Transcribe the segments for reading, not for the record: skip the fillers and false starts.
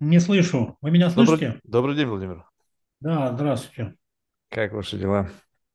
Не слышу. Вы меня слышите? Добрый день, Владимир. Да, здравствуйте. Как ваши дела?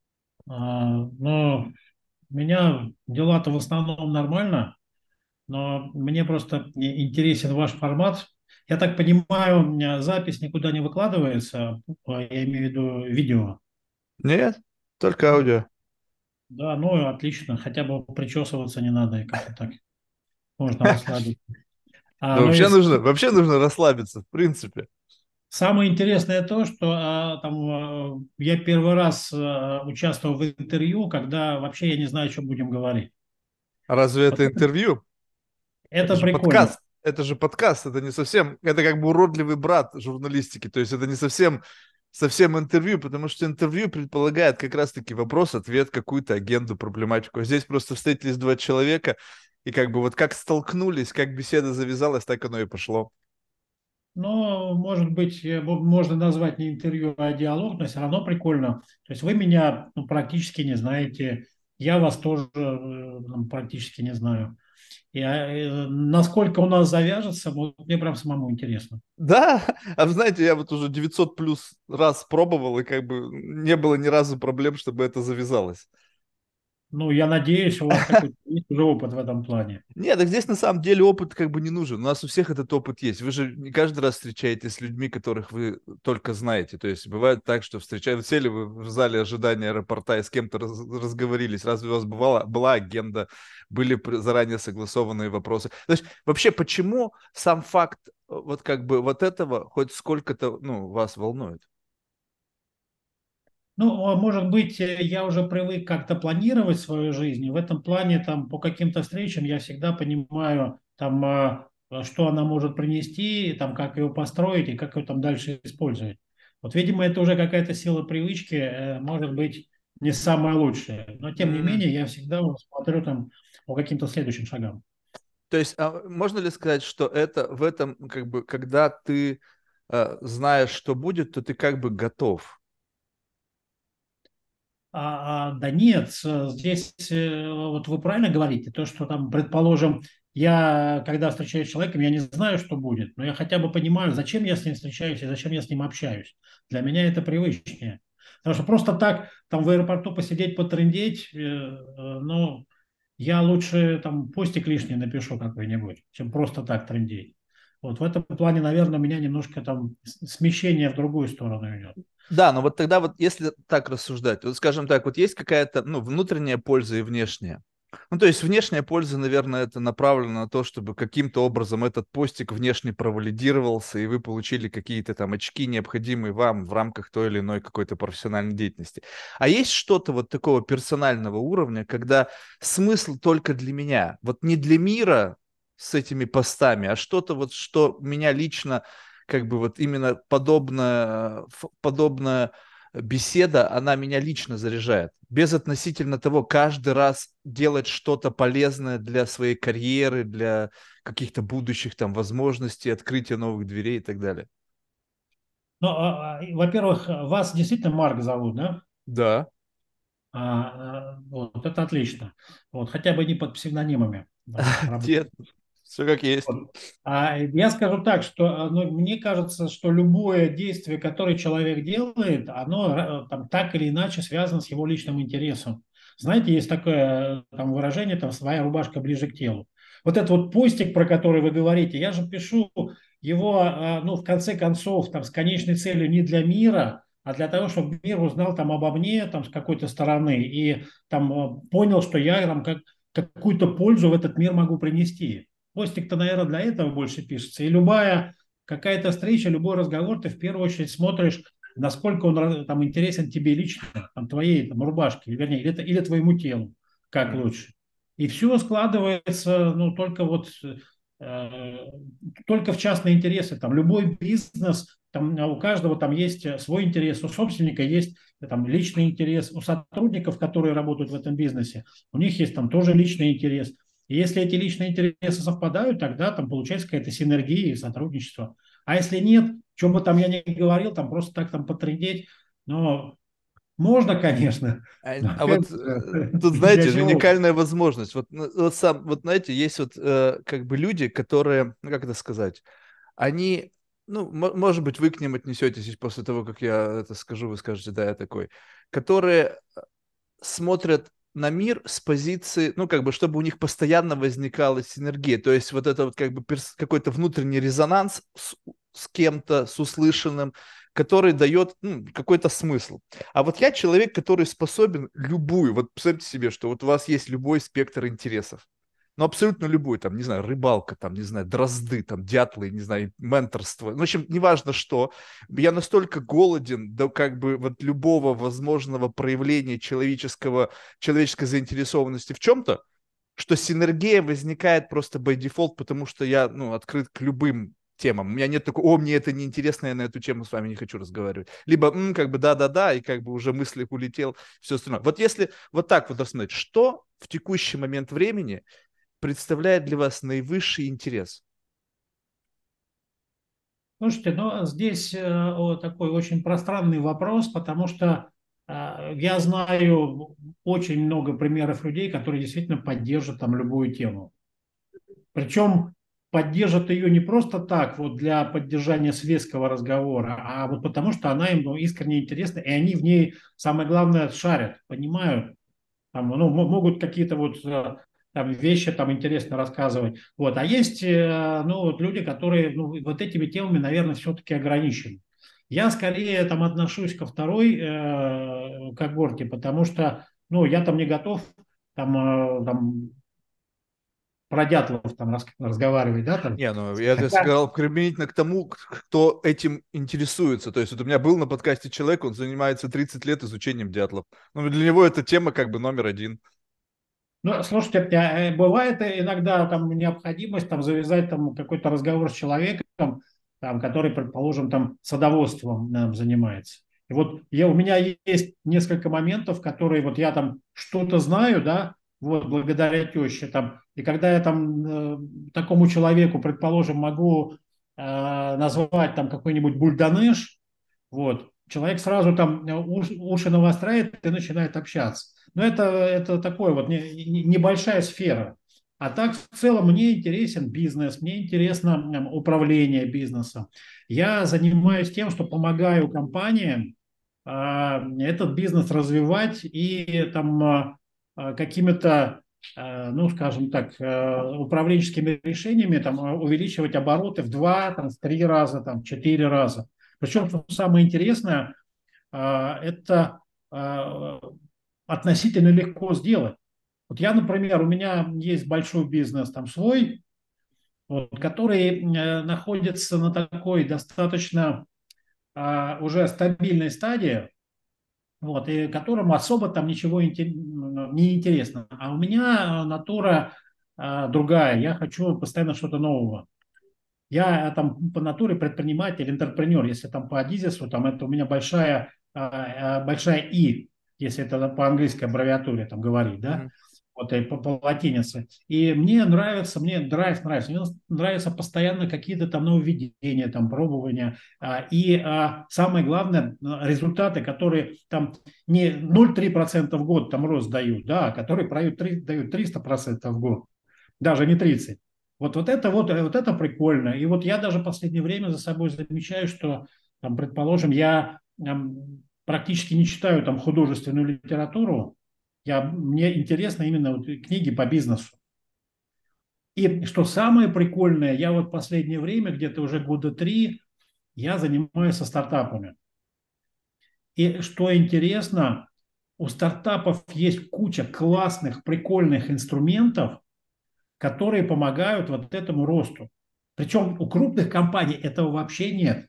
Ну, у меня дела-то в основном нормально, но мне просто интересен ваш формат. Я так понимаю, у меня запись никуда не выкладывается, я имею в виду видео. Нет, только аудио. Да, ну отлично, хотя бы причесываться не надо, и как-то так можно расслабиться. Но Ну и вообще нужно расслабиться, в принципе. самое интересное то, что я первый раз участвовал в интервью, когда вообще я не знаю, что будем говорить. А разве Вот это интервью? Это это же прикольно. подкаст. Это же подкаст, это не совсем, это как бы уродливый брат журналистики, то есть это не совсем интервью, потому что интервью предполагает как раз-таки вопрос-ответ, какую-то агенду, проблематику. А здесь просто встретились два человека, и как бы вот как столкнулись, как беседа завязалась, так оно и пошло. Но, может быть, можно назвать не интервью, а диалог, но все равно прикольно. То есть вы меня практически не знаете, я вас тоже практически не знаю. Насколько у нас завяжется, вот мне прям самому интересно. Да, а вы знаете, я вот уже 900 плюс раз пробовал, и как бы не было ни разу проблем, чтобы это завязалось. Ну, я надеюсь, у вас какой-то есть уже опыт в этом плане. Нет, так здесь на самом деле опыт как бы не нужен. У нас у всех этот опыт есть. Вы же не каждый раз встречаетесь с людьми, которых вы только знаете. То есть бывает так, что встречаете, сели вы в зале ожидания аэропорта и с кем-то разговорились. Разве у вас была агенда, были заранее согласованные вопросы? То есть вообще почему сам факт вот как бы вот этого хоть сколько-то, ну, вас волнует? Ну, может быть, я уже привык как-то планировать свою жизнь, и в этом плане там по каким-то встречам я всегда понимаю, что она может принести, там, как ее построить и как ее там дальше использовать. Вот, видимо, это уже какая-то сила привычки, может быть, не самая лучшая, но тем не менее я всегда вот смотрю там по каким-то следующим шагам. То есть, можно ли сказать, что это в этом, как бы, когда ты знаешь, что будет, то ты как бы готов? Да нет, здесь вот вы правильно говорите, то, что там, предположим, я, когда встречаюсь с человеком, я не знаю, что будет, но я хотя бы понимаю, зачем я с ним встречаюсь и зачем я с ним общаюсь. Для меня это привычнее. Потому что просто так там в аэропорту посидеть, потрындеть, ну, я лучше там постик лишний напишу какой-нибудь, чем просто так трындеть. Вот в этом плане, наверное, у меня немножко там смещение в другую сторону идет. Да, но вот тогда вот если так рассуждать, вот скажем так, вот есть какая-то, ну, внутренняя польза и внешняя. Ну, то есть внешняя польза, наверное, это направлено на то, чтобы каким-то образом этот постик внешне провалидировался, и вы получили какие-то там очки, необходимые вам в рамках той или иной какой-то профессиональной деятельности. А есть что-то вот такого персонального уровня, когда смысл только для меня, вот не для мира с этими постами, а что-то вот, что меня лично как бы вот именно подобная беседа, она меня лично заряжает. Без относительно того, каждый раз делать что-то полезное для своей карьеры, для каких-то будущих там возможностей, открытия новых дверей и так далее. Ну, во-первых, вас действительно Марк зовут, да? Да. Вот это отлично. Вот, хотя бы не под псевдонимами. Нет, все как есть. Вот. Я скажу так, что ну, мне кажется, что любое действие, которое человек делает, оно там, так или иначе связано с его личным интересом. Знаете, есть такое там, выражение, там, своя рубашка ближе к телу. Вот этот вот постик, про который вы говорите, я же пишу его, ну, в конце концов, там, с конечной целью не для мира, а для того, чтобы мир узнал там обо мне там, с какой-то стороны и там понял, что я там какую-то пользу в этот мир могу принести. Постик-то, наверное, для этого больше пишется. И любая какая-то встреча, любой разговор, ты в первую очередь смотришь, насколько он там интересен тебе лично, там, твоей там, рубашке, вернее, или твоему телу, как Мгм. лучше. И все складывается, ну, э, только в частные интересы. Там любой бизнес, там у каждого там есть свой интерес, у собственника есть там личный интерес, у сотрудников, которые работают в этом бизнесе, у них есть там тоже личный интерес. И если эти личные интересы совпадают, тогда там получается какая-то синергия и сотрудничество. А если нет, что бы там я ни говорил, там просто так там потрындеть, но можно, конечно, но опять Вот же, тут, для знаете, чего? уникальная возможность. Вот, вот сам, вот знаете, есть вот как бы люди, которые, ну как это сказать, они ну, может быть, вы к ним отнесетесь после того, как я это скажу, вы скажете, да, я такой, которые смотрят на мир с позиции, ну, как бы, чтобы у них постоянно возникала синергия, то есть вот это вот как бы какой-то внутренний резонанс с кем-то, с услышанным, который дает какой-то смысл. А вот я человек, который способен любую, вот представьте себе, что вот у вас есть любой спектр интересов, ну, абсолютно любой, там, не знаю, рыбалка, там, не знаю, дрозды, там, дятлы, не знаю, менторство. Ну, в общем, неважно что. Я настолько голоден до как бы вот любого возможного проявления человеческой заинтересованности в чем-то, что синергия возникает просто by default, потому что я, ну, открыт к любым темам. У меня нет такой, о, мне это неинтересно, я на эту тему с вами не хочу разговаривать. Либо, как бы, да-да-да, и как бы уже мысли улетел, все остальное. Вот если вот так вот рассмотреть, что в текущий момент времени представляет для вас наивысший интерес? Слушайте, ну здесь такой очень пространный вопрос, потому что я знаю очень много примеров людей, которые действительно поддержат там любую тему. Причем поддержат ее не просто так, вот для поддержания светского разговора, а вот потому что она им искренне интересна, и они в ней, самое главное, шарят, понимают, там, ну, могут какие-то вот там вещи там интересно рассказывать. Вот. А есть ну, вот люди, которые ну, вот этими темами, наверное, все-таки ограничены. Я скорее там отношусь ко второй когорте, потому что ну, я там не готов там про дятлов там разговаривать, да, там. Не, ну я Хотя, сказал применительно к тому, кто этим интересуется. То есть вот у меня был на подкасте человек, он занимается 30 лет изучением дятлов. Ну, для него эта тема как бы номер один. ну, слушайте, бывает иногда там необходимость там завязать там какой-то разговор с человеком, там, который, предположим, там садоводством занимается. И вот у меня есть несколько моментов, которые вот я там что-то знаю, да, вот благодаря теще там, и когда я там такому человеку, предположим, могу назвать там какой-нибудь бульдонеш, вот. Человек сразу там уши навостряет и начинает общаться. Но это такое вот небольшая сфера. А так в целом мне интересен бизнес, мне интересно управление бизнесом. Я занимаюсь тем, что помогаю компаниям этот бизнес развивать и там какими-то, ну, скажем так, управленческими решениями там, увеличивать обороты в 2, там, в 3 раза, там, в 4 раза. Причем, что самое интересное, это относительно легко сделать. Вот я, например, у меня есть большой бизнес там свой, вот, который находится на такой достаточно уже стабильной стадии, вот, и которому особо там ничего не интересно. А у меня натура другая. Я хочу постоянно что-то нового. Я там по натуре предприниматель, интерпренер. Если там по Адизису, там это у меня большая И, если это по английской аббревиатуре там говорить, да, Мгм. вот и по латинице. И мне нравится, мне драйв нравится, мне нравятся постоянно какие-то там нововведения, там пробования. И самое главное, результаты, которые там не 0,3% в год там рост дают, да, а которые дают 300% в год, даже не 30. Вот это прикольно. И вот я даже в последнее время за собой замечаю, что, там, предположим, я практически не читаю там художественную литературу. Мне интересно именно вот книги по бизнесу. И что самое прикольное, я вот в последнее время, где-то уже года 3, я занимаюсь со стартапами. И что интересно, у стартапов есть куча классных, прикольных инструментов, которые помогают вот этому росту. Причем у крупных компаний этого вообще нет.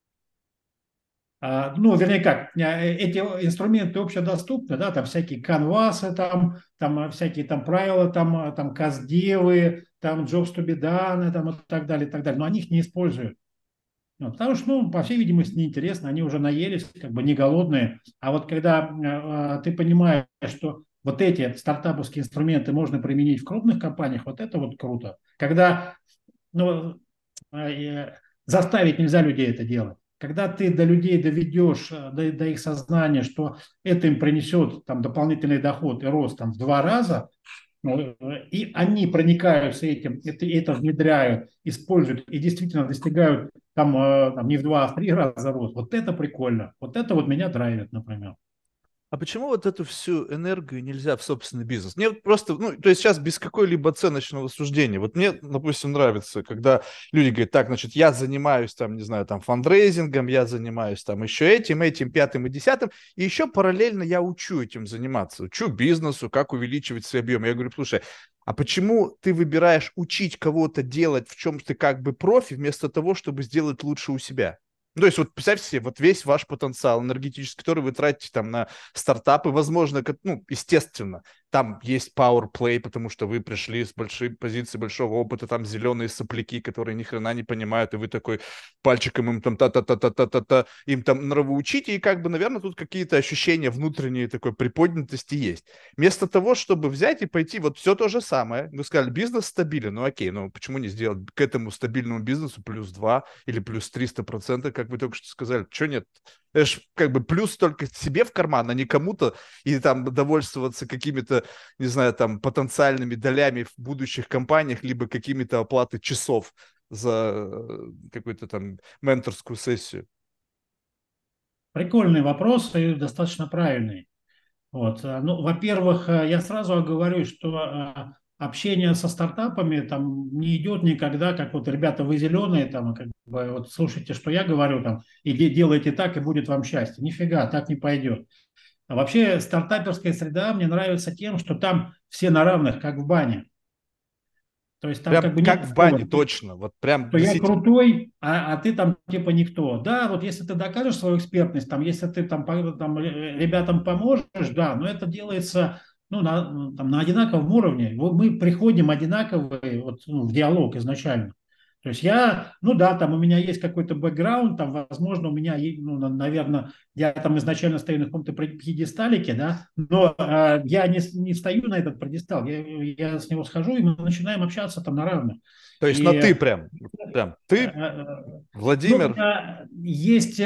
Ну, вернее как, эти инструменты общедоступны, да, там всякие канвасы, там всякие там правила, там каздевы, там jobs to be done, там и так далее, но они их не используют. Ну, потому что, ну, по всей видимости, неинтересно, они уже наелись, как бы не голодные. А вот когда ты понимаешь, что вот эти стартаповские инструменты можно применить в крупных компаниях, вот это вот круто. Когда ну, заставить нельзя людей это делать. Когда ты до людей доведешь, до их сознания, что это им принесет там, дополнительный доход и рост там, в 2 раза, И они проникаются этим, это внедряют, используют и действительно достигают там не в 2, а в 3 раза рост. Вот это прикольно. Вот это вот меня драйвит, например. А почему вот эту всю энергию нельзя в собственный бизнес? Мне вот просто, ну, то есть сейчас без какой-либо оценочного суждения. Вот мне, допустим, нравится, когда люди говорят, так, значит, я занимаюсь там, не знаю, там фандрейзингом, я занимаюсь там еще этим, пятым и десятым, и еще параллельно я учу этим заниматься, учу бизнесу, как увеличивать свой объем. Я говорю, слушай, а почему ты выбираешь учить кого-то делать, в чем ты как бы профи, вместо того, чтобы сделать лучше у себя? Ну, то есть вот представьте себе, вот весь ваш потенциал энергетический, который вы тратите там на стартапы, возможно, ну, естественно, там есть power play, потому что вы пришли с большой позиции, большого опыта, там зеленые сопляки, которые ни хрена не понимают, и вы такой пальчиком им там та-та-та-та-та-та-та, им там нравоучите, и как бы, наверное, тут какие-то ощущения внутренней такой приподнятости есть. Вместо того, чтобы взять и пойти, вот все то же самое, вы сказали, бизнес стабилен, ну окей, ну почему не сделать к этому стабильному бизнесу плюс 2 или плюс 300%, как вы только что сказали, что нет? Это ж как бы плюс только себе в карман, а не кому-то, и там довольствоваться какими-то, не знаю, там потенциальными долями в будущих компаниях, либо какими-то оплаты часов за какую-то там менторскую сессию. Прикольный вопрос и достаточно правильный. Вот. Ну, во-первых, я сразу оговорюсь, что общение со стартапами там не идет никогда, как вот ребята, вы зеленые, там, как бы, вот слушайте, что я говорю, там, и делайте так, и будет вам счастье. Нифига, так не пойдет. А вообще стартаперская среда мне нравится тем, что там все на равных, как в бане. То есть там Прям как бы как нет в такого, бане, точно. Вот прям что я действительно. крутой, а ты там типа никто. Да, вот если ты докажешь свою экспертность, там, если ты там ребятам поможешь, да, но это делается ну, на одинаковом уровне. Вот мы приходим одинаковые вот, ну, в диалог изначально. То есть я, ну да, там у меня есть какой-то бэкграунд, там, возможно, у меня, ну, наверное, я там изначально стою на каком-то пьедесталике, да, но я не стою на этот пьедестал, я с него схожу, и мы начинаем общаться там на равных. То есть на И ты прям. Прям. Ты, ну, Владимир. есть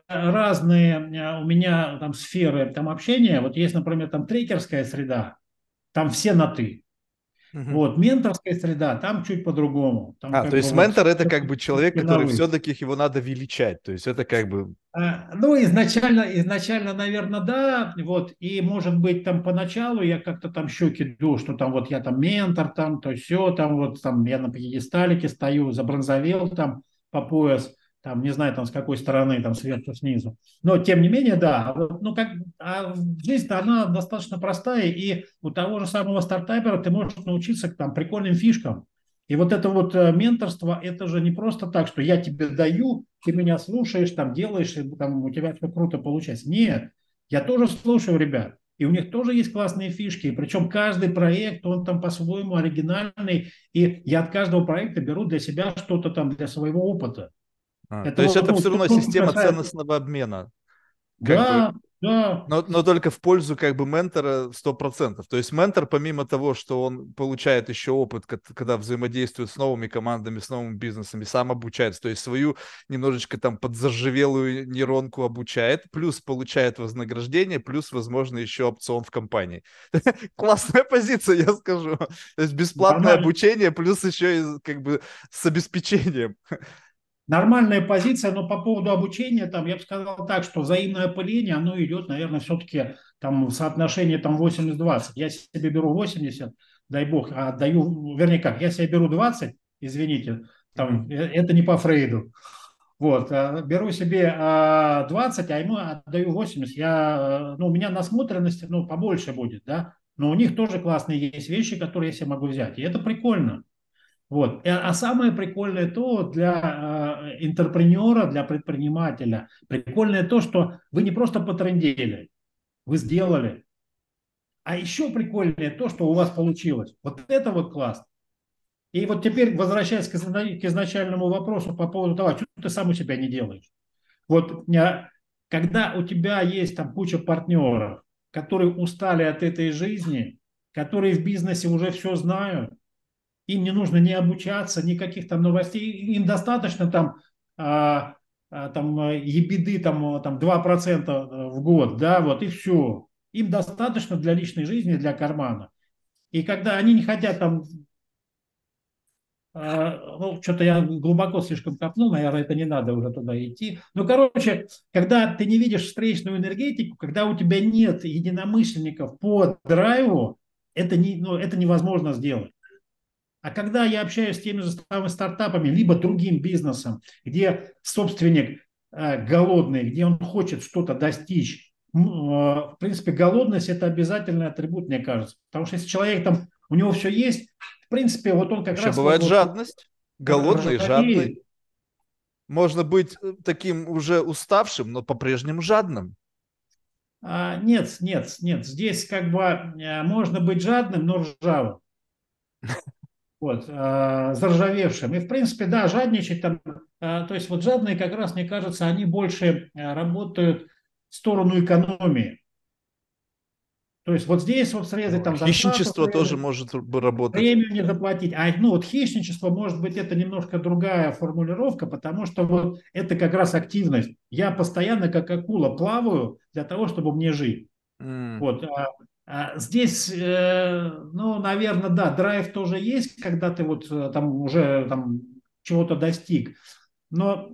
разные у меня там сферы там общения. Вот есть, например, там трекерская среда, там все на «ты». Мгм. Вот, менторская среда, там чуть по-другому. Там А, то как бы есть вот ментор это как бы человек, на который «вы». все-таки его надо величать. То есть это как бы. Ну, изначально, наверное, да, вот, и, может быть, там поначалу я как-то там щеки ду, что там вот я там ментор, там, то все, там вот, там я на пьедесталике стою, забронзовел там по пояс, там, не знаю, там с какой стороны, там сверху, снизу. Но, тем не менее, да, ну, как, жизнь-то, она достаточно простая, и у того же самого стартапера ты можешь научиться там прикольным фишкам. И вот это вот менторство, это же не просто так, что я тебе даю, ты меня слушаешь, там делаешь, и там у тебя все круто получается. Нет, я тоже слушаю ребят. И у них тоже есть классные фишки. И причем каждый проект, он там по-своему оригинальный. И я от каждого проекта беру для себя что-то там, для своего опыта. То Это есть вот, это ну, все равно то, что система касается... ценностного обмена. Как бы. Да, да. Но только в пользу как бы ментора 100%. То есть ментор, помимо того, что он получает еще опыт, когда взаимодействует с новыми командами, с новыми бизнесами, сам обучается, то есть свою немножечко там подзаржавелую нейронку обучает, плюс получает вознаграждение, плюс, возможно, еще опцион в компании. Классная позиция, я скажу. То есть бесплатное Нормально. обучение, плюс еще и как бы с обеспечением. Нормальная позиция, но по поводу обучения, там, я бы сказал так, что взаимное опыление, оно идет, наверное, все-таки там в соотношении там 80-20. Я себе беру 80, дай бог, а отдаю, вернее как, я себе беру 20, извините, Мгм. там, это не по Фрейду. Вот, беру себе 20, а ему отдаю 80. Ну, у меня насмотренности, ну, побольше будет, да, но у них тоже классные есть вещи, которые я себе могу взять, и это прикольно. Вот. А самое прикольное то для интерпренера, для предпринимателя, прикольное то, что вы не просто потрындели, вы сделали. А еще прикольнее то, что у вас получилось. Вот это вот класс. И вот теперь, возвращаясь к изначальному вопросу по поводу того, что ты сам у себя не делаешь. Вот когда у тебя есть там куча партнеров, которые устали от этой жизни, которые в бизнесе уже все знают, им не нужно ни обучаться, никаких там новостей. Им достаточно там, ебеды там 2% в год, да, вот и все. Им достаточно для личной жизни, для кармана. И когда они не хотят там, ну, что-то я глубоко слишком копнул, наверное, это не надо уже туда идти. Ну, короче, когда ты не видишь встречную энергетику, когда у тебя нет единомышленников по драйву, это, не, ну, это невозможно сделать. А когда я общаюсь с теми же самыми стартапами, либо другим бизнесом, где собственник голодный, где он хочет что-то достичь, в принципе, голодность – это обязательный атрибут, мне кажется. Потому что если человек там, у него все есть, в принципе, вот он как Еще раз вот, бывает вот жадность, голодный, жадный. ржавеет. Можно быть таким уже уставшим, но по-прежнему жадным. Нет, нет, нет. Здесь как бы можно быть жадным, но ржавым. Вот, заржавевшим. И, в принципе, да, жадничать там, то есть вот жадные как раз, мне кажется, они больше работают в сторону экономии. То есть вот здесь вот срезать там зарплату, Хищничество тоже может работать. премию не заплатить. А ну вот хищничество, может быть, это немножко другая формулировка, потому что вот это как раз активность. Я постоянно как акула плаваю для того, чтобы мне жить. М. Вот. Здесь, ну, наверное, да, драйв тоже есть, когда ты вот там уже там чего-то достиг, но,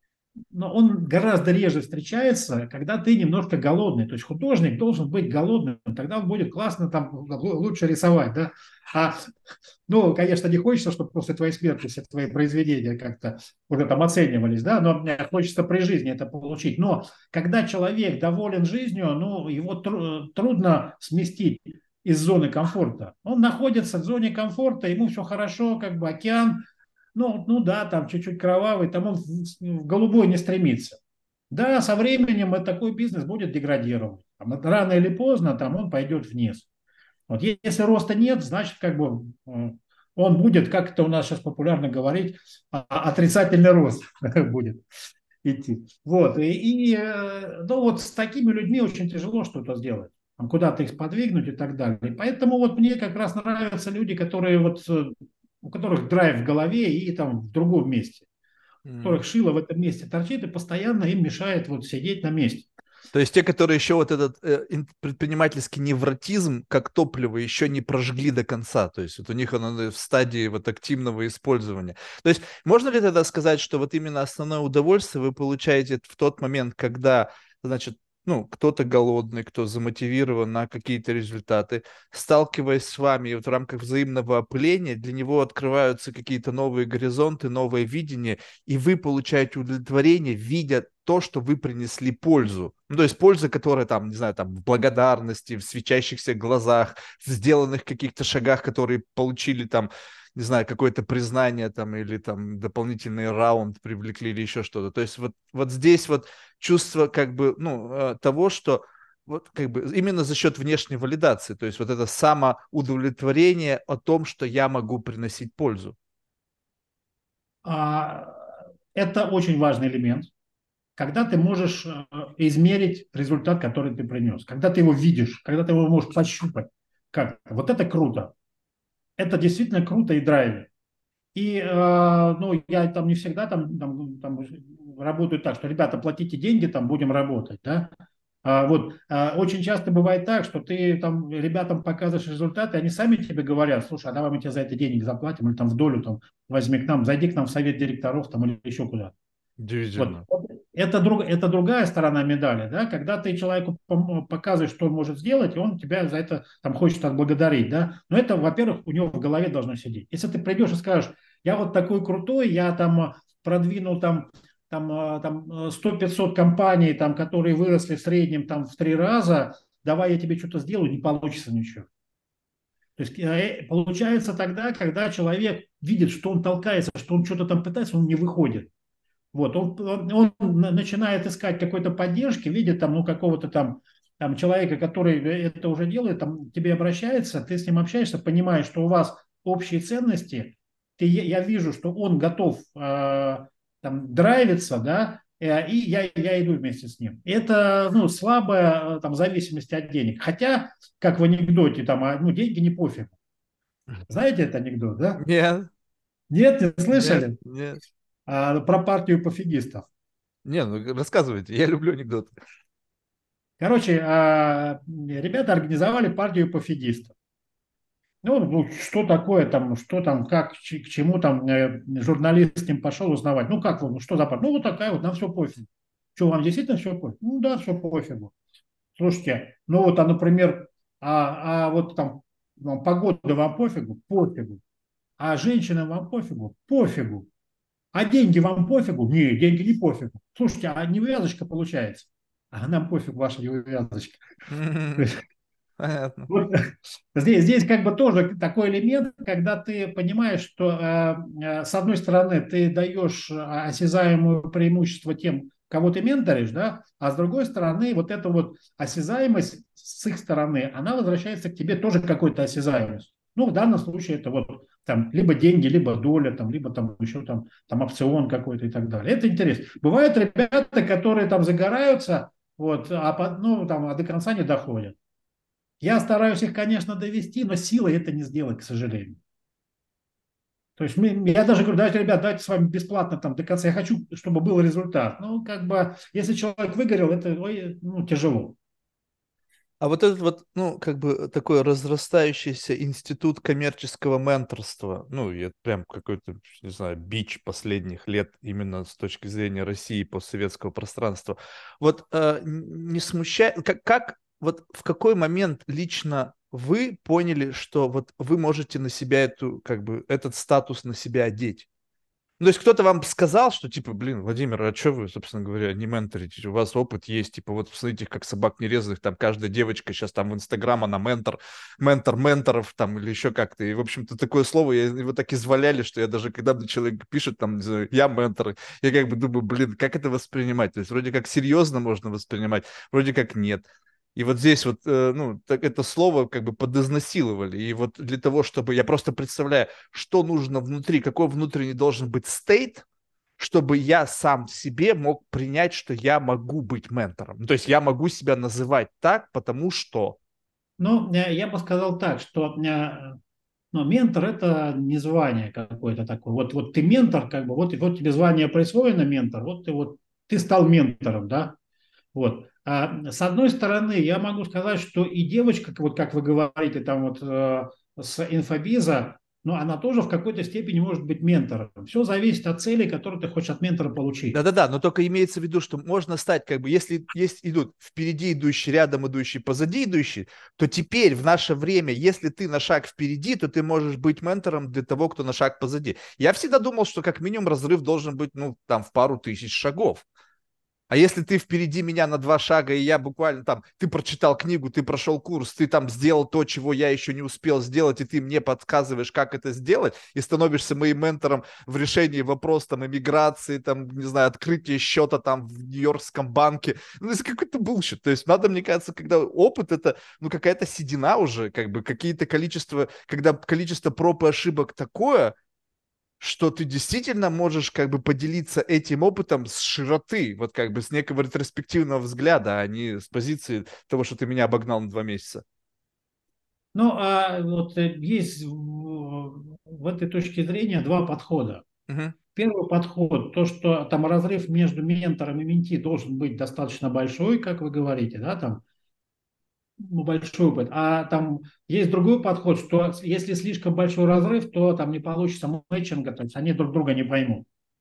но он гораздо реже встречается, когда ты немножко голодный. То есть художник должен быть голодным, тогда он будет классно там лучше рисовать, да. А ну, конечно, не хочется, чтобы после твоей смерти все твои произведения как-то уже там оценивались, да, но мне хочется при жизни это получить. Но когда человек доволен жизнью, ну, его трудно сместить из зоны комфорта. Он находится в зоне комфорта, ему все хорошо, как бы океан, ну да, там чуть-чуть кровавый, там он в голубой не стремится. Да, со временем такой бизнес будет деградировать. Там, рано или поздно там он пойдет вниз. Вот если роста нет, значит, как бы он будет, как это у нас сейчас популярно говорить, отрицательный рост будет идти. Вот. Ну, вот с такими людьми очень тяжело что-то сделать. Там, куда-то их сподвигнуть и так далее. И поэтому вот мне как раз нравятся люди, которые вот, у которых драйв в голове и там в другом месте. У М. которых шило в этом месте торчит и постоянно им мешает вот сидеть на месте. То есть те, которые еще вот этот предпринимательский невротизм как топливо еще не прожгли до конца, то есть вот у них оно в стадии вот активного использования. То есть можно ли тогда сказать, что вот именно основное удовольствие вы получаете в тот момент, когда, значит, ну, кто-то голодный, кто замотивирован на какие-то результаты, сталкиваясь с вами и вот в рамках взаимного опыления, для него открываются какие-то новые горизонты, новое видение, и вы получаете удовлетворение, видя то, что вы принесли пользу. Ну, то есть польза, которая там, не знаю, там в благодарности, в свечащихся глазах, в сделанных каких-то шагах, которые получили там, не знаю, какое-то признание там или там дополнительный раунд привлекли или еще что-то. То есть вот здесь вот чувство как бы, ну, того, что вот как бы именно за счет внешней валидации, то есть вот это самоудовлетворение о том, что я могу приносить пользу. А, это очень важный элемент. Когда ты можешь измерить результат, который ты принес, когда ты его видишь, когда ты его можешь пощупать, как вот это круто. Это действительно круто и драйвит. И ну, я там не всегда там работаю так, что, ребята, платите деньги, там будем работать, да. Очень часто бывает так, что ты там ребятам показываешь результаты, они сами тебе говорят: слушай, а давай мы тебе за это денег заплатим, или там в долю там возьми к нам, зайди к нам в совет директоров там или еще куда-то. Вот. Удивительно. Это другая сторона медали, да, когда ты человеку показываешь, что он может сделать, и он тебя за это там хочет отблагодарить, да. Но это, во-первых, у него в голове должно сидеть. Если ты придешь и скажешь: я вот такой крутой, я там продвинул там 100-500 компаний, там, которые выросли в среднем там в 3 раза, давай я тебе что-то сделаю, не получится ничего. То есть получается тогда, когда человек видит, что он толкается, что он что-то там пытается, он не выходит. Вот, он начинает искать какой-то поддержки, видит там, ну, какого-то там человека, который это уже делает, там, к тебе обращается, ты с ним общаешься, понимаешь, что у вас общие ценности, я вижу, что он готов там драйвиться, да, и я иду вместе с ним. Это, ну, слабая там зависимость от денег. Хотя, как в анекдоте, там, ну, деньги не пофиг. Знаете этот анекдот, да? Нет, Нет, не нет, слышали? нет. Про партию пофигистов. Не, ну рассказывайте, я люблю анекдоты. Короче, ребята организовали партию пофигистов. Ну, что такое там, что там, как, к чему там журналист с ним пошел узнавать. Ну, как вы, ну, что за пар? Ну, вот такая вот, нам все пофиг. Что, вам действительно все пофиг? Ну, да, все пофигу. Слушайте, ну вот, например, вот там погода вам пофигу? Пофигу. А женщинам вам пофигу? Пофигу. А деньги вам пофигу? Не, деньги не пофигу. Слушайте, а невязочка получается? А нам пофиг ваша невязочка. Понятно. Вот здесь как бы тоже такой элемент, когда ты понимаешь, что с одной стороны ты даешь осязаемое преимущество тем, кого ты менторишь, да, а с другой стороны вот эта вот осязаемость с их стороны, она возвращается к тебе тоже какой-то осязаемость. Ну, в данном случае это вот там либо деньги, либо доля, там, либо там еще там опцион какой-то и так далее. Это интересно. Бывают ребята, которые там загораются, вот, ну, там, а до конца не доходят. Я стараюсь их, конечно, довести, но силой это не сделать, к сожалению. То есть я даже говорю, давайте, ребят, давайте с вами бесплатно там до конца. Я хочу, чтобы был результат. Ну, как бы, если человек выгорел, это ну, тяжело. А вот этот вот, ну, как бы такой разрастающийся институт коммерческого менторства, ну, и это прям какой-то, не знаю, бич последних лет именно с точки зрения России постсоветского пространства. Вот не смущает, вот в какой момент лично вы поняли, что вот вы можете на себя как бы, этот статус на себя одеть? Ну, то есть кто-то вам сказал, что типа, блин, Владимир, а что вы, собственно говоря, не менторите? У вас опыт есть, типа, вот посмотрите, как собак нерезанных, там каждая девочка сейчас там в Инстаграм, она ментор менторов там или еще как-то. И, в общем-то, такое слово, его так изваляли, что я даже, когда мне человек пишет, там, не знаю, я ментор, я как бы думаю, блин, как это воспринимать? То есть вроде как серьезно можно воспринимать, вроде как нет. И вот здесь вот, ну, так это слово как бы подизнасиловали. И вот для того, чтобы, я просто представляю, что нужно внутри, какой внутренний должен быть стейт, чтобы я сам в себе мог принять, что я могу быть ментором. Ну, то есть я могу себя называть так, потому что... Ну, я бы сказал так, что ну, ментор – это не звание какое-то такое. Вот ты ментор, как бы, вот тебе звание присвоено, ментор, вот ты стал ментором, да? Вот. А с одной стороны, я могу сказать, что и девочка, вот как вы говорите, там вот с инфобиза, ну, она тоже в какой-то степени может быть ментором. Все зависит от целей, которые ты хочешь от ментора получить. Да-да-да, но только имеется в виду, что можно стать, как бы, если есть идут впереди идущие, рядом идущие, позади идущие, то теперь в наше время, если ты на шаг впереди, то ты можешь быть ментором для того, кто на шаг позади. Я всегда думал, что как минимум разрыв должен быть, ну, там, в пару тысяч шагов. А если ты впереди меня на 2 шага, и я буквально там, ты прочитал книгу, ты прошел курс, ты там сделал то, чего я еще не успел сделать, и ты мне подсказываешь, как это сделать, и становишься моим ментором в решении вопроса там эмиграции, там, не знаю, открытия счета там в Нью-Йоркском банке. Ну, это какой-то булщит. То есть надо, мне кажется, когда опыт это, ну, какая-то седина уже, как бы какие-то количество, когда количество проб и ошибок такое, что ты действительно можешь как бы поделиться этим опытом с широты, вот как бы с некого ретроспективного взгляда, а не с позиции того, что ты меня обогнал на 2 месяца. Ну, а вот есть в этой точке зрения два подхода. Мгм. Первый подход, то, что там разрыв между ментором и менти должен быть достаточно большой, как вы говорите, да, там, ну, большой опыт. А там есть другой подход, что если слишком большой разрыв, то там не получится мэтчинга, то есть они друг друга не поймут.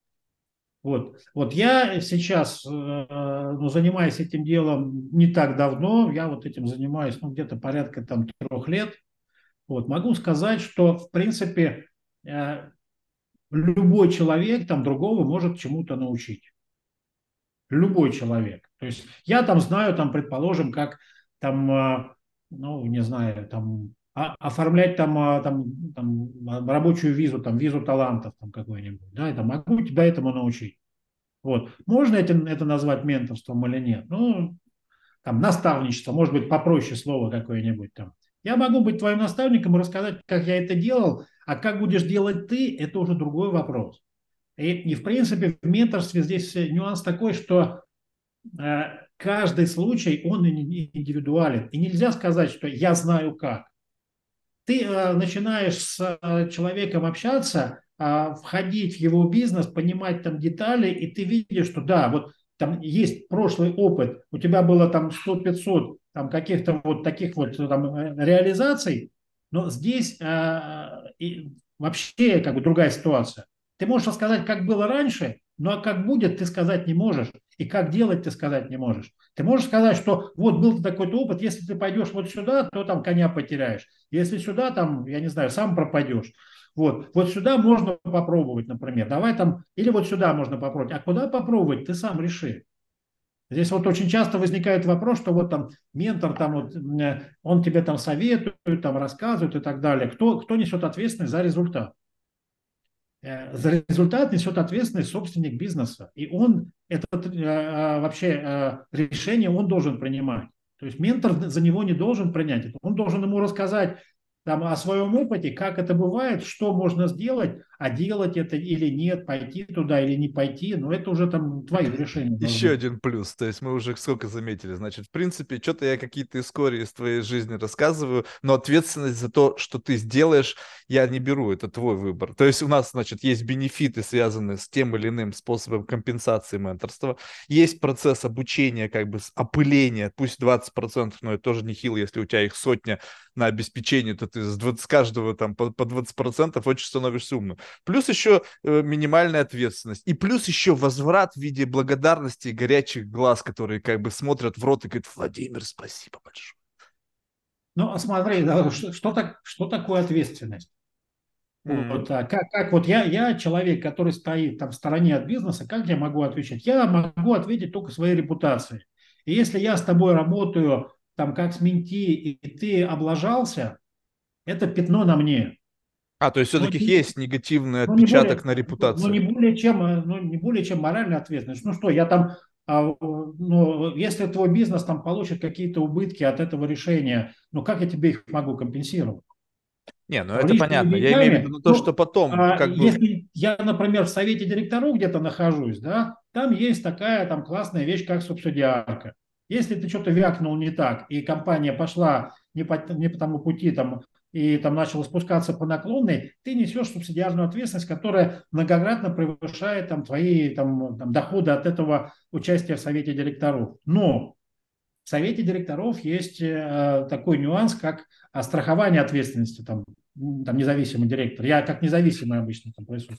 Вот я сейчас ну, занимаюсь этим делом не так давно, я вот этим занимаюсь ну, где-то порядка там 3 лет. Вот, могу сказать, что в принципе любой человек там другого может чему-то научить. Любой человек. То есть я там знаю, там, предположим, как там, ну, не знаю, там, оформлять там рабочую визу, там, визу талантов там какой-нибудь, да, это могу тебя этому научить. Вот. Можно это назвать менторством или нет? Ну, там, наставничество, может быть, попроще слово какое-нибудь там. Я могу быть твоим наставником и рассказать, как я это делал, а как будешь делать ты, это уже другой вопрос. И в принципе, в менторстве здесь нюанс такой, что каждый случай, он индивидуален. И нельзя сказать, что я знаю как. Ты начинаешь с человеком общаться, входить в его бизнес, понимать там детали, и ты видишь, что да, вот там есть прошлый опыт, у тебя было там 100-500 там каких-то вот таких вот там реализаций, Но здесь вообще как бы другая ситуация. Ты можешь рассказать, как было раньше, но как будет, ты сказать не можешь. И как делать, ты сказать не можешь. Ты можешь сказать, что вот был такой-то опыт, если ты пойдешь вот сюда, то там коня потеряешь. Если сюда, там, я не знаю, сам пропадешь. Вот сюда можно попробовать, например. Давай там, или вот сюда можно попробовать. А куда попробовать, ты сам реши. Здесь вот очень часто возникает вопрос, что вот там ментор, там вот, он тебе там советует, там рассказывает и так далее. Кто несет ответственность за результат? За результат несет ответственность собственник бизнеса. И он это вообще решение он должен принимать. То есть ментор за него не должен принять это. Он должен ему рассказать там, о своем опыте, как это бывает, что можно сделать, а делать это или нет, пойти туда или не пойти. Но это уже там твое решение Еще должно быть. один плюс, то есть мы уже сколько заметили, значит, в принципе, что-то я какие-то истории из твоей жизни рассказываю, но ответственность за то, что ты сделаешь, я не беру, это твой выбор. То есть у нас, значит, есть бенефиты, связанные с тем или иным способом компенсации менторства, есть процесс обучения, как бы опыления, пусть 20%, но это тоже нехило, если у тебя их сотня на обеспечение, то ты с каждого там по 20% очень становишься умным. Плюс еще минимальная ответственность. И плюс еще возврат в виде благодарности и горячих глаз, которые как бы смотрят в рот и говорят: Владимир, спасибо большое. Ну, а смотри, да, что такое ответственность? М. Вот, как вот я человек, который стоит там в стороне от бизнеса, как я могу отвечать? Я могу ответить только своей репутацией. И если я с тобой работаю там как с менти, и ты облажался, это пятно на мне. А, то есть Но все-таки не, есть негативный но не отпечаток более, на репутации. но не более чем моральная ответственность. Ну что, я там, ну, если твой бизнес там получит какие-то убытки от этого решения, ну как я тебе их могу компенсировать? Не, ну это Личными понятно. Я имею в виду деньгами. ну, то, что Ну, потом, как бы, если я, например, в совете директоров где-то нахожусь, да, там есть такая там классная вещь, как субсидиарка. Если ты что-то вякнул не так, и компания пошла не по тому пути, там, и там начала спускаться по наклонной, ты несешь субсидиарную ответственность, которая многократно превышает там, твои там, доходы от этого участия в совете директоров. Но в совете директоров есть такой нюанс, как страхование ответственности, там независимый директор. Я как независимый обычно там присутствую.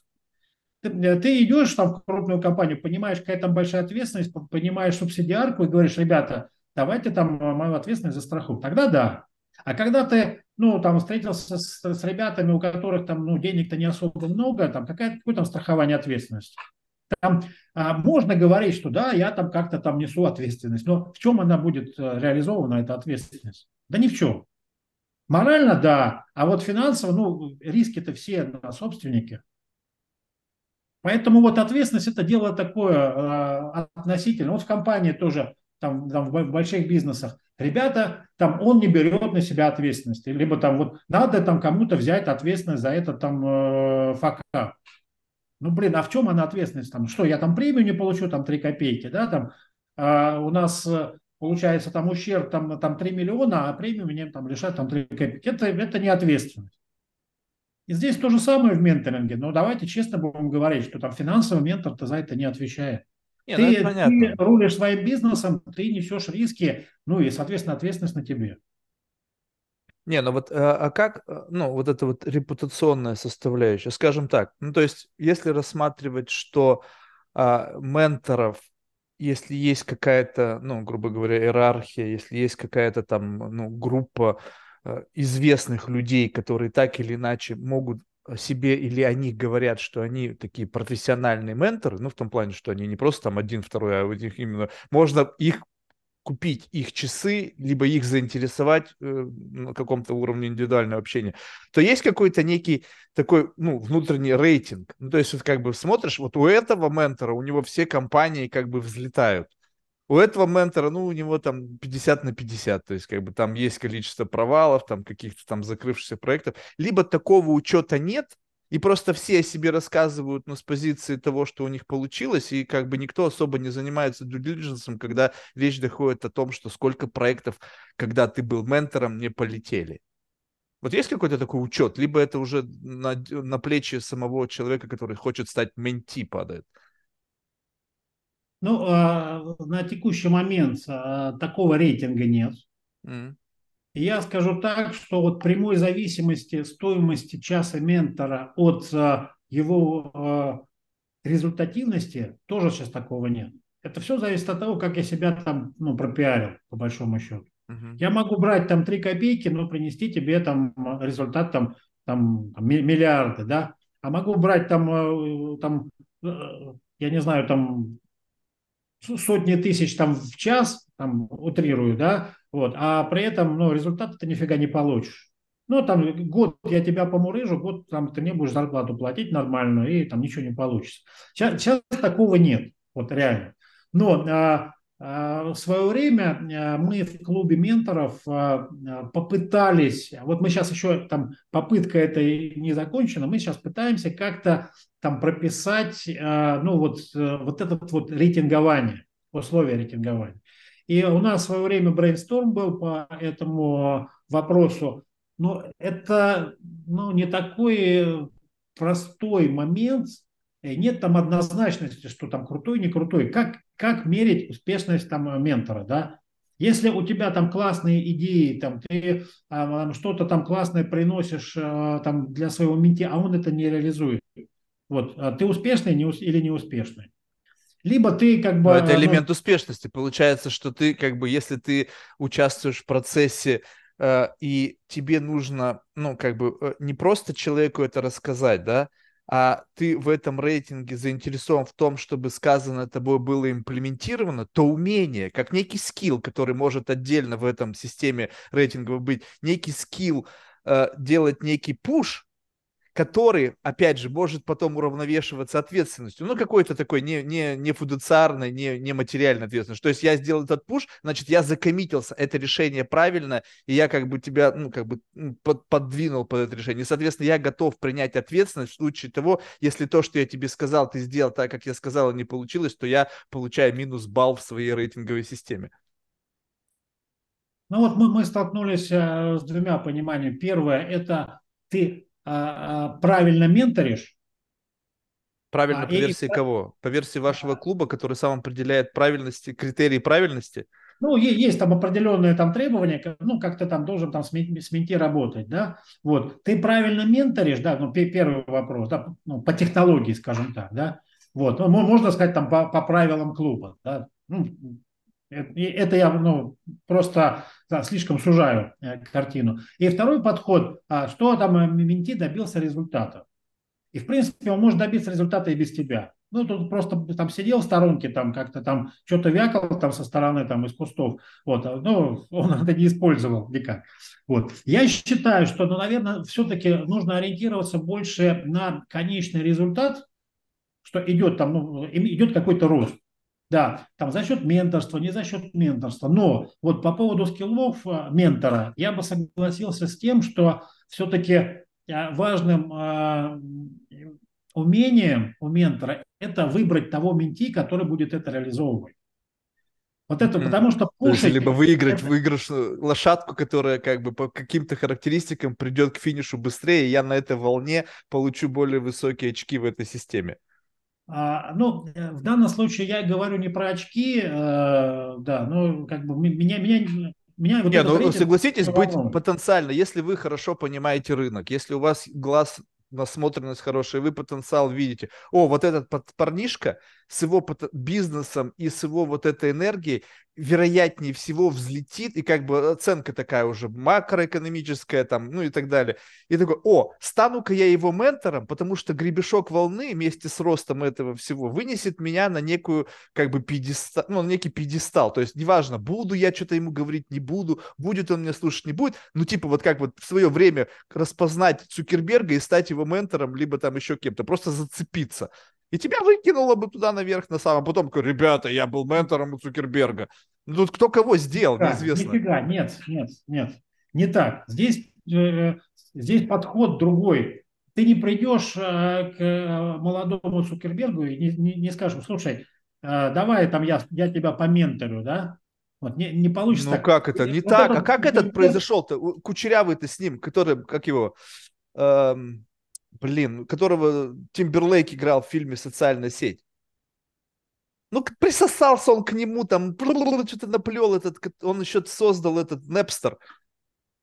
Ты идешь там в крупную компанию, понимаешь, какая там большая ответственность, понимаешь субсидиарку и говоришь: ребята, давайте там мою ответственность застрахуют. Тогда да. А когда ты, ну, там встретился с ребятами, у которых там, ну, денег-то не особо много, там какое там страхование ответственности? Там можно говорить, что да, я там как-то там несу ответственность, но в чем она будет реализована, эта ответственность? Да ни в чем. Морально, да, а вот финансово, ну, риски-то все на собственнике. Поэтому вот ответственность это дело такое относительно. Вот в компании тоже, там в больших бизнесах, ребята, там он не берет на себя ответственности, либо там вот надо там кому-то взять ответственность за этот там факап. Ну, блин, а в чем она ответственность? Там, что, я там премию не получу, там 3 копейки, да, там, у нас получается там ущерб там 3 миллиона, а премию мне там лишат там 3 копейки. Это не ответственность. И здесь то же самое в менторинге. Но давайте честно будем говорить, что там финансовый ментор-то за это не отвечает. не, ну это Ты понятно. рулишь своим бизнесом, ты несешь риски, ну и, соответственно, ответственность на тебе. Не, ну вот, а как, ну, вот эта вот репутационная составляющая, скажем так, ну, то есть, если рассматривать, что менторов, если есть какая-то, ну, грубо говоря, иерархия, если есть какая-то там, ну, группа известных людей, которые так или иначе могут о себе или о них говорят, что они такие профессиональные менторы, ну, в том плане, что они не просто там один, второй, а у них именно можно их купить их часы, либо их заинтересовать на каком-то уровне индивидуального общения, то есть какой-то некий такой, ну, внутренний рейтинг. Ну, то есть вот как бы смотришь, вот у этого ментора, у него все компании как бы взлетают. У этого ментора, ну, у него там 50 на 50, то есть как бы там есть количество провалов, там каких-то там закрывшихся проектов. Либо такого учета нет, и просто все о себе рассказывают, но с позиции того, что у них получилось, и как бы никто особо не занимается due diligence, когда речь доходит о том, что сколько проектов, когда ты был ментором, не полетели. Вот есть какой-то такой учет, либо это уже на плечи самого человека, который хочет стать менти, падает? Ну, на текущий момент такого рейтинга нет. М. Я скажу так, что вот прямой зависимости стоимости часа ментора от его результативности тоже сейчас такого нет. Это все зависит от того, как я себя там, ну, пропиарил, по большому счету. Мгм. Я могу брать там 3 копейки, но принести тебе там результат там миллиарды, да. А могу брать э, я не знаю, там сотни тысяч там в час, там утрирую, да, вот, а при этом, ну, результата ты нифига не получишь. Ну, там год я тебя помурыжу, год там ты мне будешь зарплату платить нормальную, и там ничего не получится. Сейчас такого нет, вот реально. Но в свое время мы в клубе менторов попытались, вот мы сейчас еще там, попытка эта не закончена, мы сейчас пытаемся как-то там прописать, ну вот этот вот рейтингование, условия рейтингования. И у нас в свое время брейнсторм был по этому вопросу, но это, ну, не такой простой момент, нет там однозначности, что там крутой, не крутой. Как мерить успешность там ментора, да? Если у тебя там классные идеи, там ты что-то там классное приносишь там для своего менти, а он это не реализует, вот, ты успешный или неуспешный. Либо ты как Но бы, это ну, элемент успешности. Получается, что ты, как бы, если ты участвуешь в процессе, и тебе нужно, ну, как бы, не просто человеку это рассказать, да, а ты в этом рейтинге заинтересован в том, чтобы сказанное тобой было имплементировано, то умение, как некий скилл, который может отдельно в этом системе рейтинговой быть, некий скилл, делать некий пуш, который, опять же, может потом уравновешиваться ответственностью. Ну, какой-то такой не фудуциарной, не материальной ответственностью. То есть я сделал этот пуш, значит, я закоммитился, это решение правильно, и я как бы тебя, ну, как бы подвинул под это решение. И, соответственно, я готов принять ответственность в случае того, если то, что я тебе сказал, ты сделал так, как я сказал, и не получилось, то я получаю минус балл в своей рейтинговой системе. ну вот мы столкнулись с двумя пониманиями. Первое – это ты правильно менторишь, Правильно по и версии кого? По версии вашего клуба, который сам определяет правильности, критерии правильности? ну, есть там определенные там требования, ну, как ты там должен там с менти работать, да, вот, ты правильно менторишь, да, ну, первый вопрос, да, ну, по технологии, скажем так, да, вот, ну, можно сказать там по правилам клуба, да, ну, это я, ну, просто да, слишком сужаю картину. И второй подход, что там менти добился результата. И, в принципе, он может добиться результата и без тебя. Ну, тут просто там сидел в сторонке, там как-то там что-то вякал там со стороны, там из кустов. Вот, ну, он это не использовал никак. Вот. Я считаю, что, ну, наверное, все-таки нужно ориентироваться больше на конечный результат, что идет там, ну, идет какой-то рост. Да, там за счет менторства, не за счет менторства. Но вот по поводу скиллов ментора я бы согласился с тем, что все-таки важным умением у ментора это выбрать того менти, который будет это реализовывать. Вот это Мгм. потому что То есть пушить либо выиграть это, выигрышную лошадку, которая как бы по каким-то характеристикам придет к финишу быстрее, и я на этой волне получу более высокие очки в этой системе. ну, в данном случае я говорю не про очки, да, но как бы меня вот Не, этот ну рейтинг согласитесь, не быть волнует. потенциально, если вы хорошо понимаете рынок, если у вас глаз насмотренность хорошая, вы потенциал видите. О, вот этот парнишка с его бизнесом и с его вот этой энергией вероятнее всего взлетит, и как бы оценка такая уже макроэкономическая там, ну и так далее. И такой, о, стану-ка я его ментором, потому что гребешок волны вместе с ростом этого всего вынесет меня на некую как бы пьедестал, ну, некий пьедестал. То есть неважно, буду я что-то ему говорить, не буду, будет он меня слушать, не будет. Ну, типа вот как вот в свое время распознать Цукерберга и стать его ментором, либо там еще кем-то, просто зацепиться. И тебя выкинуло бы туда наверх на самом, а потом такой, ребята, я был ментором у Цукерберга. Ну, тут кто кого сделал, неизвестно. Нифига, нет, нет, нет, не так. Здесь подход другой. Ты не придешь к молодому Цукербергу и не скажешь, слушай, давай там я тебя поменторю, да? Вот, не получится Ну так. как это? Не Вот так. А этот как этот Цукерберг, произошел-то? Кучерявый-то с ним, который, как его, эм, блин, которого Тимберлейк играл в фильме «Социальная сеть». Ну, присосался он к нему, там, что-то наплел этот, он еще создал этот Непстер.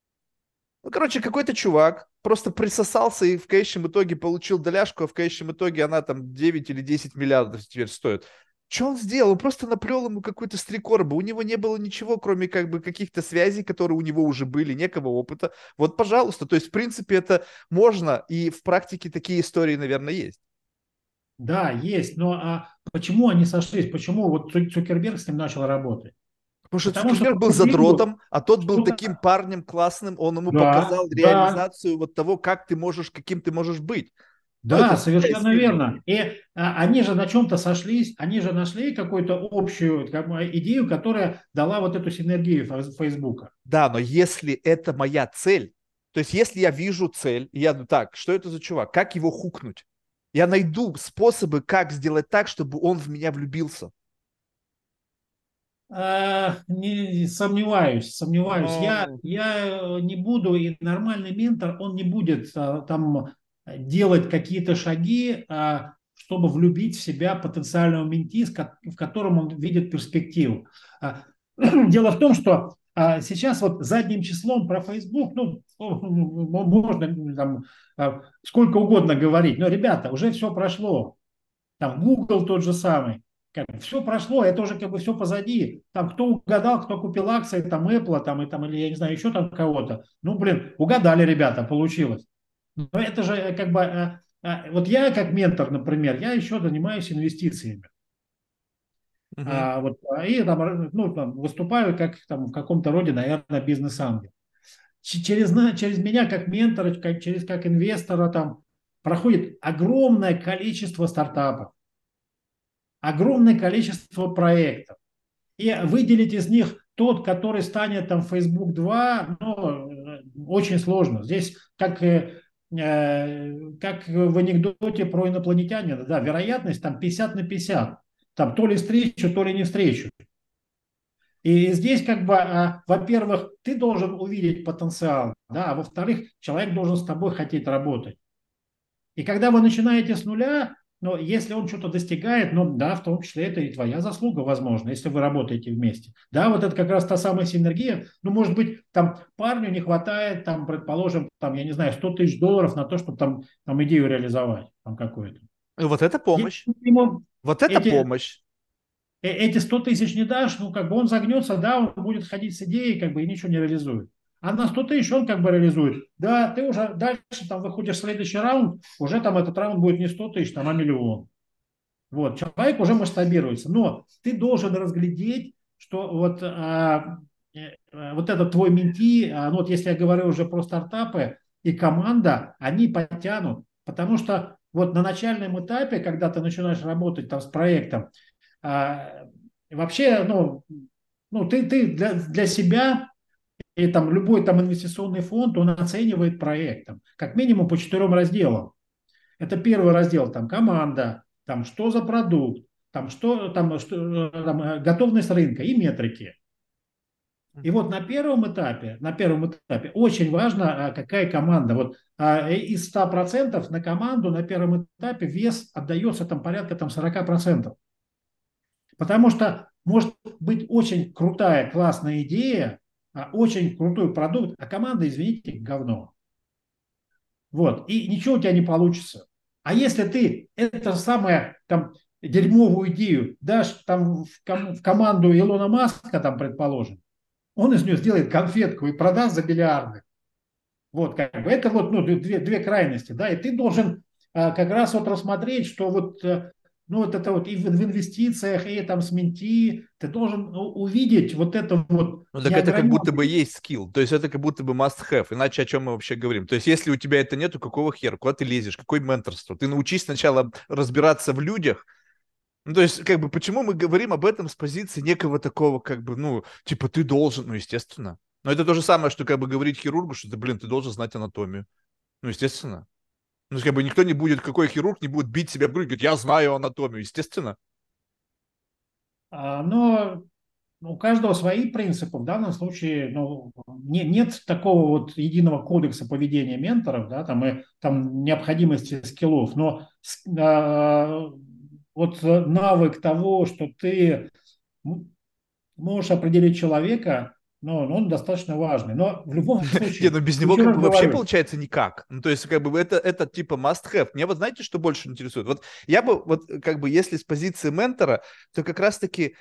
Ну, короче, какой-то чувак просто присосался и в конечном итоге получил доляшку, а в конечном итоге она там 9 или 10 миллиардов теперь стоит. Что он сделал? Он просто наплел ему какой-то стрекорбы. У него не было ничего, кроме как бы каких-то связей, которые у него уже были, некого опыта. Вот, пожалуйста. То есть, в принципе, это можно, и в практике такие истории, наверное, есть. Да, есть, но почему они сошлись? Почему вот Цукерберг с ним начал работать? Потому что Потому что Цукерберг был по периоду, задротом, а тот был ну, таким парнем классным, он ему да, показал да, реализацию вот того, как ты можешь, каким ты можешь быть. Ну, это да, такая совершенно история. верно. И они же на чем-то сошлись, они же нашли какую-то общую как бы, идею, которая дала вот эту синергию Фейсбука. Да, но если это моя цель, то есть если я вижу цель, и я думаю, так, что это за чувак, как его хукнуть? Я найду способы, как сделать так, чтобы он в меня влюбился. Сомневаюсь, сомневаюсь. Ну, Я не буду, и нормальный ментор, он не будет там делать какие-то шаги, чтобы влюбить в себя потенциального менти, в котором он видит перспективу. Дело в том, что сейчас вот задним числом про Facebook, ну, можно там сколько угодно говорить, но, ребята, уже все прошло. Там Google тот же самый. Все прошло, это уже как бы все позади. Там кто угадал, кто купил акции, там Apple, там, и, там, или я не знаю, еще там кого-то. Ну, блин, угадали ребята, получилось. Но это же как бы... вот я как ментор, например, я еще занимаюсь инвестициями. мгм. И там, ну, там, выступаю как там, в каком-то роде, наверное, бизнес-ангел. Через меня как ментора, как инвестора там проходит огромное количество стартапов, огромное количество проектов. И выделить из них тот, который станет там Facebook 2, ну, очень сложно. Здесь как в анекдоте про инопланетянина, да, вероятность там 50 на 50. Там то ли встречу, то ли не встречу. И здесь как бы, во-первых, ты должен увидеть потенциал, да, а во-вторых, человек должен с тобой хотеть работать. И когда вы начинаете с нуля, но если он что-то достигает, ну да, в том числе это и твоя заслуга, возможно, если вы работаете вместе. Да, вот это как раз та самая синергия. Ну, может быть, там парню не хватает, там, предположим, там, я не знаю, 100 тысяч долларов на то, чтобы там идею реализовать, там какую-то. И вот это Если помощь. ему Вот это эти, помощь. эти 100 тысяч не дашь, ну, как бы он загнется, да, он будет ходить с идеей, как бы, и ничего не реализует. А на 100 тысяч он как бы реализует. Да, ты уже дальше там выходишь в следующий раунд, уже там этот раунд будет не 100 тысяч, там, а миллион. Вот, человек уже масштабируется. Но ты должен разглядеть, что вот этот твой менти, ну вот если я говорю уже про стартапы и команда, они потянут. Потому что вот на начальном этапе, когда ты начинаешь работать там с проектом, вообще, ну ты для себя и там любой там инвестиционный фонд, он оценивает проект там, как минимум по 4 разделам. Это первый раздел, там команда, там что за продукт, там готовность рынка и метрики. И вот на первом этапе очень важно, какая команда. Вот из 100% на команду на первом этапе вес отдается там порядка там 40%. Потому что может быть очень крутая, классная идея, очень крутой продукт, а команда, извините, говно. Вот, и ничего у тебя не получится. А если ты это самое там дерьмовую идею дашь там в команду Илона Маска, там, предположим, он из нее сделает конфетку и продаст за миллиарды. Вот, как бы это вот, ну, две крайности, да, и ты должен как раз вот рассмотреть, что вот, ну, вот это вот и в инвестициях, и там с менти, ты должен увидеть вот это вот Ну так это как будто бы неограниченное. есть скилл, то есть это как будто бы must have, иначе о чем мы вообще говорим? То есть если у тебя это нету, какого хера, куда ты лезешь, какое менторство? Ты научись сначала разбираться в людях. Ну, то есть, как бы, почему мы говорим об этом с позиции некого такого, как бы, ну, типа, ты должен, ну, естественно. Но это то же самое, что, как бы, говорить хирургу, что ты, блин, ты должен знать анатомию. Ну, естественно. Ну, как бы, никто не будет, какой хирург не будет бить себя в грудь, говорит, я знаю анатомию, естественно. Но у каждого свои принципы. В данном случае ну, нет такого вот единого кодекса поведения менторов, да, там, и там необходимости скиллов, но вот навык того, что ты можешь определить человека, но он достаточно важный. Но в любом Не, случае, ну без него еще как раз бы вообще говорю, получается никак. Ну, то есть как бы это типа must have. Мне вот знаете, что больше интересует? Вот я бы вот как бы если с позиции ментора, то как раз-таки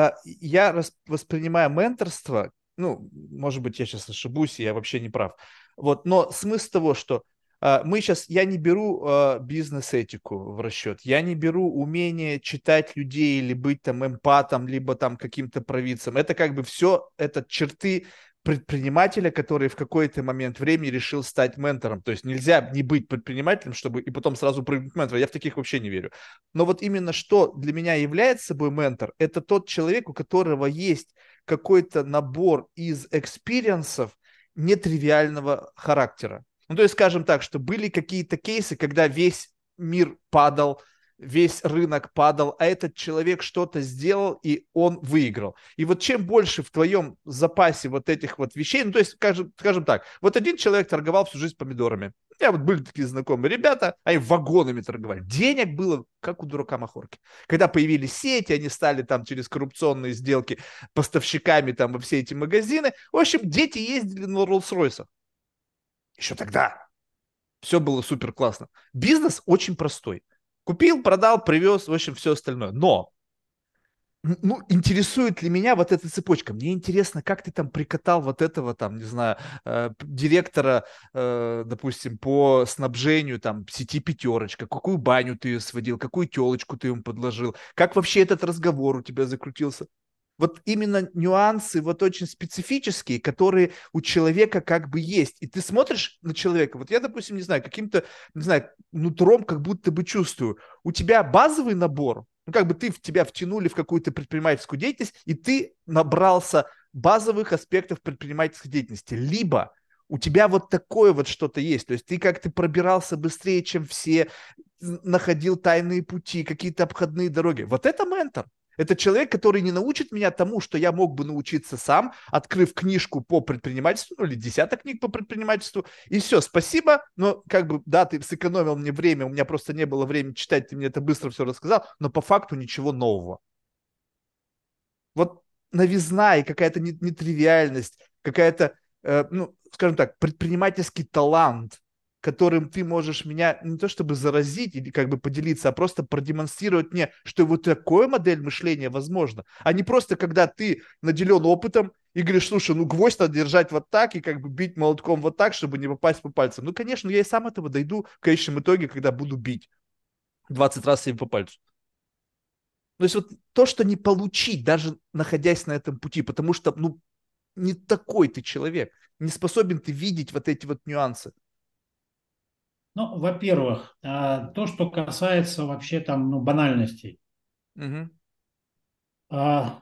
я воспринимаю менторство, ну, может быть, я сейчас ошибусь, и я вообще не прав. Вот, но смысл того, что я не беру бизнес-этику в расчет, я не беру умение читать людей или быть там эмпатом, либо там каким-то провидцем. Это как бы все, это черты предпринимателя, который в какой-то момент времени решил стать ментором. То есть нельзя не быть предпринимателем, чтобы и потом сразу прыгнуть в ментора. Я в таких вообще не верю. Но вот именно что для меня является собой ментор, это тот человек, у которого есть какой-то набор из экспириенсов нетривиального характера. Ну, то есть, скажем так, что были какие-то кейсы, когда весь мир падал, весь рынок падал, а этот человек что-то сделал, и он выиграл. И вот чем больше в твоем запасе вот этих вот вещей, ну, то есть, скажем так, вот один человек торговал всю жизнь помидорами. У меня вот были такие знакомые ребята, они вагонами торговали. Денег было, как у дурака махорки. Когда появились сети, они стали там через коррупционные сделки поставщиками там во все эти магазины. В общем, дети ездили на Роллс-Ройсах. Еще тогда. Все было супер классно. Бизнес очень простой. Купил, продал, привез, в общем, все остальное. Но ну, интересует ли меня вот эта цепочка? Мне интересно, как ты там прикатал вот этого, там, не знаю, директора, допустим, по снабжению там сети «Пятерочка», какую баню ты ее сводил, какую телочку ты ему подложил, как вообще этот разговор у тебя закрутился? Вот именно нюансы вот очень специфические, которые у человека как бы есть. И ты смотришь на человека, вот я, допустим, не знаю, каким-то, не знаю, нутром как будто бы чувствую, у тебя базовый набор, ну как бы тебя втянули в какую-то предпринимательскую деятельность, и ты набрался базовых аспектов предпринимательской деятельности. Либо у тебя вот такое вот что-то есть, то есть ты как-то пробирался быстрее, чем все, находил тайные пути, какие-то обходные дороги. Вот это ментор. Это человек, который не научит меня тому, что я мог бы научиться сам, открыв книжку по предпринимательству, ну или десяток книг по предпринимательству, и все, спасибо, но как бы, да, ты сэкономил мне время, у меня просто не было времени читать, ты мне это быстро все рассказал, но по факту ничего нового. Вот новизна и какая-то нетривиальность, какая-то, ну, скажем так, предпринимательский талант, которым ты можешь меня не то чтобы заразить или как бы поделиться, а просто продемонстрировать мне, что вот такая модель мышления возможна, а не просто когда ты наделен опытом и говоришь, слушай, ну гвоздь надо держать вот так и как бы бить молотком вот так, чтобы не попасть по пальцам. Ну, конечно, я и сам этого дойду в конечном итоге, когда буду бить 20 раз себе по пальцу. То есть вот то, что не получить, даже находясь на этом пути, потому что, ну, не такой ты человек, не способен ты видеть вот эти вот нюансы. ну, во-первых, то, что касается вообще там, ну, банальностей. Мгм. А,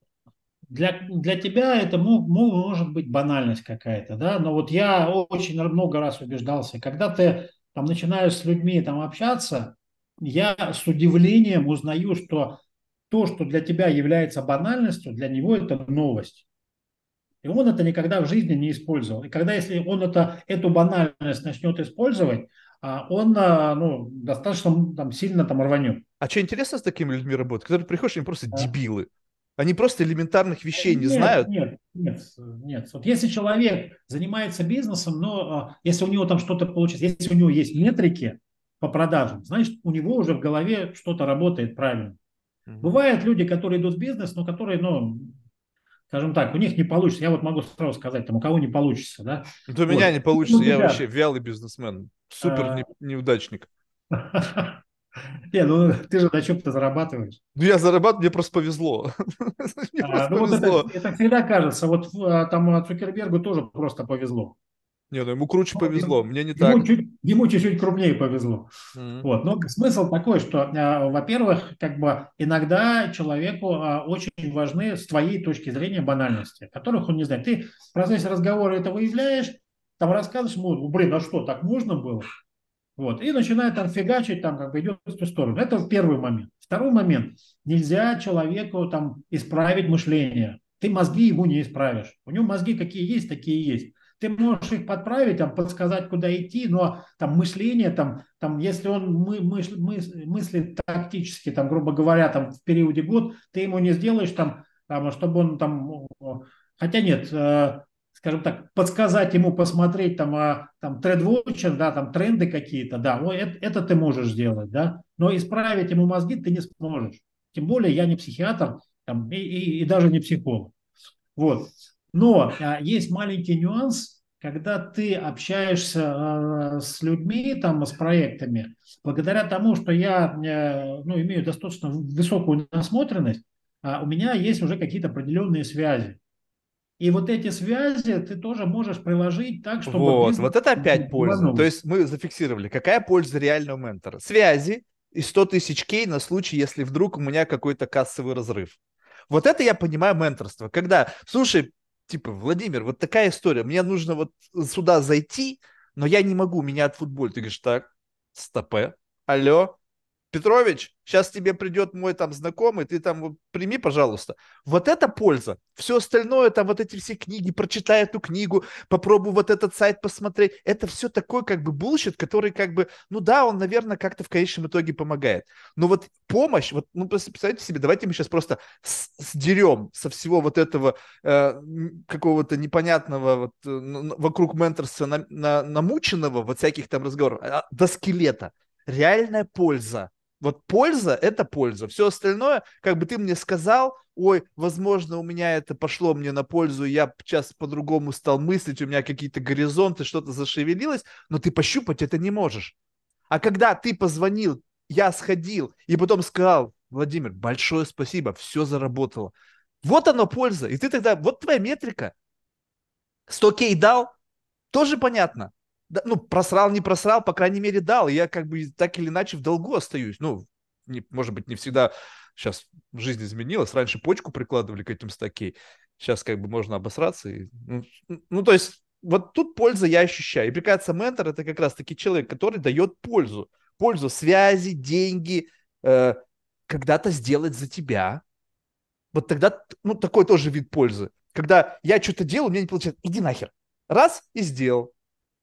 для тебя это может быть банальность какая-то, да, но вот я очень много раз убеждался, когда ты там начинаешь с людьми там общаться, я с удивлением узнаю, что то, что для тебя является банальностью, для него это новость. И он это никогда в жизни не использовал. И когда, если он эту банальность начнет использовать, он ну, достаточно там, сильно там рванет. А что интересно с такими людьми работать, которые приходишь, они просто дебилы. Они просто элементарных вещей не Нет, знают. нет, нет, нет. Вот если человек занимается бизнесом, но если у него там что-то получится, если у него есть метрики по продажам, значит, у него уже в голове что-то работает правильно. Мгм. Бывают люди, которые идут в бизнес, но которые, ну, скажем так, у них не получится. Я вот могу сразу сказать, там, у кого не получится, да. Вот у меня Вот. не У получится, я вообще тебя. вялый бизнесмен, супер э, неудачник. Не, ну ты же на чем-то зарабатываешь. Ну, я зарабатываю, мне просто повезло. Мне просто Ну вот это, повезло. это всегда кажется. Вот там Цукербергу тоже просто повезло. Не, ну ему круче Ну, повезло, мне не так. ему чуть-чуть крупнее повезло. Мгм. Вот. Но смысл такой, что, во-первых, как бы иногда человеку очень важны с твоей точки зрения банальности, которых он не знает. Ты в процессе разговора это выявляешь, там рассказываешь ему, «Ну, блин, а что, так можно было? Вот. И начинает там фигачить, там как бы идет в ту сторону. Это первый момент. Второй момент. Нельзя человеку там исправить мышление. Ты мозги ему не исправишь. У него мозги какие есть, такие есть. Ты можешь их подправить, там, подсказать, куда идти, но там мышление, там, если он мыслит тактически, там, грубо говоря, там, в периоде год, ты ему не сделаешь, там, чтобы он там хотя нет, скажем так, подсказать ему посмотреть там TrendWatch, да, там тренды какие-то, да, вот это ты можешь сделать, да, но исправить ему мозги ты не сможешь. Тем более я не психиатр там, и даже не психолог. Вот. Но есть маленький нюанс, когда ты общаешься с людьми, там, с проектами, благодаря тому, что я ну, имею достаточно высокую насмотренность, у меня есть уже какие-то определенные связи. И вот эти связи ты тоже можешь приложить так, чтобы Вот, бизнес вот это опять польза. То рванул. есть мы зафиксировали, какая польза реального ментора. Связи и 100 тысяч кей на случай, если вдруг у меня какой-то кассовый разрыв. Вот это я понимаю менторство. Когда, слушай, типа, Владимир, вот такая история, мне нужно вот сюда зайти, но я не могу, меня отфутболить. Ты говоришь, так, стопе, алло, Петрович, сейчас тебе придет мой там знакомый, ты там вот прими, пожалуйста. Вот это польза. Все остальное, там вот эти все книги, прочитай эту книгу, попробуй вот этот сайт посмотреть. Это все такой как бы булщит, который как бы, ну да, он, наверное, как-то в конечном итоге помогает. Но вот помощь, вот, ну, представьте себе, давайте мы сейчас просто сдерем со всего вот этого какого-то непонятного вот, вокруг менторства намученного, вот всяких там разговоров, до скелета. Реальная польза. Вот польза – это польза. Все остальное, как бы ты мне сказал, ой, возможно, у меня это пошло мне на пользу, я сейчас по-другому стал мыслить, у меня какие-то горизонты, что-то зашевелилось, но ты пощупать это не можешь. А когда ты позвонил, я сходил и потом сказал, Владимир, большое спасибо, все заработало. Вот оно польза. И ты тогда, вот твоя метрика. 100 кей дал, тоже понятно. Да, ну, просрал, не просрал, по крайней мере, дал. Я как бы так или иначе в долгу остаюсь. Ну, не, может быть, не всегда сейчас жизнь изменилась. Раньше почку прикладывали к этим стакей. Сейчас как бы можно обосраться. Ну, то есть, вот тут польза я ощущаю. И, приказывается, ментор – это как раз-таки человек, который дает пользу. Пользу связи, деньги, э, когда-то сделать за тебя. Вот тогда, ну, такой тоже вид пользы. Когда я что-то делаю, у меня не получается. Иди нахер. Раз и сделал.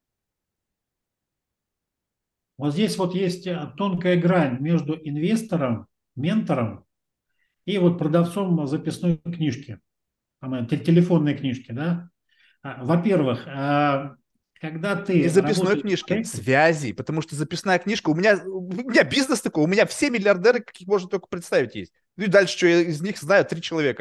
Вот здесь вот есть тонкая грань между инвестором, ментором и вот продавцом записной книжки, телефонной книжки, да. Во-первых, когда Не ты записной работаешь в книжки, проекте, связи, потому что записная книжка, у меня бизнес такой, у меня все миллиардеры, каких можно только представить, есть. Ну и дальше, что я из них знаю, 3 человека.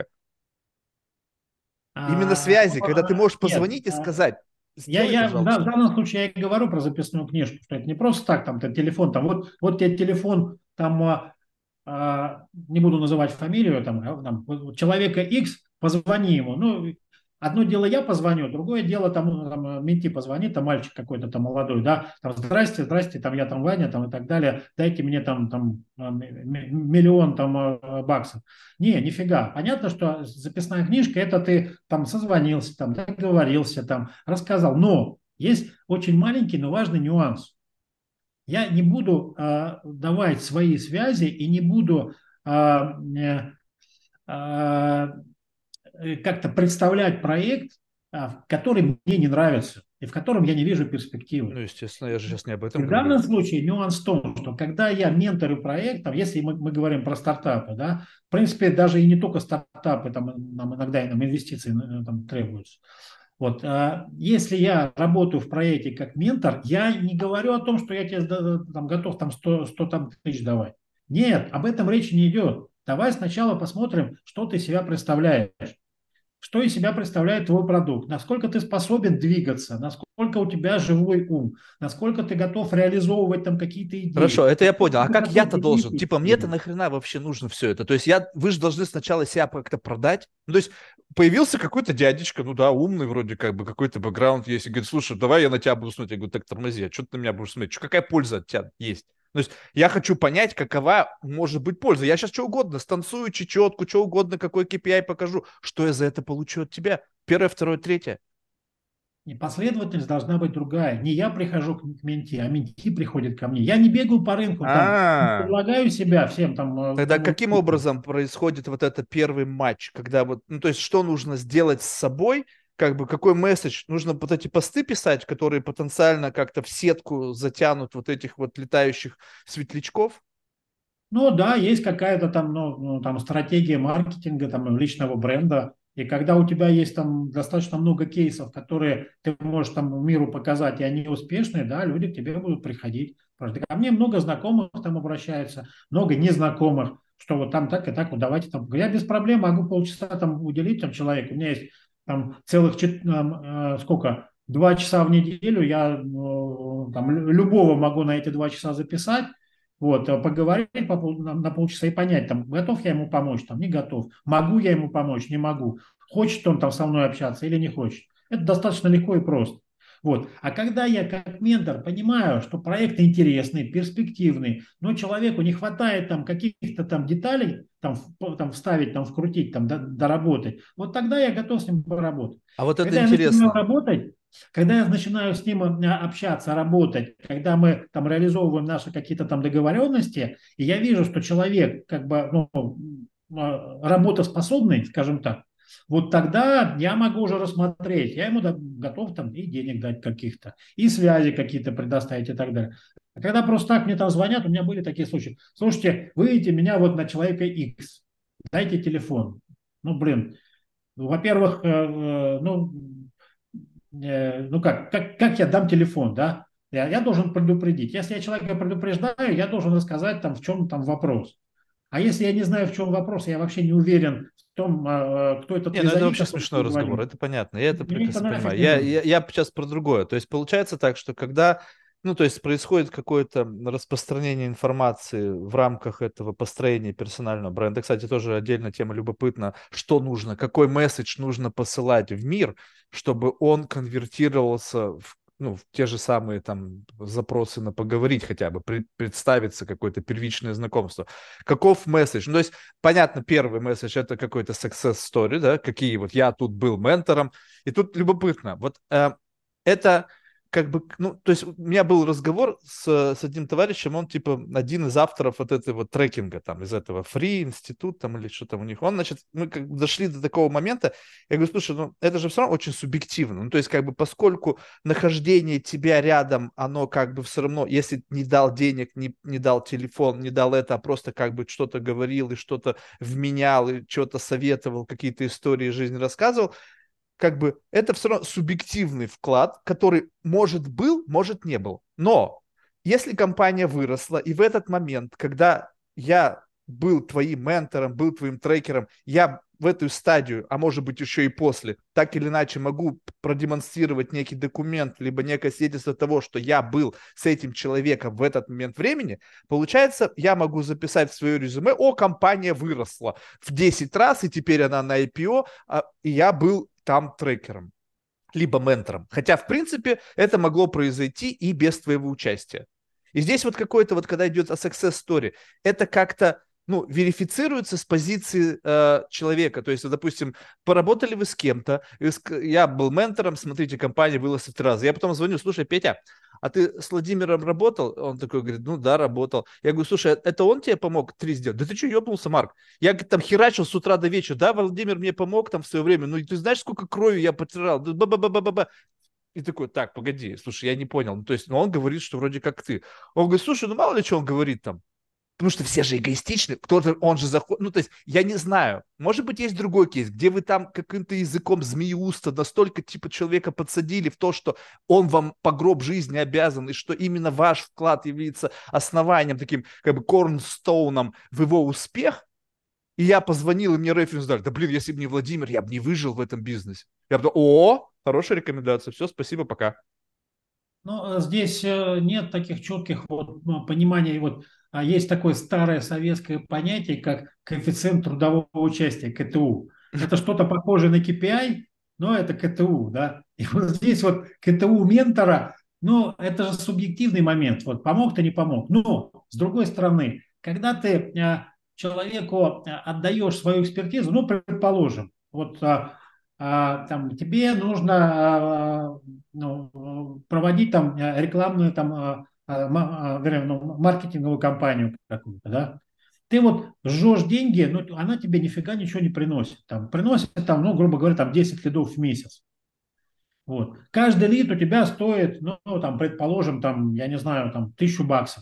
Именно связи, когда ты можешь нет, позвонить и сказать, сделай, я в пожалуйста. данном случае я и говорю про записную книжку, что это не просто так, там, телефон, там, вот тебе телефон, там, не буду называть фамилию, там, вот человека X, позвони ему. Ну, одно дело я позвоню, другое дело там менти позвонит, там мальчик какой-то там молодой, да, там, здрасте, здрасте, там я там Ваня, там и так далее, дайте мне там миллион там баксов. Не, нифига. Понятно, что записная книжка, это ты там созвонился, там договорился, там рассказал, но есть очень маленький, но важный нюанс. Я не буду давать свои связи и не буду а, как-то представлять проект, который мне не нравится и в котором я не вижу перспективы. Ну, естественно, я же сейчас не об И этом в говорю. данном случае нюанс в том, что когда я менторю проектов, если мы говорим про стартапы, да, в принципе, даже и не только стартапы, там, нам иногда нам инвестиции там, требуются. Вот, если я работаю в проекте как ментор, я не говорю о том, что я тебе там, готов там 100 там, тысяч давать. Нет, об этом речи не идет. Давай сначала посмотрим, что ты себя представляешь, что из себя представляет твой продукт, насколько ты способен двигаться, насколько у тебя живой ум, насколько ты готов реализовывать там какие-то Хорошо, идеи, это я понял. насколько А ты как готов я-то людей должен? Типа, мне-то переспорить. нахрена вообще нужно все это? То есть вы же должны сначала себя как-то продать. Ну, то есть появился какой-то дядечка, ну да, умный вроде как бы, какой-то бэкграунд есть, и говорит, слушай, давай я на тебя буду смотреть. Я говорю, так тормози, а что ты на меня будешь смотреть? Какая польза от тебя есть? То есть я хочу понять, какова может быть польза. Я сейчас что угодно, станцую чечетку, что угодно, какой KPI покажу. Что я за это получу от тебя? Первое, второе, третье. И последовательность должна быть другая. Не я прихожу к менти, а менти приходит ко мне. Я не бегаю по рынку, там, не А, предлагаю себя всем там. тогда каким образом происходит вот этот первый матч, когда вот, ну то есть что нужно сделать с собой, как бы какой месседж, нужно вот эти посты писать, которые потенциально как-то в сетку затянут вот этих вот летающих светлячков? Ну да, есть какая-то там, там стратегия маркетинга, там личного бренда. И когда у тебя есть там достаточно много кейсов, которые ты можешь там миру показать, и они успешные, да, люди к тебе будут приходить. Просто ко мне много знакомых там обращаются, много незнакомых, что вот там так и так, вот давайте там. Я без проблем могу полчаса там уделить там человеку. У меня есть там целых сколько? 2 часа в неделю. Я там любого могу на эти 2 часа записать. Вот, поговорить на полчаса и понять, там, готов я ему помочь, там, не готов. Могу я ему помочь, не могу. Хочет он там со мной общаться или не хочет. Это достаточно легко и просто. Вот. А когда я как ментор понимаю, что проект интересный, перспективный, но человеку не хватает там каких-то там деталей, там вставить, там вкрутить, там доработать, вот тогда я готов с ним поработать. А вот это Когда я начинаю интересно. работать, когда я начинаю с ним общаться, работать, когда мы там реализовываем наши какие-то там договоренности, и я вижу, что человек как бы работоспособный, скажем так, вот тогда я могу уже рассмотреть, я ему готов там и денег дать каких-то, и связи какие-то предоставить и так далее. А когда просто так мне там звонят, у меня были такие случаи. Слушайте, выведите меня вот на человека X, дайте телефон. Ну, блин, ну, во-первых, ну как я дам телефон, да? Я должен предупредить. Если я человека предупреждаю, я должен рассказать там, в чем там вопрос. А если я не знаю, в чем вопрос, я вообще не уверен в том, кто этот Не, ну это визави, вообще который смешной разговор, звонит, это понятно, я это мне это прекрасно нафиг понимаю. не нужно. Я сейчас про другое. То есть получается так, что когда, ну то есть происходит какое-то распространение информации в рамках этого построения персонального бренда. Кстати, тоже отдельная тема любопытна, что нужно, какой месседж нужно посылать в мир, чтобы он конвертировался в ну, в те же самые там запросы на поговорить хотя бы, представиться, какое-то первичное знакомство. Каков месседж? Ну, то есть понятно, первый месседж это какой-то success story, да, какие вот я тут был ментором, и тут любопытно, вот это как бы, ну, то есть у меня был разговор с одним товарищем, он типа один из авторов вот этого трекинга, там, из этого Free институт, там, или что там у них, он, значит, мы как бы дошли до такого момента, я говорю, слушай, ну, это же все равно очень субъективно, ну, то есть как бы поскольку нахождение тебя рядом, оно как бы все равно, если не дал денег, не дал телефон, не дал это, а просто как бы что-то говорил и что-то вменял, и что-то советовал, какие-то истории жизни рассказывал, как бы это все равно субъективный вклад, который может был, может не был. Но если компания выросла, и в этот момент, когда я был твоим ментором, был твоим трекером, я в эту стадию, а может быть еще и после, так или иначе могу продемонстрировать некий документ, либо некое свидетельство того, что я был с этим человеком в этот момент времени, получается, я могу записать в свое резюме, о, компания выросла в 10 раз, и теперь она на IPO, и я был там трекером, либо ментором. Хотя, в принципе, это могло произойти и без твоего участия. И здесь вот какой-то, вот когда идет о success story, это как-то ну, верифицируется с позиции человека. То есть, вот, допустим, поработали вы с кем-то, я был ментором, смотрите, компания выросла в 3 раза. Я потом звоню, слушай, Петя, а ты с Владимиром работал? Он такой говорит, ну да, работал. Я говорю, слушай, это он тебе помог 3 сделать? Да ты что, ебнулся, Марк? Я там херачил с утра до вечера. Да, Владимир мне помог там в свое время. Ну, ты знаешь, сколько крови я потирал? Ба-ба-ба-ба-ба. И такой, так, погоди, слушай, я не понял. Ну, то есть, ну, он говорит, что вроде как ты. Он говорит, слушай, ну, мало ли, что он говорит там. Потому что все же эгоистичны, кто-то, он же заходит, ну, то есть, я не знаю, может быть, есть другой кейс, где вы там каким-то языком змеиуста настолько, типа, человека подсадили в то, что он вам по гроб жизни обязан, и что именно ваш вклад является основанием, таким, как бы, корнстоуном в его успех, и я позвонил, и мне референс дали, да, блин, если бы не Владимир, я бы не выжил в этом бизнесе. Я бы, о, хорошая рекомендация, все, спасибо, пока. Но здесь нет таких четких вот пониманий. Вот, есть такое старое советское понятие, как коэффициент трудового участия, КТУ. Это что-то похожее на KPI, но это КТУ, да. И вот здесь вот КТУ ментора, ну, это же субъективный момент. Вот помог ты, не помог. Но, с другой стороны, когда ты человеку отдаешь свою экспертизу, ну, предположим, вот там, тебе нужно ну, проводить там рекламную там, вернее, ну, маркетинговую кампанию какую-то, да, ты вот жжешь деньги, но она тебе нифига ничего не приносит. Там, приносит, там, ну, грубо говоря, там 10 лидов в месяц. Вот. Каждый лид у тебя стоит, ну, там, предположим, там, я не знаю, там, 1000 баксов.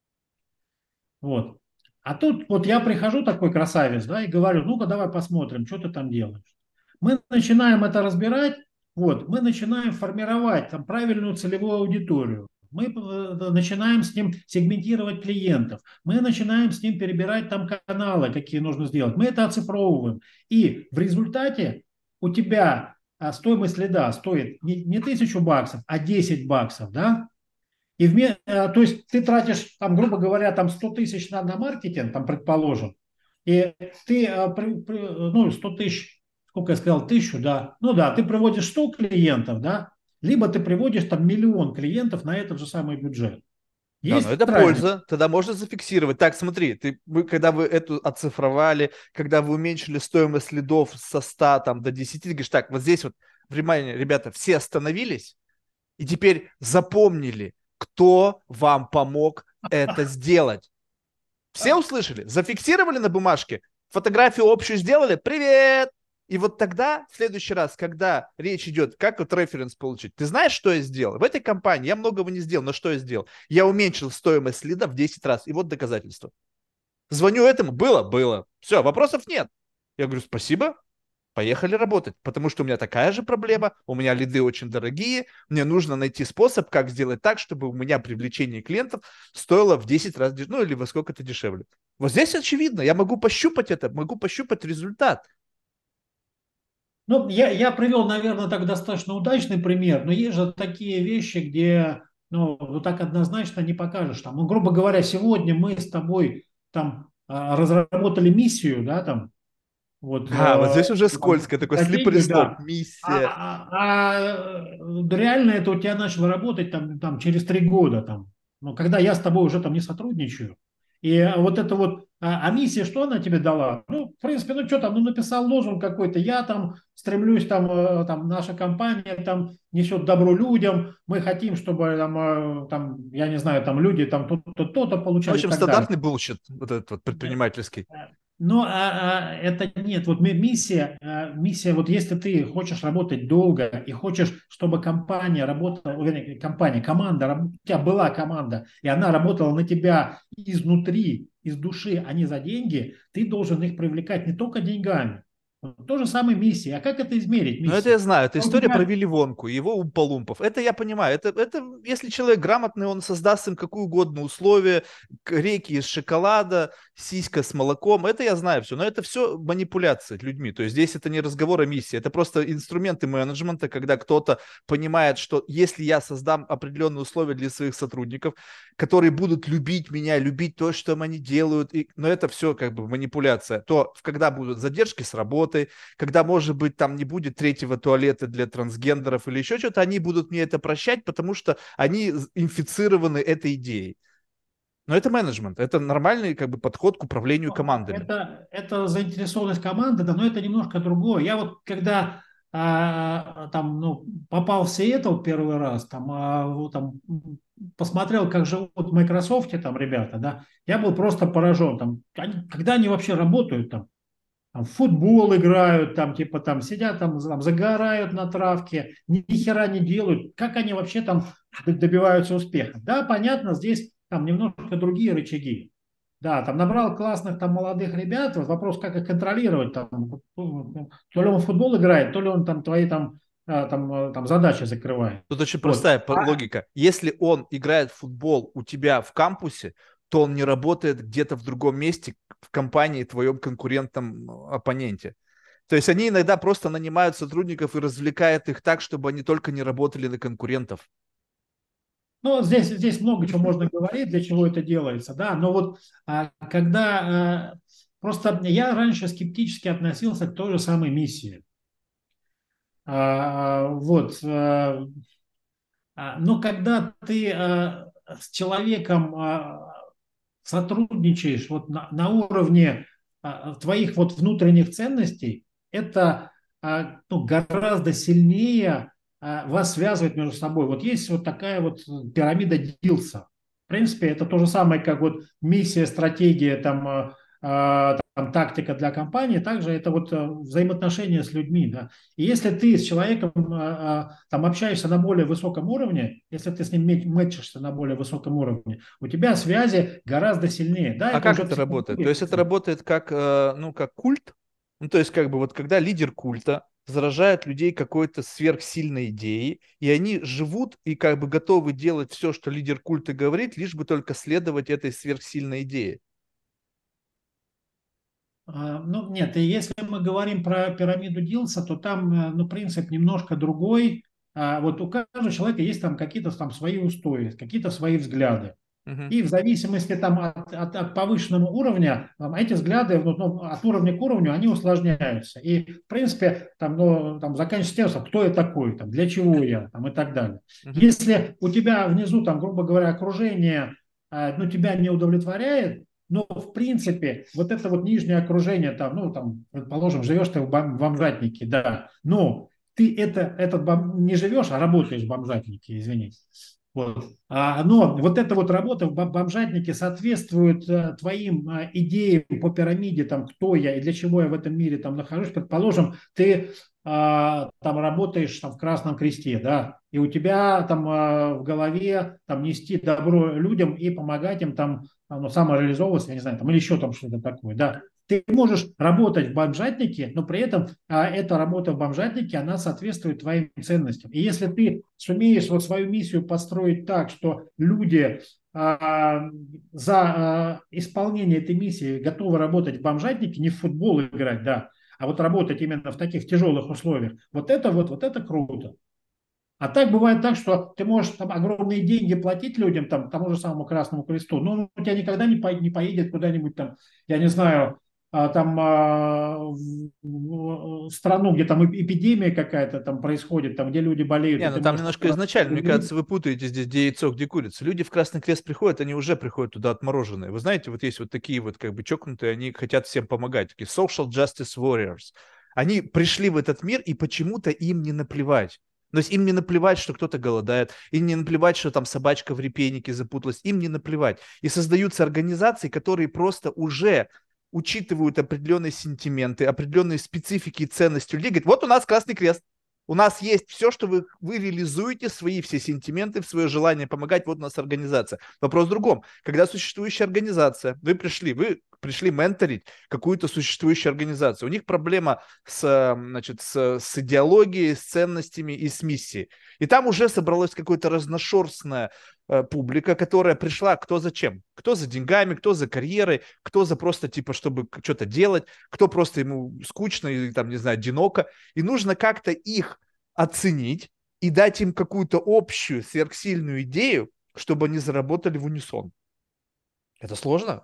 Вот. А тут вот я прихожу такой красавец, да, и говорю, ну-ка давай посмотрим, что ты там делаешь. Мы начинаем это разбирать, вот, мы начинаем формировать там правильную целевую аудиторию. Мы начинаем с ним сегментировать клиентов. Мы начинаем с ним перебирать там каналы, какие нужно сделать. Мы это оцифровываем. И в результате у тебя стоимость лида стоит не 1000 баксов, а 10 баксов, да? То есть ты тратишь, там, грубо говоря, там 100 тысяч на маркетинг, там, предположим, и ты, ну, 100 тысяч, сколько я сказал, 1000, да, ну да, ты приводишь 100 клиентов, да, либо ты приводишь там миллион клиентов на этот же самый бюджет. Да, но Есть это разница? польза, тогда можно зафиксировать. Так, смотри, когда вы эту оцифровали, когда вы уменьшили стоимость лидов со 100 там, до 10, ты говоришь, так, вот здесь вот, внимание, ребята, все остановились и теперь запомнили, кто вам помог это сделать. Все услышали? Зафиксировали на бумажке? Фотографию общую сделали? Привет! И вот тогда, в следующий раз, когда речь идет, как вот референс получить, ты знаешь, что я сделал? В этой компании я многого не сделал, но что я сделал? Я уменьшил стоимость лида в 10 раз. И вот доказательство. Звоню этому, было, было. Все, вопросов нет. Я говорю, спасибо, поехали работать, потому что у меня такая же проблема, у меня лиды очень дорогие, мне нужно найти способ, как сделать так, чтобы у меня привлечение клиентов стоило в 10 раз, ну или во сколько-то дешевле. Вот здесь очевидно, я могу пощупать это, могу пощупать результат. Ну, я привел, наверное, так достаточно удачный пример, но есть же такие вещи, где, ну, вот так однозначно не покажешь. Там, ну, грубо говоря, сегодня мы с тобой там разработали миссию, да, там, вот, Вот здесь уже там, скользко, такой slippery стратегию, slope, да. миссия. Реально это у тебя начало работать там через 3 года, там, ну, когда я с тобой уже там не сотрудничаю. И вот это вот, миссия, что она тебе дала? Ну, в принципе, ну что там, ну написал лозунг какой-то, я там стремлюсь, там наша компания там несет добро людям, мы хотим, чтобы там, я не знаю, там люди там то-то, то-то Ну, в получали и общем, так далее. стандартный булщит, вот этот вот предпринимательский. Но это нет, вот миссия, миссия, вот если ты хочешь работать долго и хочешь, чтобы компания работала, вернее, компания, команда, у тебя была команда, и она работала на тебя изнутри, из души, а не за деньги, ты должен их привлекать не только деньгами. Вот то же самое миссия. А как это измерить, Ну, это я миссия? знаю, это У история про тебя Вилли Вонку и его Умпалумпов. Это я понимаю. Это если человек грамотный, он создаст им какую угодно условия, реки из шоколада, сиська с молоком. Это я знаю все. Но это все манипуляции людьми. То есть здесь это не разговор о миссии. Это просто инструменты менеджмента, когда кто-то понимает, что если я создам определенные условия для своих сотрудников, которые будут любить меня, любить то, что они делают, но это все как бы манипуляция, то когда будут задержки с работой, когда, может быть, там не будет третьего туалета для трансгендеров или еще что-то, они будут мне это прощать, потому что они инфицированы этой идеей. Но это менеджмент, это нормальный как бы подход к управлению командами. это заинтересованность команды, да, но это немножко другое. Я вот когда там, ну, попал в Сиэтл первый раз, вот там посмотрел, как живут в Microsoft там ребята, да, я был просто поражен. Когда они вообще работают там в футбол играют, там типа там сидят, там загорают на травке, ни хера не делают. Как они вообще там добиваются успеха? Да, понятно, здесь там немножко другие рычаги. Да, там набрал классных там молодых ребят. Вот вопрос, как их контролировать. То ли он в футбол играет, то ли он там твои там задачи закрывает. Тут очень Вот. простая логика. Если он играет в футбол у тебя в кампусе, то он не работает где-то в другом месте в компании, твоем конкурентном оппоненте. То есть они иногда просто нанимают сотрудников и развлекают их так, чтобы они только не работали на конкурентов. Ну, здесь много чего можно говорить, для чего это делается, да, но вот когда просто я раньше скептически относился к той же самой миссии. Вот. Но когда ты с человеком сотрудничаешь вот на уровне твоих вот внутренних ценностей, это ну, гораздо сильнее вас связывает между собой. Вот есть вот такая вот пирамида Дилса. В принципе, это то же самое, как вот миссия, стратегия, там тактика для компании, также это вот взаимоотношения с людьми, да. И если ты с человеком там общаешься на более высоком уровне, если ты с ним мэтчишься на более высоком уровне, у тебя связи гораздо сильнее. Да, А это как уже это работает? То психология. есть это работает как, ну, как культ? Ну, то есть как бы вот когда лидер культа заражают людей какой-то сверхсильной идеей, и они живут и как бы готовы делать все, что лидер культа говорит, лишь бы только следовать этой сверхсильной идее. Ну, нет, и если мы говорим про пирамиду Дилса, то там, ну, принцип немножко другой. Вот у каждого человека есть там какие-то там свои устои, какие-то свои взгляды. Мгм. И в зависимости там от повышенного уровня, эти взгляды ну, от уровня к уровню, они усложняются. И, в принципе, там, ну, там заканчивается тем, что кто я такой, там, для чего я, там, и так далее. Мгм. Если у тебя внизу, там, грубо говоря, окружение, ну, тебя не удовлетворяет, но, в принципе, вот это вот нижнее окружение, там, ну, там, предположим, живешь ты в бомжатнике, да, но ты не живешь, а работаешь в бомжатнике, извините. Вот. Но вот эта вот работа в бомжатнике соответствует твоим идеям по пирамиде, там, кто я и для чего я в этом мире там нахожусь. Предположим, ты там работаешь там, в Красном Кресте, да, и у тебя там в голове там нести добро людям и помогать им там, ну, самореализовываться, я не знаю, там, или еще там что-то такое, да. Ты можешь работать в бомжатнике, но при этом эта работа в бомжатнике, она соответствует твоим ценностям. И если ты сумеешь вот свою миссию построить так, что люди за исполнение этой миссии готовы работать в бомжатнике, не в футбол играть, да, а вот работать именно в таких тяжелых условиях, вот это круто. А так бывает так, что ты можешь там огромные деньги платить людям, там, тому же самому Красному Кресту, но он у тебя никогда не поедет куда-нибудь там, я не знаю, в страну, где там эпидемия какая-то там происходит, там, где люди болеют, Не, и ну ты там можешь немножко просто изначально, мне разделить. кажется, вы путаете здесь, где яйцо, где курица. Люди в Красный Крест приходят, они уже приходят туда отмороженные. Вы знаете, вот есть вот такие вот как бы чокнутые, они хотят всем помогать, такие social justice warriors. Они пришли в этот мир, и почему-то им не наплевать. То есть им не наплевать, что кто-то голодает, им не наплевать, что там собачка в репейнике запуталась, им не наплевать. И создаются организации, которые просто уже учитывают определенные сентименты, определенные специфики и ценности людей. Говорят, вот у нас Красный Крест, у нас есть все, что вы реализуете, свои все сентименты, свое желание помогать, вот у нас организация. Вопрос в другом. Когда существующая организация, вы пришли менторить какую-то существующую организацию, у них проблема значит, с идеологией, с ценностями и с миссией. И там уже собралось какое-то разношерстное публика, которая пришла кто зачем. Кто за деньгами, кто за карьерой, кто за просто типа, чтобы что-то делать, кто просто ему скучно или там, не знаю, одиноко. И нужно как-то их оценить и дать им какую-то общую сверхсильную идею, чтобы они заработали в унисон. Это сложно?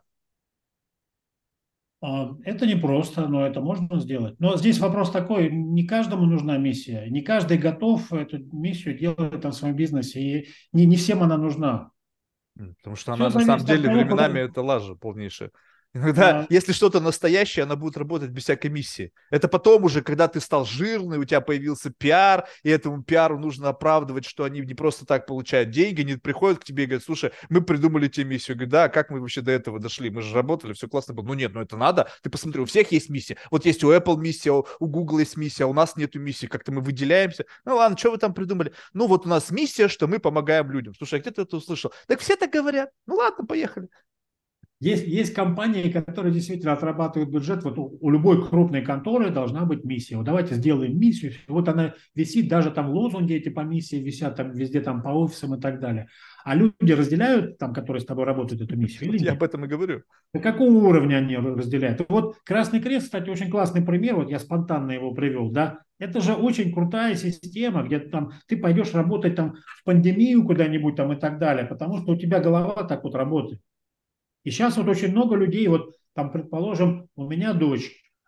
Это непросто, но это можно сделать. Но здесь вопрос такой, не каждому нужна миссия, не каждый готов эту миссию делать там в своем бизнесе, и не всем она нужна. Потому что она Все на самом зависит от деле того, временами куда... это лажа полнейшая. Иногда, а, если что-то настоящее, она будет работать без всякой миссии. Это потом уже, когда ты стал жирный, у тебя появился пиар, и этому пиару нужно оправдывать, что они не просто так получают деньги, они приходят к тебе и говорят, слушай, мы придумали тебе миссию. Говорю, да, как мы вообще до этого дошли? Мы же работали, все классно было. Ну нет, ну это надо. Ты посмотри, у всех есть миссия. Вот есть у Apple миссия, у Google есть миссия, а у нас нету миссии. Как-то мы выделяемся. Ну ладно, что вы там придумали? Ну вот у нас миссия, что мы помогаем людям. Слушай, а где ты это услышал? Так все так говорят. Ну ладно, поехали. есть компании, которые действительно отрабатывают бюджет. Вот у любой крупной конторы должна быть миссия. Вот давайте сделаем миссию. Вот она висит, даже там лозунги эти по миссии висят там везде там по офисам и так далее. А люди разделяют, там, которые с тобой работают, эту миссию или Вот я об нет? этом и говорю. До какого уровня они разделяют? Вот Красный Крест, кстати, очень классный пример, вот я спонтанно его привел, да. Это же очень крутая система, где там ты пойдешь работать там в пандемию куда-нибудь там и так далее, потому что у тебя голова так вот работает. И сейчас вот очень много людей, вот там, предположим, у меня дочь,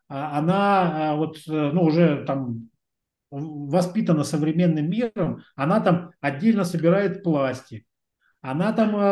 она вот, ну, уже там воспитана современным миром, она там отдельно собирает пластик, она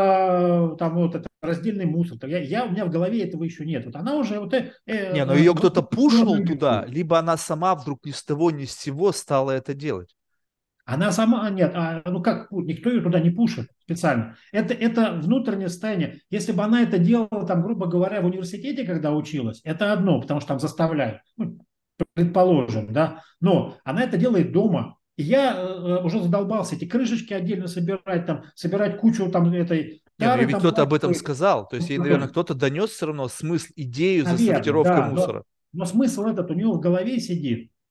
там вот это раздельный мусор. У меня в голове этого еще нет. Вот она уже вот Не, но ее вот кто-то такую сторону пушнул туда, идет. либо она сама вдруг ни с того ни с сего стала это делать. Она сама, нет, ну как, никто ее туда не пушит специально. Это внутреннее состояние. Если бы она это делала, там, грубо говоря, в университете, когда училась, это одно, потому что там заставляют, ну, предположим, да, но она это делает дома. И я уже задолбался эти крышечки отдельно собирать, там, собирать кучу там этой Не, ну ей тары ведь там кто-то об этом пластиковой. сказал. То есть ей, наверное, кто-то донес все равно смысл, идею за Наверное, сортировкой да, мусора. но смысл этот у него в голове сидит.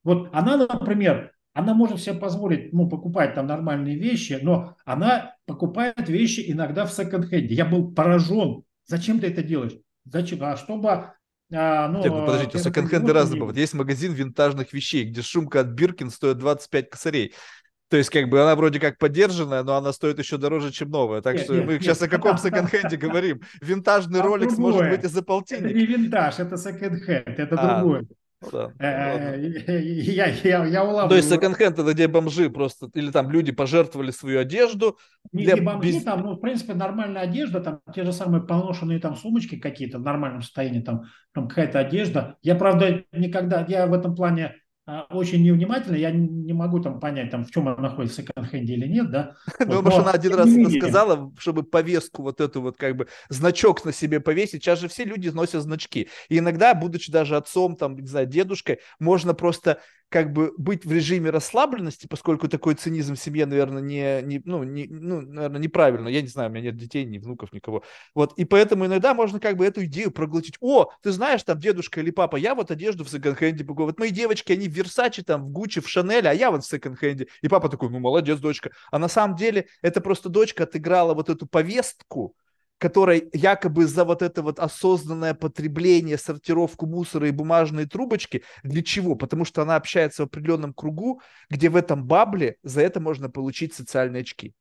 Вот она, например, она может себе позволить, ну, покупать там нормальные вещи, но она покупает вещи иногда в секонд-хенде. Я был поражен. Зачем ты это делаешь? Зачем? А чтобы, Нет, ну подождите, первое, секонд-хенды идиотом разные не бывают. быть. Есть магазин винтажных вещей, где шумка от Биркин стоит 25 косарей. То есть, как бы она вроде как поддержанная, но она стоит еще дороже, чем новая. Так Нет, что нет, мы сейчас нет, о каком секонд-хенде говорим? Винтажный там Rolex может выйти другое. за Это полтинник. не винтаж, это секонд-хенд, это А, другое. ну да, ну ладно. Я То есть улавливаю. секонд-хенд это где бомжи просто, или там люди пожертвовали свою одежду Не для бомжи без... там, ну, в принципе, нормальная одежда, там те же самые поношенные там сумочки какие-то в нормальном состоянии, там какая-то одежда. Я, правда, никогда, я в этом плане очень невнимательный, я не могу там понять, там, в чем она находится, в секонд-хенде или нет, да, Ну, вот, может, она но один тем не раз это менее, сказала, чтобы повестку вот эту вот как бы значок на себе повесить. Сейчас же все люди носят значки. И иногда, будучи даже отцом, там, не знаю, дедушкой, можно просто как бы быть в режиме расслабленности, поскольку такой цинизм в семье, наверное, наверное, неправильно. Я не знаю, у меня нет детей, ни внуков, никого. Вот, и поэтому иногда можно как бы эту идею проглотить. О, ты знаешь, там, дедушка или папа, я вот одежду в секонд-хенде покупаю. Вот мои девочки, они в Версаче, там, в Гуччи, в Шанеле, а я вот в секонд-хенде. И папа такой, ну, молодец, дочка. А на самом деле это просто дочка отыграла вот эту повестку, которой якобы за вот это вот осознанное потребление, сортировку мусора и бумажные трубочки. Для чего? Потому что она общается в определенном кругу, где в этом бабле за это можно получить социальные очки.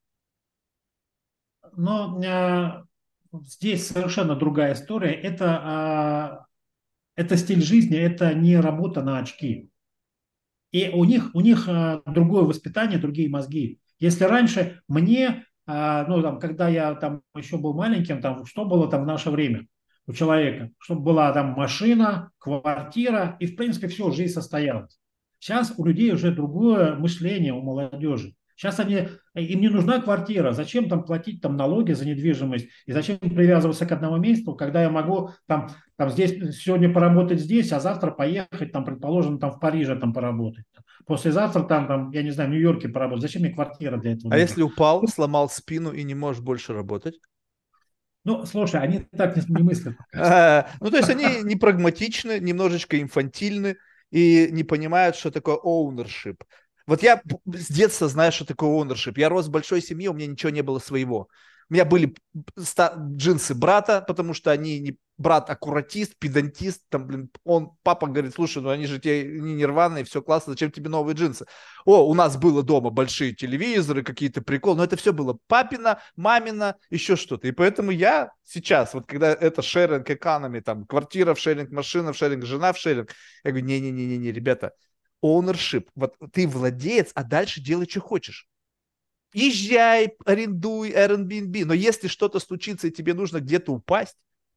но здесь совершенно другая история. Это стиль жизни, это не работа на очки. И у них другое воспитание, другие мозги. Если раньше мне, ну, там, когда я там еще был маленьким, там, что было там в наше время у человека? Чтобы была там машина, квартира, и, в принципе, все, жизнь состоялась. Сейчас у людей уже другое мышление, у молодежи. Сейчас им не нужна квартира. Зачем там платить там налоги за недвижимость? И зачем привязываться к одному месту, когда я могу там здесь сегодня поработать здесь, а завтра поехать, там, предположим, там в Париже там поработать. Послезавтра там, я не знаю, в Нью-Йорке поработать. Зачем мне квартира для этого А нужна? если упал, сломал спину и не можешь больше работать? Ну, слушай, они так не мыслят пока что. Ну, то есть они не прагматичны, немножечко инфантильны и не понимают, что такое ownership. Вот я с детства знаю, что такое ownership. Я рос в большой семье, у меня ничего не было своего. У меня были джинсы брата, потому что они не брат аккуратист, педантист, там, блин, папа говорит, слушай, ну они же тебе не рваные, все классно, зачем тебе новые джинсы? О, у нас было дома большие телевизоры, какие-то приколы, но это все было папина, мамина, еще что-то. И поэтому я сейчас, вот когда это шеринг экономи, там, квартира в шеринг, машина в шеринг, жена в шеринг, я говорю, не-не-не-не, ребята, ownership, вот ты владелец, а дальше делай, что хочешь. Езжай, арендуй Airbnb, но если что-то случится и тебе нужно где-то упасть,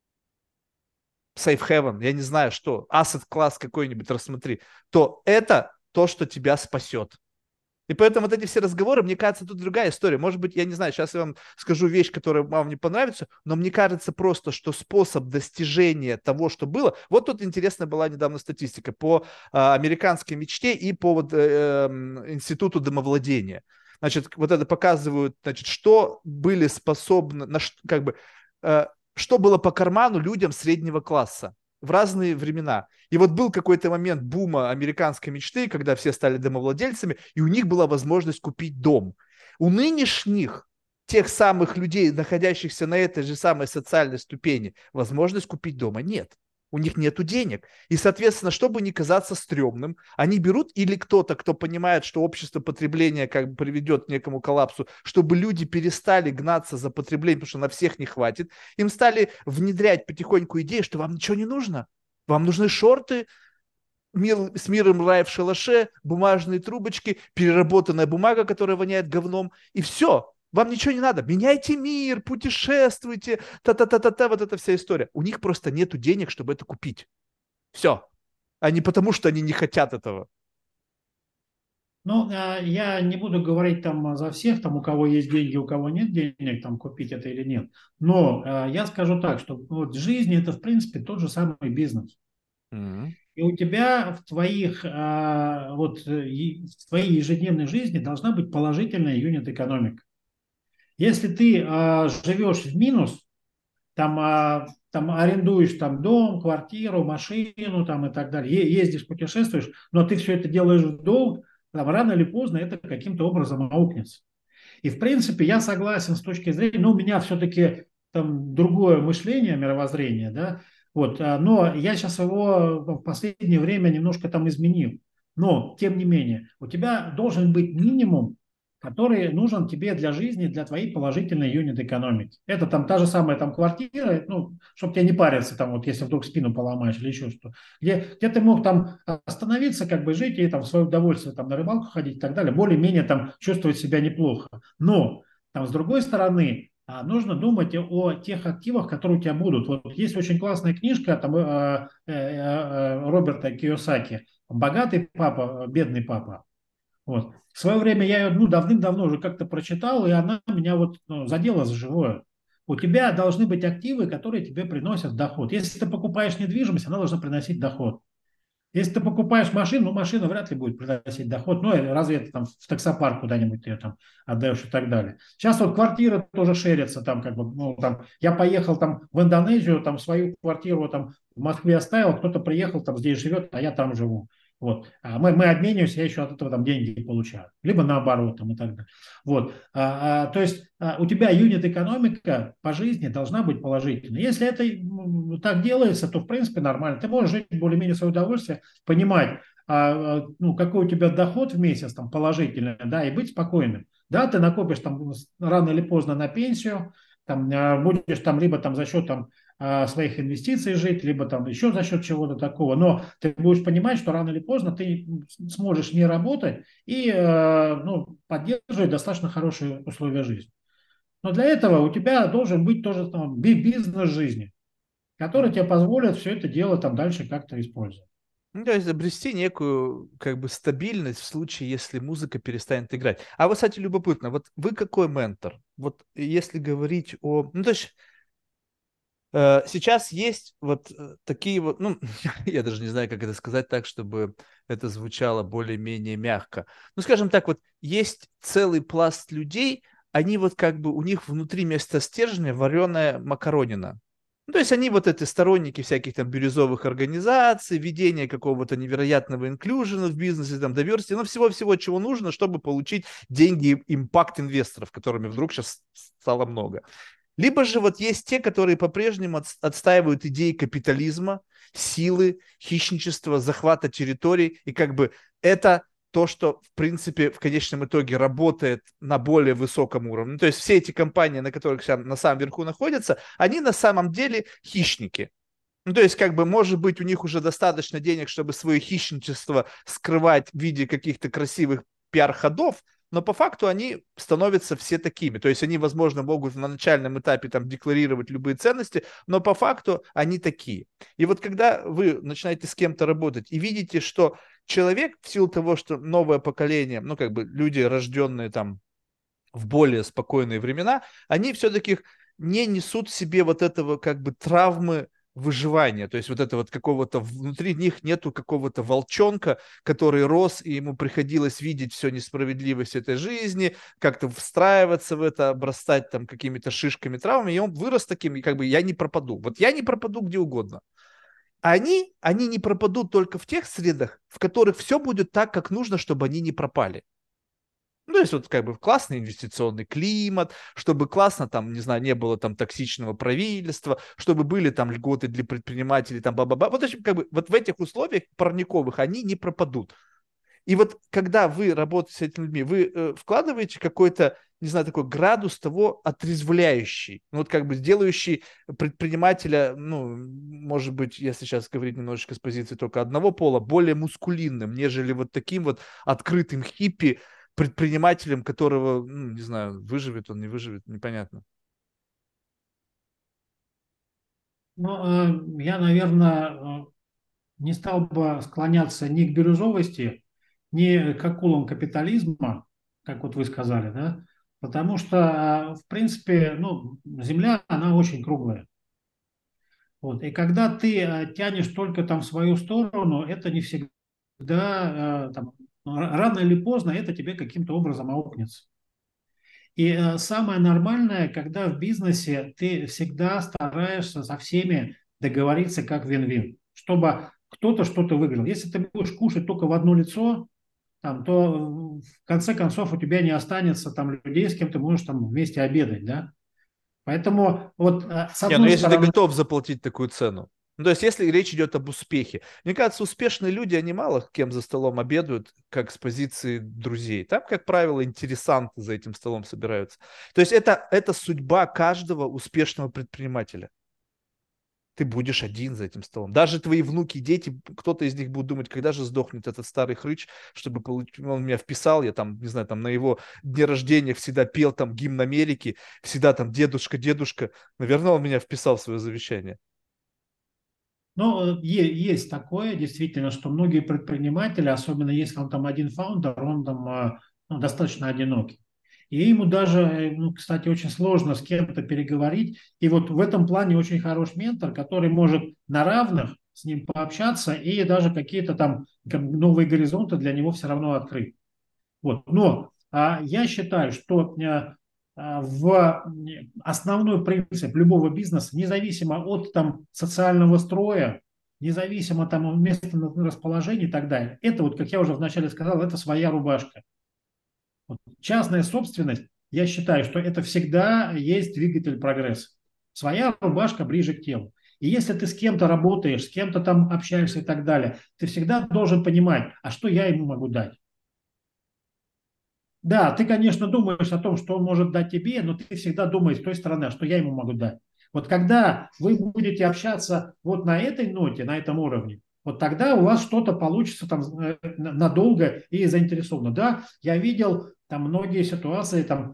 Safe Haven, я не знаю что, Asset Class какой-нибудь рассмотри, то это то, что тебя спасет. И поэтому вот эти все разговоры, мне кажется, тут другая история. Может быть, я не знаю, сейчас я вам скажу вещь, которая вам не понравится, но мне кажется просто, что способ достижения того, что было... Вот тут интересная была недавно статистика по американской мечте и по вот, институту домовладения. Значит, вот это показывают, значит, что были способны, как бы, что было по карману людям среднего класса в разные времена. И вот был какой-то момент бума американской мечты, когда все стали домовладельцами, и у них была возможность купить дом. У нынешних тех самых людей, находящихся на этой же самой социальной ступени, возможность купить дома нет. У них нет денег. И, соответственно, чтобы не казаться стрёмным, они берут или кто-то, кто понимает, что общество потребления как бы приведет к некому коллапсу, чтобы люди перестали гнаться за потреблением, потому что на всех не хватит, им стали внедрять потихоньку идеи, что вам ничего не нужно. Вам нужны шорты, с миром рай в шалаше, бумажные трубочки, переработанная бумага, которая воняет говном, и все. Вам ничего не надо. Меняйте мир, путешествуйте, та-та-та-та-та, вот эта вся история. У них просто нет денег, чтобы это купить. Все. А не потому, что они не хотят этого. Ну, я не буду говорить там за всех, там, у кого есть деньги, у кого нет денег, там, купить это или нет. Но я скажу так, что вот жизнь – это, в принципе, тот же самый бизнес. Mm-hmm. И у тебя в в твоей ежедневной жизни должна быть положительная юнит-экономика. Если ты живешь в минус, там там арендуешь там дом, квартиру, машину там и так далее, ездишь, путешествуешь, но ты все это делаешь в долг, там, рано или поздно это каким-то образом аукнется. И, в принципе, я согласен с точки зрения, но у меня все-таки там другое мышление, мировоззрение, да, вот, но я сейчас его в последнее время немножко там изменил. Но, тем не менее, у тебя должен быть минимум, который нужен тебе для жизни, для твоей положительной юнит экономики. Это там та же самая там квартира, ну, чтобы тебе не париться, там, вот, если вдруг спину поломаешь или еще что. Где ты мог там остановиться, как бы жить и там в свое удовольствие там на рыбалку ходить и так далее, более-менее там чувствовать себя неплохо. Но там с другой стороны, нужно думать о тех активах, которые у тебя будут. Вот есть очень классная книжка там, Роберта Кийосаки «Богатый папа, бедный папа». Вот. В свое время я ее ну, давным-давно уже как-то прочитал, и она меня вот ну, задела за живое. У тебя должны быть активы, которые тебе приносят доход. Если ты покупаешь недвижимость, она должна приносить доход. Если ты покупаешь машину, ну, машина вряд ли будет приносить доход. Ну, разве это там в таксопарк куда-нибудь ты ее там отдаешь и так далее. Сейчас вот квартиры тоже шерятся там, как бы, ну, там, я поехал там в Индонезию, там свою квартиру там в Москве оставил, кто-то приехал там здесь живет, а я там живу. Вот. А мы обмениваемся, я еще от этого там деньги получаю. Либо наоборот там и так далее. Вот. То есть у тебя юнит-экономика по жизни должна быть положительной. Если это так делается, то в принципе нормально. Ты можешь жить более-менее в свое удовольствие, понимать, ну, какой у тебя доход в месяц там положительный, да, и быть спокойным. Да, ты накопишь там рано или поздно на пенсию, там, будешь там либо там за счет там своих инвестиций жить, либо там еще за счет чего-то такого. Но ты будешь понимать, что рано или поздно ты сможешь не работать и ну, поддерживать достаточно хорошие условия жизни. Но для этого у тебя должен быть тоже там, бизнес жизни, который тебе позволит все это дело там дальше как-то использовать. Ну, то есть обрести некую как бы стабильность в случае, если музыка перестанет играть. А вот, кстати, любопытно, вот вы какой ментор? Вот если говорить о... Ну, то есть сейчас есть вот такие вот, ну, я даже не знаю, как это сказать так, чтобы это звучало более-менее мягко. Ну, скажем так, вот есть целый пласт людей, они вот как бы, у них внутри вместо стержня вареная макаронина. Ну, то есть они вот эти сторонники всяких там бирюзовых организаций, ведения какого-то невероятного инклюжена в бизнесе, там, diversity, ну, всего-всего, чего нужно, чтобы получить деньги импакт инвесторов, которыми вдруг сейчас стало много. Либо же вот есть те, которые по-прежнему отстаивают идеи капитализма, силы, хищничества, захвата территорий. И как бы это то, что, в принципе, в конечном итоге работает на более высоком уровне. То есть все эти компании, на которых на самом верху находятся, они на самом деле хищники. Ну, то есть, как бы, может быть, у них уже достаточно денег, чтобы свое хищничество скрывать в виде каких-то красивых пиар-ходов, но по факту они становятся все такими. То есть они, возможно, могут на начальном этапе там декларировать любые ценности, но по факту они такие. И вот когда вы начинаете с кем-то работать и видите, что человек в силу того, что новое поколение, ну, как бы люди, рожденные там в более спокойные времена, они все-таки не несут в себе вот этого как бы травмы выживания, то есть вот это вот какого-то, внутри них нету какого-то волчонка, который рос, и ему приходилось видеть всю несправедливость этой жизни, как-то встраиваться в это, обрастать там какими-то шишками, травмами, и он вырос таким, и как бы я не пропаду. Вот я не пропаду где угодно. Они не пропадут только в тех средах, в которых все будет так, как нужно, чтобы они не пропали. Ну, то есть вот как бы классный инвестиционный климат, чтобы классно там, не знаю, не было там токсичного правительства, чтобы были там льготы для предпринимателей, там ба-ба-ба. Вот, в общем, как бы вот в этих условиях парниковых они не пропадут. И вот когда вы работаете с этими людьми, вы вкладываете какой-то, не знаю, такой градус того отрезвляющий, ну, вот как бы сделающий предпринимателя, ну, может быть, если сейчас говорить немножечко с позиции только одного пола, более мускулинным, нежели вот таким вот открытым хиппи, предпринимателем, которого, ну, не знаю, выживет он, не выживет, непонятно. Ну, я, наверное, не стал бы склоняться ни к бирюзовости, ни к акулам капитализма, как вот вы сказали, да, потому что, в принципе, ну, Земля, она очень круглая. Вот. И когда ты тянешь только там в свою сторону, это не всегда, там, рано или поздно это тебе каким-то образом аукнется. И самое нормальное, когда в бизнесе ты всегда стараешься со всеми договориться как вин-вин, чтобы кто-то что-то выиграл. Если ты будешь кушать только в одно лицо, там, то в конце концов у тебя не останется там людей, с кем ты можешь там вместе обедать, да? Поэтому вот с Не, ну одной если ты стороны, готов заплатить такую цену. Ну, то есть, если речь идет об успехе. Мне кажется, успешные люди, они мало с кем за столом обедают, как с позиции друзей. Там, как правило, интересанты за этим столом собираются. То есть, это судьба каждого успешного предпринимателя. Ты будешь один за этим столом. Даже твои внуки, дети, кто-то из них будет думать, когда же сдохнет этот старый хрыч, чтобы получить... Он меня вписал, я там, не знаю, там на его дне рождения всегда пел там гимн Америки, всегда там дедушка, дедушка. Наверное, он меня вписал в свое завещание. ну, есть такое действительно, что многие предприниматели, особенно если он там один фаундер, он там ну, достаточно одинокий. И ему даже, ну, кстати, очень сложно с кем-то переговорить. И вот в этом плане очень хороший ментор, который может на равных с ним пообщаться и даже какие-то там новые горизонты для него все равно открыть. Вот. Но я считаю, что основной принцип любого бизнеса, независимо от там, социального строя, независимо там, от места расположения и так далее, это вот, как я уже вначале сказал, это своя рубашка. Вот. Частная собственность, я считаю, что это всегда есть двигатель прогресса. Своя рубашка ближе к телу. И если ты с кем-то работаешь, с кем-то там общаешься и так далее, ты всегда должен понимать, а что я ему могу дать. Да, ты, конечно, думаешь о том, что он может дать тебе, но ты всегда думаешь с той стороны, а что я ему могу дать. Вот когда вы будете общаться вот на этой ноте, на этом уровне, вот тогда у вас что-то получится там надолго и заинтересованно. Да, я видел там многие ситуации, там,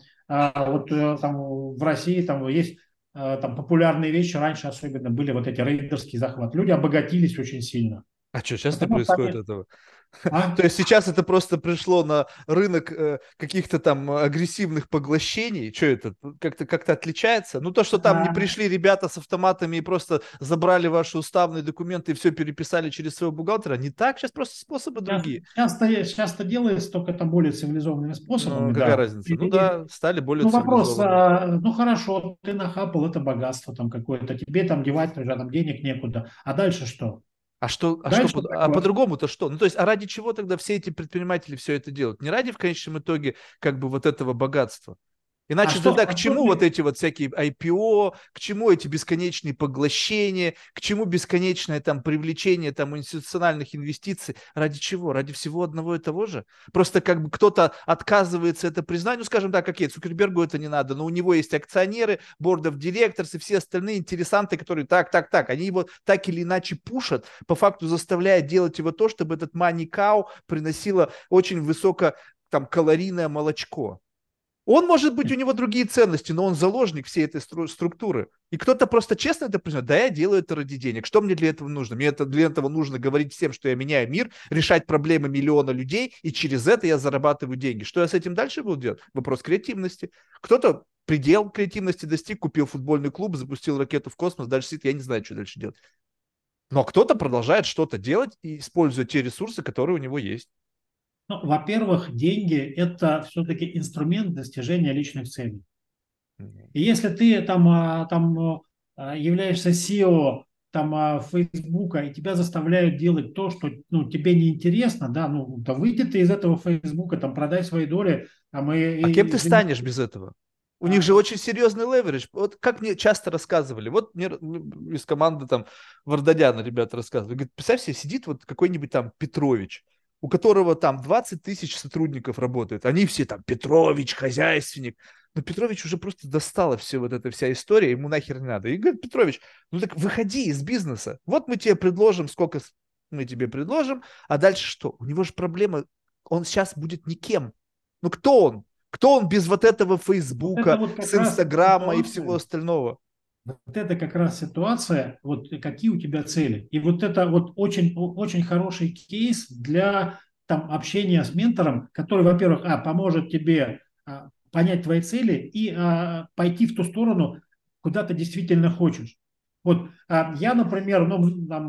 там в России там есть там популярные вещи, раньше особенно были вот эти рейдерские захваты. Люди обогатились очень сильно. А что, сейчас не Потому что происходит они... этого? То А? есть сейчас это просто пришло на рынок каких-то там агрессивных поглощений. Что это? Как-то отличается? Ну, то, что там не пришли ребята с автоматами и просто забрали ваши уставные документы и все переписали через своего бухгалтера, не так? Сейчас просто способы другие. Часто делается только там более цивилизованными Ну, способами, какая да. разница? Ну да, стали более Ну, вопрос, цивилизованными. ну хорошо, ты нахапал, это богатство там какое-то, тебе там девать уже там денег некуда. А дальше что? Дальше такое. По-другому-то что? Ну, то есть, а ради чего тогда все эти предприниматели все это делают? Не ради, в конечном итоге, как бы вот этого богатства. Иначе тогда к А что чему вот ты, эти вот всякие IPO, к чему эти бесконечные поглощения, к чему бесконечное там привлечение там институциональных инвестиций? Ради чего? Ради всего одного и того же? Просто как бы кто-то отказывается это признать, ну, скажем так, окей, Цукербергу это не надо, но у него есть акционеры, board of directors и все остальные интересанты, которые так, они его так или иначе пушат, по факту заставляя делать его то, чтобы этот money cow приносило очень высоко там калорийное молочко. Он, может быть, у него другие ценности, но он заложник всей этой структуры. И кто-то просто честно это признает. Да, я делаю это ради денег. Что мне для этого нужно? Для этого нужно говорить всем, что я меняю мир, решать проблемы миллиона людей, и через это я зарабатываю деньги. Что я с этим дальше буду делать? Вопрос креативности. Кто-то предел креативности достиг, купил футбольный клуб, запустил ракету в космос, дальше сидит, я не знаю, что дальше делать. Но кто-то продолжает что-то делать, и используя те ресурсы, которые у него есть. ну, во-первых, деньги – это все-таки инструмент достижения личных целей. И если ты являешься SEO Фейсбука, и тебя заставляют делать то, что ну, тебе неинтересно, да, ну, да выйди ты из этого Фейсбука, там, продай свои доли, А кем и ты живи. станешь без этого? У них же очень серьезный леверидж. Вот как мне часто рассказывали, вот мне из команды там Вардадяна ребята рассказывали, говорит, представь себе, сидит вот какой-нибудь там Петрович, у которого там 20 тысяч сотрудников работает. Они все там, Петрович, хозяйственник. Но Петрович уже просто достала все вот эта вся история, ему нахер не надо. И говорит, Петрович, ну так выходи из бизнеса. Вот мы тебе предложим, сколько мы тебе предложим, а дальше что? У него же проблема, он сейчас будет никем. Ну кто он? Кто он без вот этого Вот это Фейсбука, вот с как раз Инстаграма и всего ситуация, остального? вот это как раз ситуация, вот какие у тебя цели. И вот это вот очень хороший кейс для там, общения с ментором, который, во-первых, поможет тебе понять твои цели и пойти в ту сторону, куда ты действительно хочешь. Вот я, например,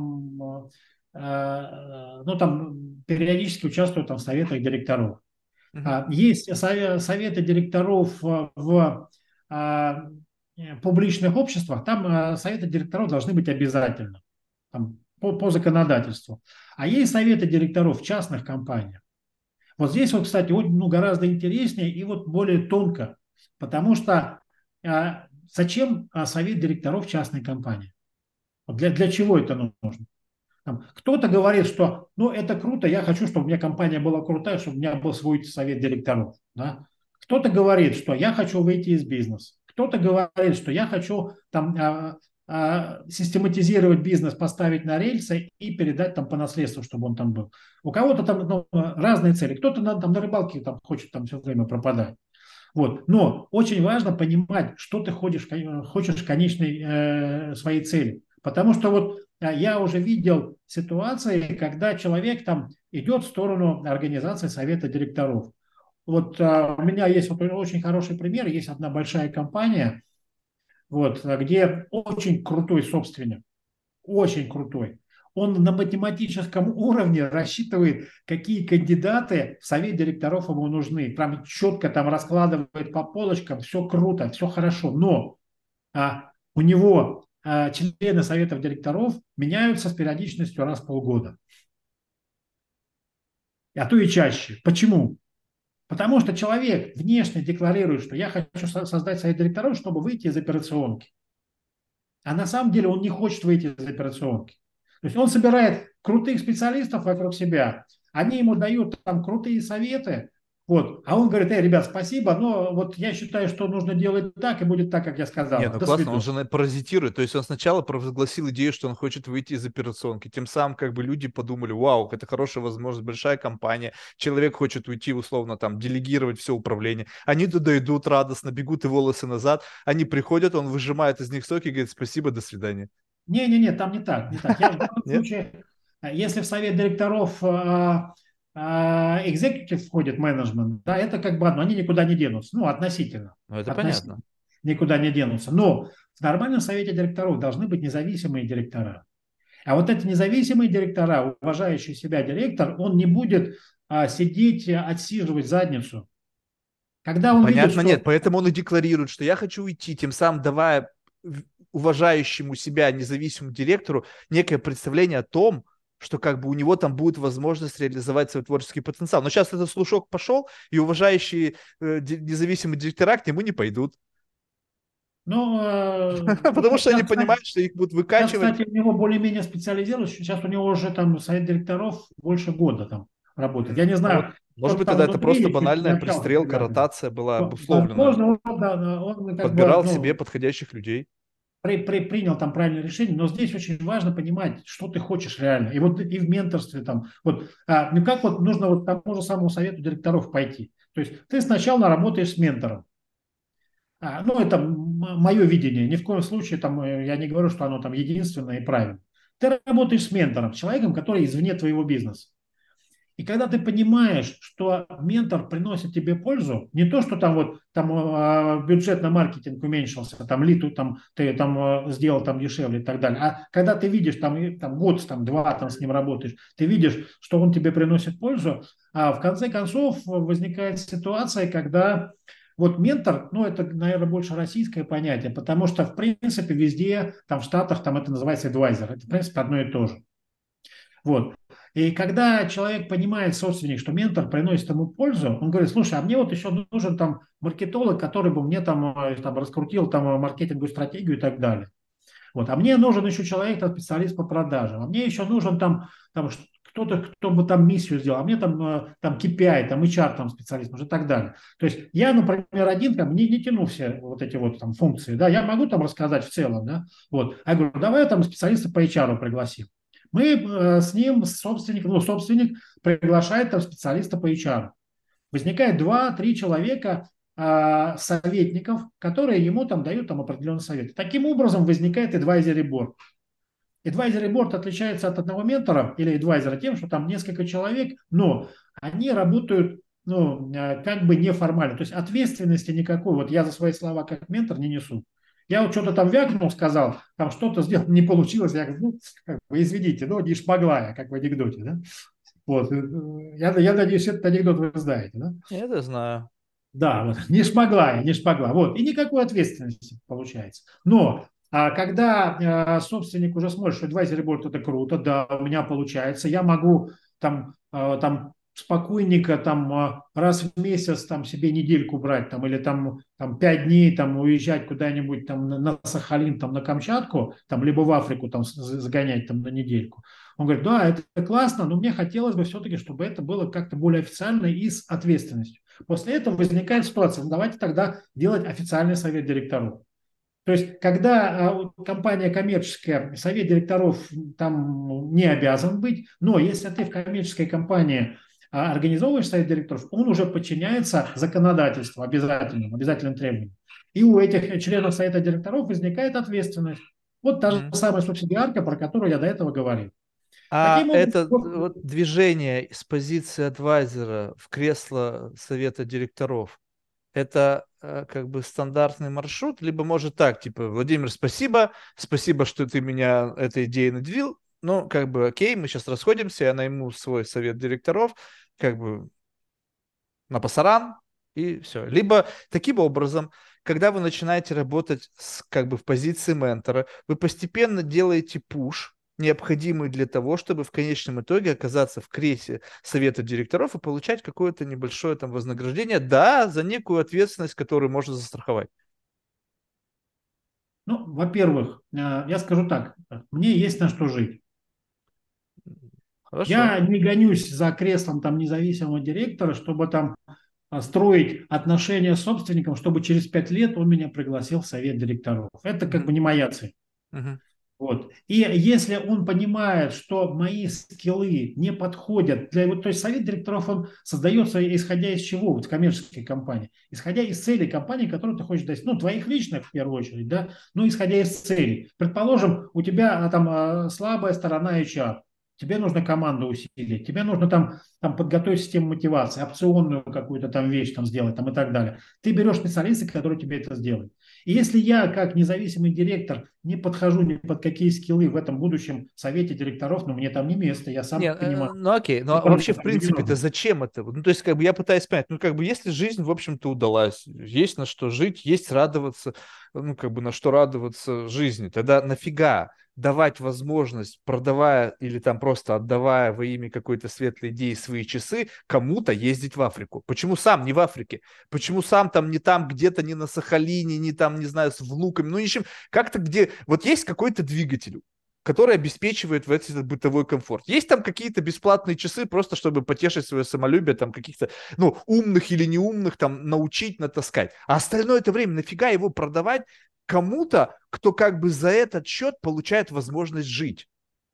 ну, там, периодически участвую там, в советах директоров. Мгм. Есть советы директоров в публичных обществах, там советы директоров должны быть обязательно там, по законодательству. А есть советы директоров в частных компаниях. Вот здесь вот, кстати, ну, гораздо интереснее и вот более тонко, потому что зачем совет директоров частной компании? Вот для чего это нужно? Там, кто-то говорит, что ну, это круто, я хочу, чтобы у меня компания была крутая, чтобы у меня был свой совет директоров. Да? Кто-то говорит, что я хочу выйти из бизнеса. Кто-то говорит, что я хочу там, систематизировать бизнес, поставить на рельсы и передать там по наследству, чтобы он там был. У кого-то там ну, разные цели. Кто-то там, на рыбалке там, хочет там все время пропадать. Вот. Но очень важно понимать, что ты хочешь в конечной своей цели. Потому что вот я уже видел ситуации, когда человек там идет в сторону организации совета директоров. Вот у меня есть вот очень хороший пример. Есть одна большая компания, вот, где очень крутой собственник, очень крутой. Он на математическом уровне рассчитывает, какие кандидаты в совет директоров ему нужны. Прям четко там раскладывает по полочкам, все круто, все хорошо. Но у него члены советов директоров меняются с периодичностью раз в полгода. А то и чаще. Почему? Потому что человек внешне декларирует, что я хочу создать совет директоров, чтобы выйти из операционки. А на самом деле он не хочет выйти из операционки. То есть он собирает крутых специалистов вокруг себя, они ему дают там крутые советы, вот, а он говорит, ребят, спасибо, но вот я считаю, что нужно делать так, и будет так, как я Не, сказал. ну До классно, он свидания. же паразитирует. То есть он сначала провозгласил идею, что он хочет выйти из операционки. Тем самым как бы люди подумали, вау, это хорошая возможность, большая компания. Человек хочет уйти, условно, там, делегировать все управление. Они туда идут радостно, бегут и волосы назад. Они приходят, он выжимает из них соки и говорит, спасибо, до свидания. Не, там не так, не так. Я в данном Нет? случае, если в совет директоров экзекутив входит менеджмент, да, это как бы одно, они никуда не денутся, ну, относительно, Ну, это относительно, понятно. никуда не денутся. Но в нормальном совете директоров должны быть независимые директора. А вот эти независимые директора, уважающий себя директор, он не будет сидеть, отсиживать задницу. Когда он видит, Понятно, что нет. Поэтому он и декларирует, что я хочу уйти, тем самым давая уважающему себя независимому директору некое представление о том, что как бы у него там будет возможность реализовать свой творческий потенциал. Но сейчас этот слушок пошел, и уважающие независимые директора к нему не пойдут. ну, вот Потому что они сейчас, кстати, понимают, что их будут сейчас, выкачивать. кстати, у него более-менее специализировалось. Сейчас у него уже там совет директоров больше года там работает. Я не Ну вот, знаю, может что быть, там тогда это внутри, просто я чуть не банальная общался с пристрелка, ребятами. ротация была обусловлена. Возможно, он, да, он как бы Подбирал себе ну, подходящих людей. принял там правильное решение, но здесь очень важно понимать, что ты хочешь реально. И вот и в менторстве там, вот, ну как вот нужно вот тому же самому совету директоров пойти. То есть ты сначала работаешь с ментором. Ну, это мое видение. Ни в коем случае там, я не говорю, что оно там единственное и правильное. Ты работаешь с ментором, с человеком, который извне твоего бизнеса. И когда ты понимаешь, что ментор приносит тебе пользу, не то, что там вот там бюджет на маркетинг уменьшился, там литу там ты там сделал там дешевле и так далее, а когда ты видишь там год, там два там с ним работаешь, ты видишь, что он тебе приносит пользу, а в конце концов возникает ситуация, когда вот ментор, ну это, наверное, больше российское понятие, потому что в принципе везде, там в Штатах, там это называется адвайзер, это в принципе одно и то же. Вот. И когда человек понимает, собственник, что ментор приносит ему пользу, он говорит, слушай, а мне вот еще нужен там маркетолог, который бы мне там раскрутил там маркетинговую стратегию и так далее. Вот. А мне нужен еще человек, там, специалист по продажам. А мне еще нужен там кто-то, кто бы там миссию сделал. А мне там KPI, там HR там специалист нужен и так далее. То есть я, например, один там не тяну все вот эти вот там функции. Да, я могу там рассказать в целом, да. Вот. А я говорю, давай там специалиста по HR пригласим. Мы с ним, собственник приглашает там специалиста по HR. Возникает два-три человека, советников, которые ему там дают там определенный совет. Таким образом возникает advisory board. Advisory board отличается от одного ментора или адвайзера тем, что там несколько человек, но они работают ну, как бы неформально. То есть ответственности никакой. Вот я за свои слова как ментор не несу. Я вот что-то там вякнул, сказал, там что-то сделал, не получилось. Я говорю, ну, как бы, извините, ну, не шпагла я, как в анекдоте, да? Вот. Я надеюсь, этот анекдот вы знаете, да? Это знаю. Да, вот, не шмогла я, не шмогла. Вот, и никакой ответственности получается. Но когда собственник уже смотрит, что advisory board это круто, да, у меня получается, я могу там спокойненько раз в месяц там себе недельку брать там, или там 5 дней там уезжать куда-нибудь там на Сахалин, там на Камчатку, там, либо в Африку там загонять там на недельку. Он говорит, да, это классно, но мне хотелось бы все-таки, чтобы это было как-то более официально и с ответственностью. После этого возникает ситуация, ну, давайте тогда делать официальный совет директоров. То есть, когда компания коммерческая, совет директоров там не обязан быть, но если ты в коммерческой компании организовываешь совет директоров, он уже подчиняется законодательству обязательным требованиям. И у этих членов совета директоров возникает ответственность. Вот та же Мгм. самая субсидиарка, про которую я до этого говорил. А Таким образом, это вот движение с позиции адвайзера в кресло совета директоров, это как бы стандартный маршрут, либо может так, типа, Владимир, спасибо, что ты меня этой идеей наделил, ну, как бы, окей, мы сейчас расходимся, я найму свой совет директоров, как бы, на пасаран, и все. Либо таким образом, когда вы начинаете работать как бы в позиции ментора, вы постепенно делаете пуш, необходимый для того, чтобы в конечном итоге оказаться в кресле совета директоров и получать какое-то небольшое там вознаграждение, да, за некую ответственность, которую можно застраховать. ну, во-первых, я скажу так, мне есть на что жить. Хорошо. Я не гонюсь за креслом там независимого директора, чтобы там строить отношения с собственником, чтобы через 5 лет он меня пригласил в совет директоров. Это как бы Мгм. не моя цель. Мгм. Вот. И если он понимает, что мои скиллы не подходят для... Вот, то есть совет директоров, он создается исходя из чего? Вот в коммерческой компании. Исходя из целей компании, которую ты хочешь достичь. Ну, твоих личных в первую очередь, да, но исходя из целей. Предположим, у тебя слабая сторона HR. Тебе нужно команду усилить, тебе нужно там подготовить систему мотивации, опционную какую-то там вещь там сделать там, и так далее. Ты берешь специалиста, который тебе это сделает. И если я, как независимый директор, не подхожу ни под какие скиллы в этом будущем совете директоров, но мне там не место, я Не, сам понимаю. ну окей, ну И а вообще в там не принципе-то нужно. зачем это? Ну то есть как бы я пытаюсь понять, ну как бы если жизнь в общем-то удалась, есть на что жить, есть радоваться, ну как бы на что радоваться жизни, тогда нафига давать возможность, продавая или там просто отдавая во имя какой-то светлой идеи свои часы, кому-то ездить в Африку? Почему сам не в Африке? Почему сам там не там где-то, не на Сахалине, не там, не знаю, с внуками, ну ничем, как-то где, вот есть какой-то двигатель, который обеспечивает в этот бытовой комфорт. Есть там какие-то бесплатные часы, просто чтобы потешить свое самолюбие, там каких-то, ну, умных или неумных, там, научить, натаскать. А остальное это время нафига его продавать кому-то, кто как бы за этот счет получает возможность жить?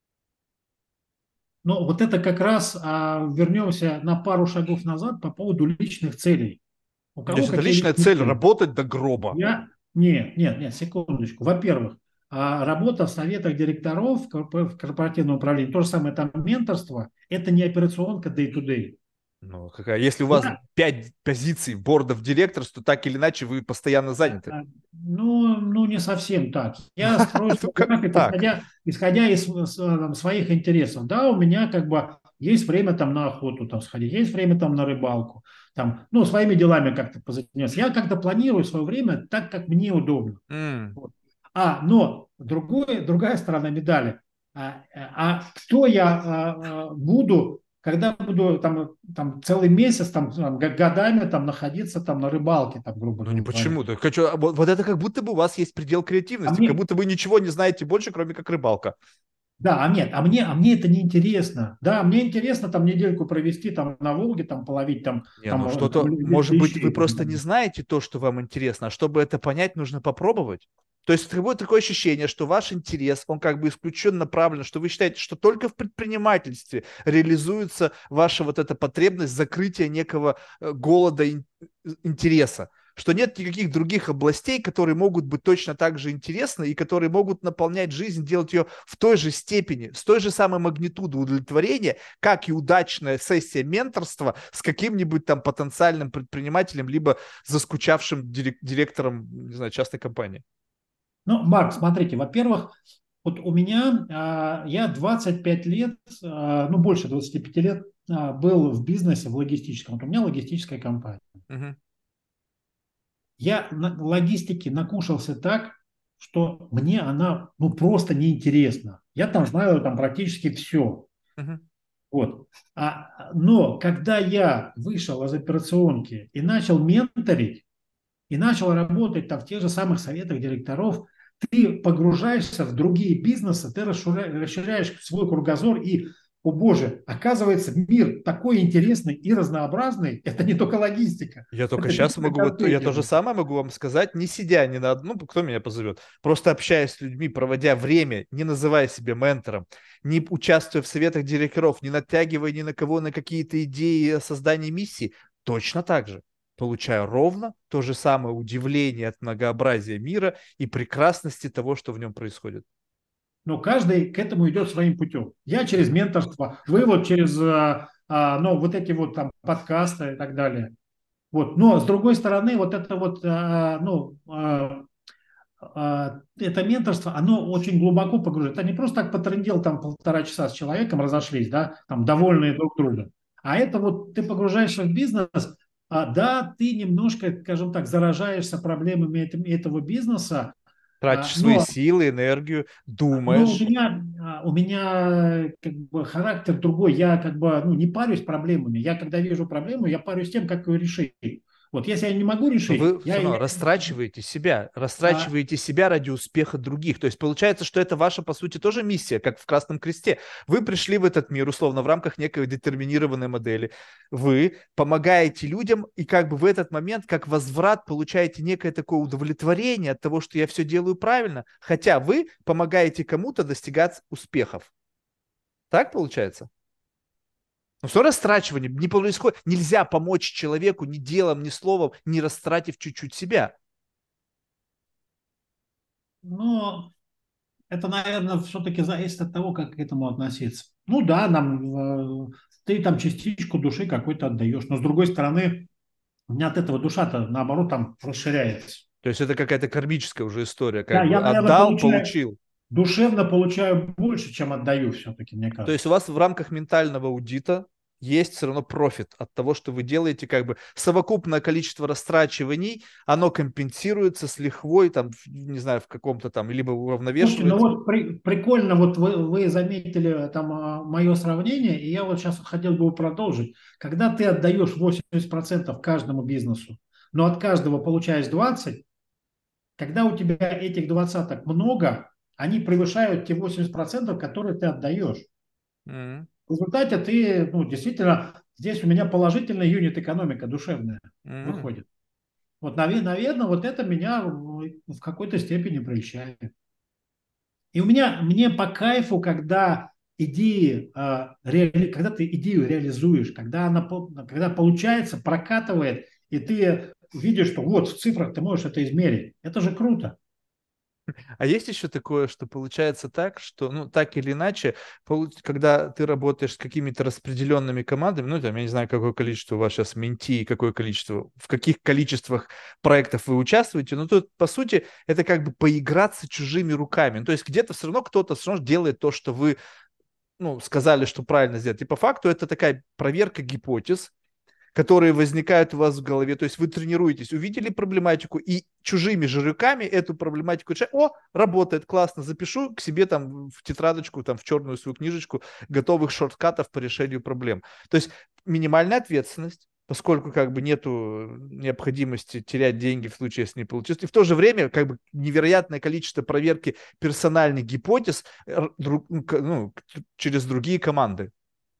Но вот это как раз вернемся на пару шагов назад по поводу личных целей. У То есть кого это какие личная личные цель цели? работать до гроба. Нет, секундочку. Во-первых, работа в советах директоров в корпоративном управлении, то же самое там менторство, это не операционка day-to-day. Ну, какая, если у вас Я 5 позиций бордов директоров, то так или иначе вы постоянно заняты. Ну, не совсем так. Я строю Ну, свой как график, так? исходя из своих интересов. Да, у меня как бы есть время там на охоту там сходить, есть время там на рыбалку, там, ну, своими делами как-то позаниматься. Я как-то планирую свое время так, как мне удобно. М. Вот. Но другая сторона медали. Кто я буду, когда буду там целый месяц, годами там находиться там на рыбалке, там, грубо Ну не говоря. почему. Так хочу, вот это как будто бы у вас есть предел А креативности, как мне, будто вы ничего не знаете больше, кроме как рыбалка. да, нет, мне это не интересно. Да, мне интересно там недельку провести там на Волге, там половить Не, ну там что-то, может быть, вы лещей. просто не знаете то, что вам интересно, а чтобы это понять, нужно попробовать. То есть будет такое ощущение, что ваш интерес, он как бы исключен направлен, что вы считаете, что только в предпринимательстве реализуется ваша вот эта потребность закрытия некого голода интереса, что нет никаких других областей, которые могут быть точно так же интересны и которые могут наполнять жизнь, делать ее в той же степени, с той же самой магнитудой удовлетворения, как и удачная сессия менторства с каким-нибудь там потенциальным предпринимателем, либо заскучавшим директором, не знаю, частной компании. Ну, Марк, смотрите, во-первых, вот у меня, я 25 лет, ну, больше 25 лет был в бизнесе, в логистическом. Вот у меня логистическая компания. Мгм. Я на логистике накушался так, что мне она ну, просто неинтересна. Я там знаю там, практически все. Мгм. Вот. Но когда я вышел из операционки и начал менторить, и начал работать там в тех же самых советах директоров, ты погружаешься в другие бизнесы, ты расширяешь свой кругозор и, о боже, оказывается, мир такой интересный и разнообразный, это не только логистика, Я только это не сейчас только могу, вот я то же контейнеры. самое могу вам сказать, не сидя ни на одном, ну, кто меня позовет, просто общаясь с людьми, проводя время, не называя себя ментором, не участвуя в советах директоров, не натягивая ни на кого на какие-то идеи создания миссии, точно так же получаю ровно то же самое удивление от многообразия мира и прекрасности того, что в нем происходит. Но каждый к этому идет своим путем. Я через Мгм. менторство, вы вот через ну, вот эти вот там подкасты и так далее. Вот. Но с другой стороны, вот это вот, это менторство, оно очень глубоко погружено. Это не просто так потрындел там 1,5 часа с человеком, разошлись, да, там Мгм. довольные друг другом. А это вот ты погружаешься в бизнес, да, ты немножко, скажем так, заражаешься проблемами этого бизнеса, Тратишь свои но силы, энергию, но думаешь. у меня как бы характер другой. Я как бы ну, не парюсь проблемами. Я когда вижу проблему, я парюсь тем, как ее решить. Вот если я не могу Но решить, вы все равно а, растрачиваете себя ради успеха других. То есть получается, что это ваша, по сути, тоже миссия, как в Красном Кресте. Вы пришли в этот мир, условно, в рамках некой детерминированной модели. Вы помогаете людям, и как бы в этот момент, как возврат, получаете некое такое удовлетворение от того, что я все делаю правильно, хотя вы помогаете кому-то достигать успехов. Так получается? Но все растрачивание не происходит. Нельзя помочь человеку ни делом, ни словом, не растратив чуть-чуть себя. но это, наверное, все-таки зависит от того, как к этому относиться. Ну да, ты там частичку души какой-то отдаешь, но с другой стороны, у меня от этого душа-то наоборот там расширяется. То есть это какая-то кармическая уже история, Да, как бы я, наверное, отдал, получил. душевно получаю больше, чем отдаю все-таки, мне То есть у кажется. вас в рамках ментального аудита есть все равно профит от того, что вы делаете, как бы совокупное количество растрачиваний, оно компенсируется с лихвой, там, не знаю, в каком-то там, либо Слушайте, ну уравновешивается. вот прикольно, вот вы заметили там мое сравнение, и я вот сейчас хотел бы его продолжить. Когда ты отдаешь 80% каждому бизнесу, но от каждого получаешь 20, когда у тебя этих двадцаток много, они превышают те 80%, которые ты отдаешь. М, В результате ты, ну, действительно, здесь у меня положительная юнит-экономика душевная м. выходит. Вот, наверное, вот это меня в какой-то степени прельщает. И мне по кайфу, когда когда ты идею реализуешь, когда получается, прокатывает, и ты видишь, что вот в цифрах ты можешь это измерить. Это же круто. А есть еще такое, что получается так, что, ну, так или иначе, когда ты работаешь с какими-то распределенными командами, ну, там, я не знаю, какое количество у вас сейчас менти, какое количество, в каких количествах проектов вы участвуете, но тут, по сути, это как бы поиграться чужими руками. Ну, то есть где-то все равно кто-то все равно делает то, что вы, ну, сказали, что правильно сделать. И по факту это такая проверка гипотез, которые возникают у вас в голове. То есть вы тренируетесь, увидели проблематику и чужими же руками эту проблематику решать. О, работает, классно, запишу к себе там в тетрадочку, там в черную свою книжечку готовых шорткатов по решению проблем. То есть минимальная ответственность, поскольку как бы нету необходимости терять деньги в случае, если не получится. И в то же время как бы невероятное количество проверки персональных гипотез ну, через другие команды.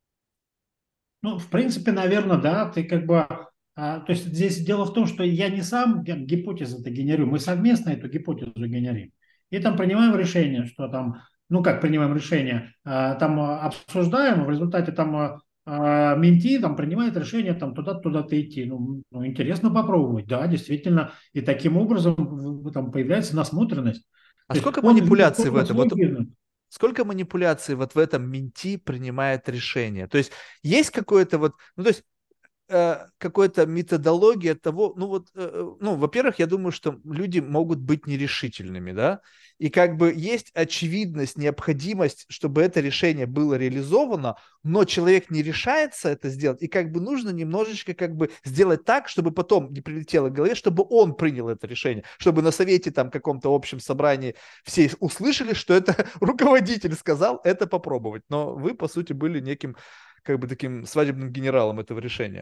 Ну, в принципе, наверное, да, ты как бы... то есть здесь дело в том, что я не сам гипотезы-то генерирую, мы совместно эту гипотезу генерим. И там принимаем решение, что там, ну как принимаем решение, там обсуждаем, в результате там менти там принимает решение там туда-то идти. Ну, интересно попробовать, да, действительно. И таким образом там появляется насмотренность. А То есть сколько он видит манипуляций в только этом? свой Вот бизнес. сколько манипуляций вот в этом менти принимает решение? То есть есть какое-то вот, ну то есть какой-то методология того, ну вот, ну, во-первых, я думаю, что люди могут быть нерешительными, да, и как бы есть очевидность, необходимость, чтобы это решение было реализовано, но человек не решается это сделать, и как бы нужно немножечко как бы сделать так, чтобы потом не прилетело в голове, чтобы он принял это решение, чтобы на совете там каком-то общем собрании все услышали, что это руководитель сказал это попробовать, но вы, по сути, были неким как бы таким свадебным генералом этого решения.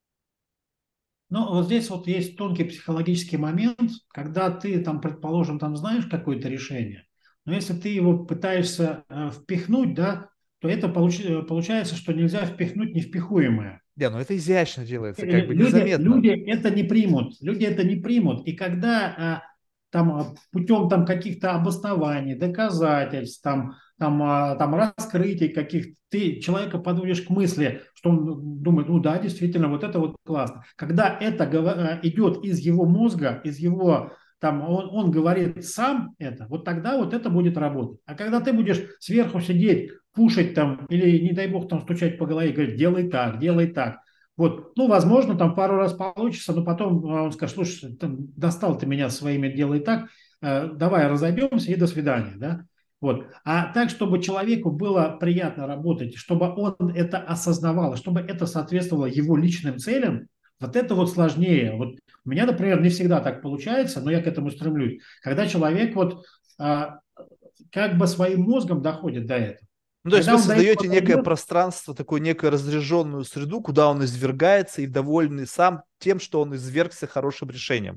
Ну, вот здесь вот есть тонкий психологический момент, когда ты там, предположим, там знаешь какое-то решение, но если ты его пытаешься впихнуть, да, то это получается, что нельзя впихнуть невпихуемое. Да, но это изящно делается, как бы Люди незаметно. это не примут, люди это не примут. И когда там путем там каких-то обоснований, доказательств, там раскрытий каких ты человека подводишь к мысли, что он думает, ну да, действительно, вот это вот классно. Когда это идет из его мозга, из его там он говорит сам это, вот тогда вот это будет работать. А когда ты будешь сверху сидеть, пушить там или, не дай бог, там стучать по голове и говорить, делай так, вот, ну, возможно, там пару раз получится, но потом он скажет, слушай, достал ты меня своими делай так, давай разойдемся и до свидания, да. Вот. А так, чтобы человеку было приятно работать, чтобы он это осознавал, чтобы это соответствовало его личным целям, вот это вот сложнее. Вот у меня, например, не всегда так получается, но я к этому стремлюсь. Когда человек вот как бы своим мозгом доходит до этого. Ну, то есть Когда вы он до этого создаете некое дойдет, пространство, такую некую разряженную среду, куда он извергается и довольный сам тем, что он извергся хорошим решением.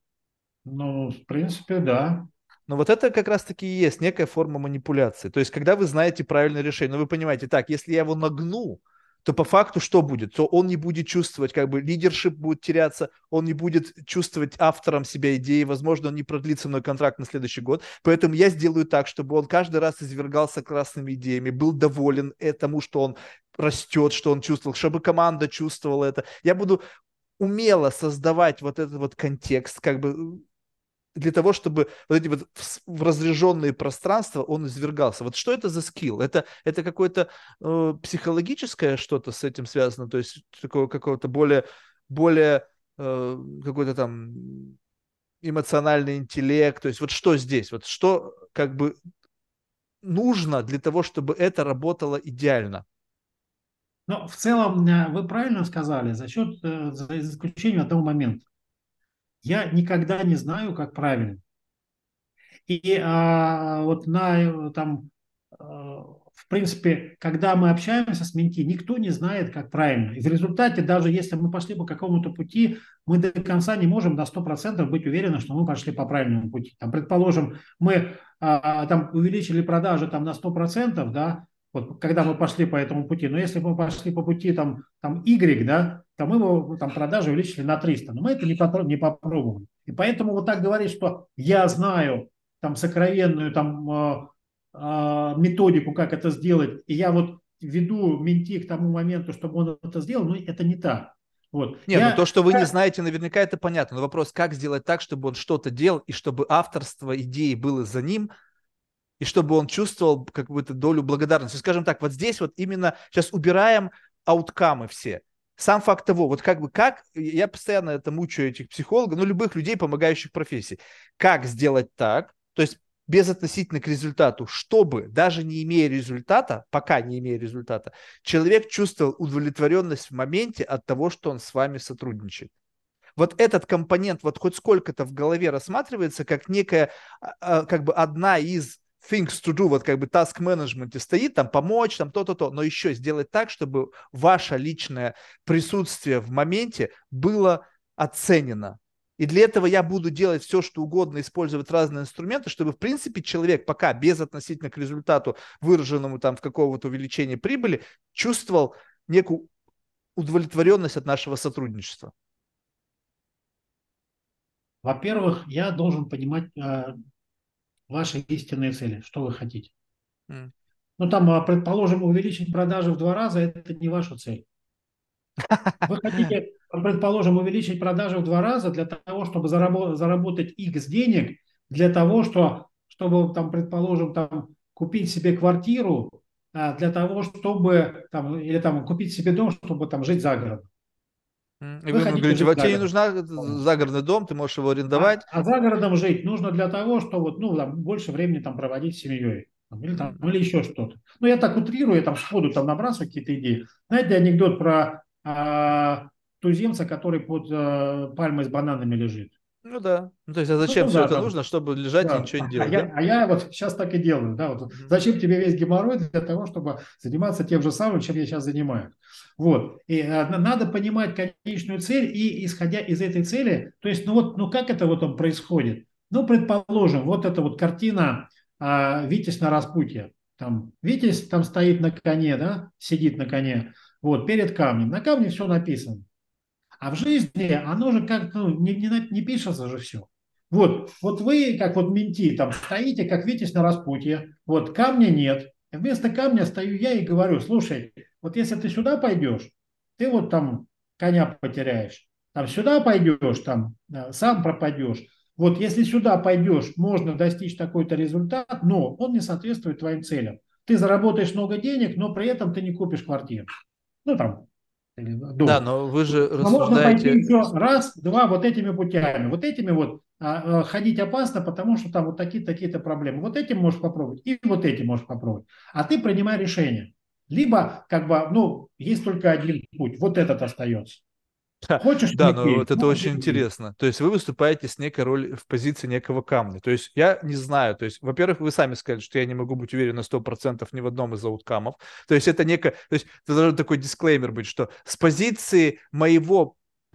ну, в принципе, да. Но вот это как раз-таки и есть некая форма манипуляции. То есть, когда вы знаете правильное решение, но вы понимаете, так, если я его нагну, то по факту что будет? То он не будет чувствовать, как бы лидершип будет теряться, он не будет чувствовать автором себя идеи, возможно, он не продлит со мной контракт на следующий год. Поэтому я сделаю так, чтобы он каждый раз извергался классными идеями, был доволен этому, что он растет, что он чувствовал, чтобы команда чувствовала это. Я буду умело создавать вот этот вот контекст, как бы для того, чтобы вот эти вот в разряженные пространства он извергался. Вот что это за скилл? Это какое-то психологическое что-то с этим связано, то есть такого какого-то более какой-то там эмоциональный интеллект, то есть вот что здесь, вот что как бы нужно для того, чтобы это работало идеально. Но в целом вы правильно сказали, за исключением одного момента. Я никогда не знаю, как правильно. И вот в принципе, когда мы общаемся с менти, никто не знает, как правильно. И в результате, даже если мы пошли по какому-то пути, мы до конца не можем на 100% быть уверены, что мы пошли по правильному пути. Там, предположим, мы там увеличили продажи там, на 100%, да, вот, когда мы пошли по этому пути. Но если мы пошли по пути там Y, да, то мы его там продажи увеличили на 300. Но мы это не попробовали. И поэтому вот так говорить, что я знаю там сокровенную методику, как это сделать, и я вот веду менти к тому моменту, чтобы он это сделал, но это не так. Вот. Не, ну то, что вы не знаете, наверняка это понятно. Но вопрос, как сделать так, чтобы он что-то делал, и чтобы авторство идеи было за ним, и чтобы он чувствовал какую-то долю благодарности. Скажем так, вот здесь вот именно сейчас убираем ауткамы все. Сам факт того, вот как бы как, я постоянно это мучаю этих психологов, ну, любых людей, помогающих профессии. Как сделать так, то есть безотносительно к результату, чтобы, даже не имея результата, пока не имея результата, человек чувствовал удовлетворенность в моменте от того, что он с вами сотрудничает. Вот этот компонент вот хоть сколько-то в голове рассматривается как некая, как бы одна из things to do, вот как бы task management стоит, там помочь, там то-то-то, но еще сделать так, чтобы ваше личное присутствие в моменте было оценено. И для этого я буду делать все, что угодно, использовать разные инструменты, чтобы, в принципе, человек пока без относительно к результату, выраженному там в какого-то увеличения прибыли, чувствовал некую удовлетворенность от нашего сотрудничества. Во-первых, я должен понимать ваши истинные цели, что вы хотите. Mm. Ну, там, предположим, увеличить продажи в 2 раза – это не ваша цель. Вы хотите, предположим, увеличить продажи в 2 раза для того, чтобы заработать X денег, для того, чтобы, там, предположим, там, купить себе квартиру, для того, чтобы там, или там, купить себе дом, чтобы там, жить за городом. И Вы вы ему хотите говорите, жить вот за тебе не городом. нужна загородный дом, ты можешь его арендовать. А за городом жить нужно для того, что вот, ну, там, больше времени там проводить с семьей. Или еще что-то. Ну, я так утрирую, я там сходу там набрасываю какие-то идеи. Знаете анекдот про туземца, который под пальмой с бананами лежит? Ну да. Ну, то есть, а Ну зачем все да, это там, нужно, чтобы лежать и да. ничего не А делать, да? я вот сейчас так и делаю. Да, вот. Мгм. Зачем тебе весь геморрой для того, чтобы заниматься тем же самым, чем я сейчас занимаюсь? Вот. И надо понимать конечную цель и, исходя из этой цели, то есть, ну вот, ну как это вот он происходит? Ну, предположим, вот эта вот картина «Витязь на распутье». Там Витязь там стоит на коне, да, сидит на коне, вот, перед камнем. На камне все написано. А в жизни оно же как, ну, не пишется же все. Вот вы, как вот менти, там стоите, как Витязь на распутье, вот камня нет. Вместо камня стою я и говорю, слушай, вот если ты сюда пойдешь, ты вот там коня потеряешь, там сюда пойдешь, там сам пропадешь. Вот если сюда пойдешь, можно достичь такой-то результат, но он не соответствует твоим целям. Ты заработаешь много денег, но при этом ты не купишь квартиру. Ну там, или Да, дом. но вы же Но можно пойти рассуждаете. еще раз, два вот этими путями. Вот этими вот ходить опасно, потому что там вот такие-то проблемы. Вот этим можешь попробовать, и вот этим можешь попробовать. А ты принимай решение. Либо, как бы, ну, есть только один путь, вот этот остается. Хочешь Да, но идти, вот это можешь очень идти. интересно. То есть вы выступаете с некой роли в позиции некого камня. То есть я не знаю. То есть, во-первых, вы сами сказали, что я не могу быть уверен на 100% ни в одном из ауткамов. То есть это некое... То есть это должен такой дисклеймер быть, что с позиции моего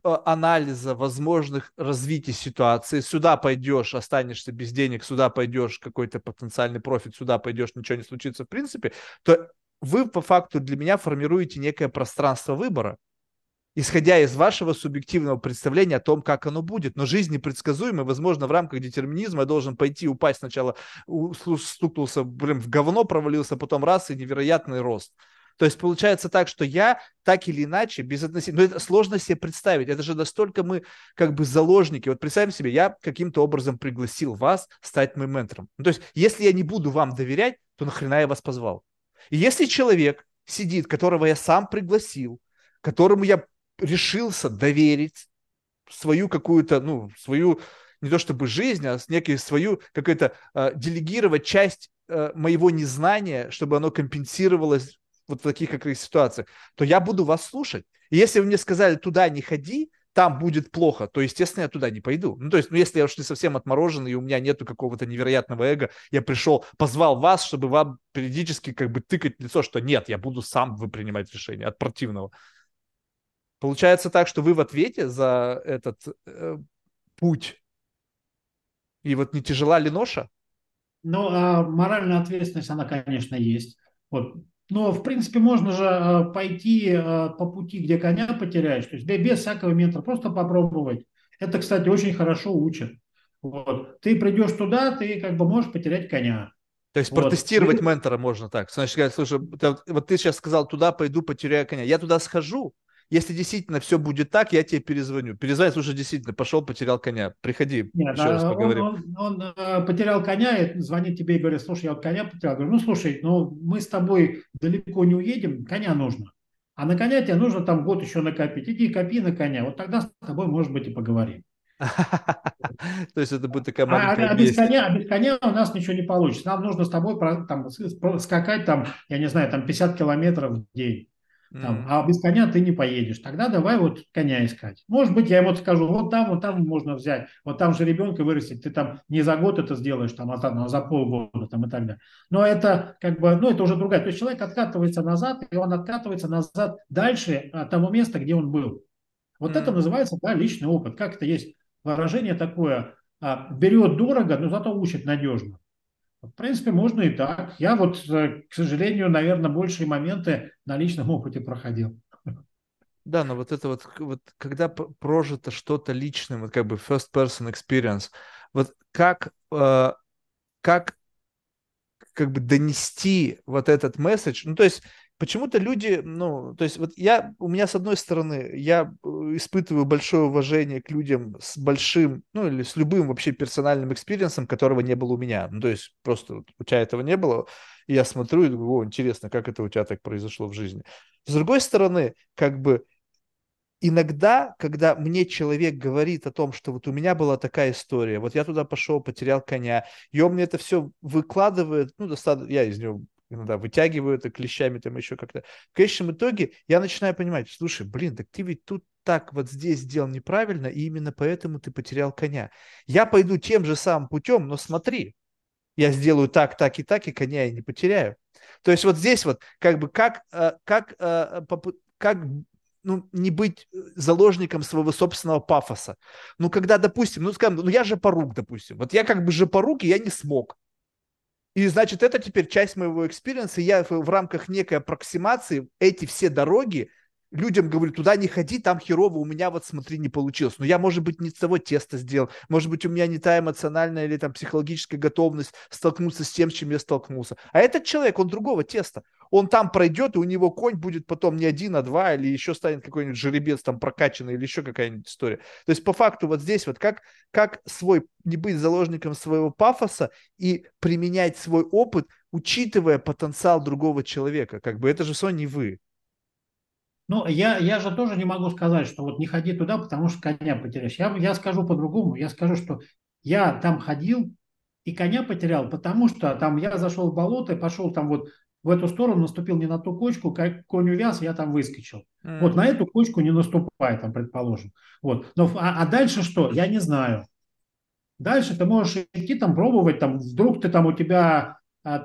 анализа возможных развитий ситуации, сюда пойдешь, останешься без денег, сюда пойдешь, какой-то потенциальный профит, сюда пойдешь, ничего не случится в принципе, то вы по факту для меня формируете некое пространство выбора, исходя из вашего субъективного представления о том, как оно будет. Но жизнь непредсказуема, возможно, в рамках детерминизма я должен пойти, упасть сначала, стукнулся, блин, в говно, провалился, потом раз, и невероятный рост. То есть получается так, что я так или иначе, без относительно... Но это сложно себе представить. Это же настолько мы как бы заложники. Вот представим себе, я каким-то образом пригласил вас стать моим ментором. Ну, то есть если я не буду вам доверять, то нахрена я вас позвал? И если человек сидит, которого я сам пригласил, которому я решился доверить свою какую-то, ну, свою не то чтобы жизнь, а некую свою какую-то делегировать часть моего незнания, чтобы оно компенсировалось вот в таких как ситуациях, то я буду вас слушать. И если вы мне сказали, туда не ходи, там будет плохо, то, естественно, я туда не пойду. Ну, то есть, ну, если я уж не совсем отмороженный, и у меня нету какого-то невероятного эго, я пришел, позвал вас, чтобы вам периодически как бы тыкать в лицо, что нет, я буду сам вы принимать решение от противного. Получается так, что вы в ответе за этот путь. И вот не тяжела ли ноша? Ну, моральная ответственность, она, конечно, есть. Вот. Но, в принципе, можно же пойти по пути, где коня потеряешь, то есть без всякого ментора, просто попробовать. Это, кстати, очень хорошо учат. Вот. Ты придешь туда, ты как бы можешь потерять коня. То есть Вот. протестировать ментора можно так. Значит, сказать, слушай, вот ты сейчас сказал, туда пойду, потеряю коня. Я туда схожу. Если действительно все будет так, я тебе перезвоню. Перезвоню, слушай, действительно, пошел, потерял коня. Приходи, Нет, еще раз поговорим. он потерял коня, и звонит тебе и говорит, слушай, я вот коня потерял. Говорю, ну, слушай, ну, мы с тобой далеко не уедем, коня нужно. А на коня тебе нужно там год еще накопить. Иди копи на коня, вот тогда с тобой, может быть, и поговорим. То есть это будет такая маленькая месть. А без коня у нас ничего не получится. Нам нужно с тобой там, скакать, там, я не знаю, там 50 километров в день. Там, М. а без коня ты не поедешь. Тогда давай вот коня искать. Может быть, я ему скажу, вот там можно взять. Вот там же ребенка вырастить. Ты там не за год это сделаешь, там, а за полгода там, и так далее. Но это как бы, ну, это уже другая. То есть человек откатывается назад, и он откатывается назад дальше от того места, где он был. Вот это М. называется, да, личный опыт. Как это есть выражение такое, берет дорого, но зато учит надежно. В принципе, можно и так. Я вот, к сожалению, наверное, большие моменты на личном опыте проходил. Да, но вот это вот, вот когда прожито что-то личным, вот как бы first person experience, вот как как бы донести вот этот месседж. Ну, то есть почему-то люди, ну, то есть вот у меня с одной стороны, я испытываю большое уважение к людям с большим, ну, или с любым вообще персональным экспириенсом, которого не было у меня. Ну, то есть просто вот у тебя этого не было, и я смотрю и думаю, о, интересно, как это у тебя так произошло в жизни. С другой стороны, как бы иногда, когда мне человек говорит о том, что вот у меня была такая история, вот я туда пошел, потерял коня, и он мне это все выкладывает, ну, достаточно, я из него иногда вытягиваю это клещами, там еще как-то. В конечном итоге я начинаю понимать, слушай, блин, так ты ведь тут так вот здесь сделал неправильно, и именно поэтому ты потерял коня. Я пойду тем же самым путем, но смотри, я сделаю так, так и так, и коня я не потеряю. То есть вот здесь вот как бы как ну, не быть заложником своего собственного пафоса. Ну, когда, допустим, ну, скажем, ну, я же порук, допустим. Вот я как бы же порук, и я не смог. И, значит, это теперь часть моего экспириенса. Я в рамках некой аппроксимации эти все дороги людям говорю, туда не ходи, там херово, у меня вот смотри, не получилось. Но я, может быть, не с того теста сделал, может быть, у меня не та эмоциональная или там психологическая готовность столкнуться с тем, с чем я столкнулся. А этот человек, он другого теста. Он там пройдет, и у него конь будет потом не один, а два, или еще станет какой-нибудь жеребец там прокачанный, или еще какая-нибудь история. То есть, по факту, вот здесь вот как свой, не быть заложником своего пафоса и применять свой опыт, учитывая потенциал другого человека. Как бы это же все не вы. Ну, я же тоже не могу сказать, что вот не ходи туда, потому что коня потеряешь. Я скажу по-другому. Я скажу, что я там ходил и коня потерял, потому что там я зашел в болото и пошел там вот в эту сторону, наступил не на ту кочку, конь увяз, я там выскочил. Вот на эту кочку не наступай, там, предположим. Вот. А дальше что? Я не знаю. Дальше ты можешь идти там пробовать, там вдруг ты там у тебя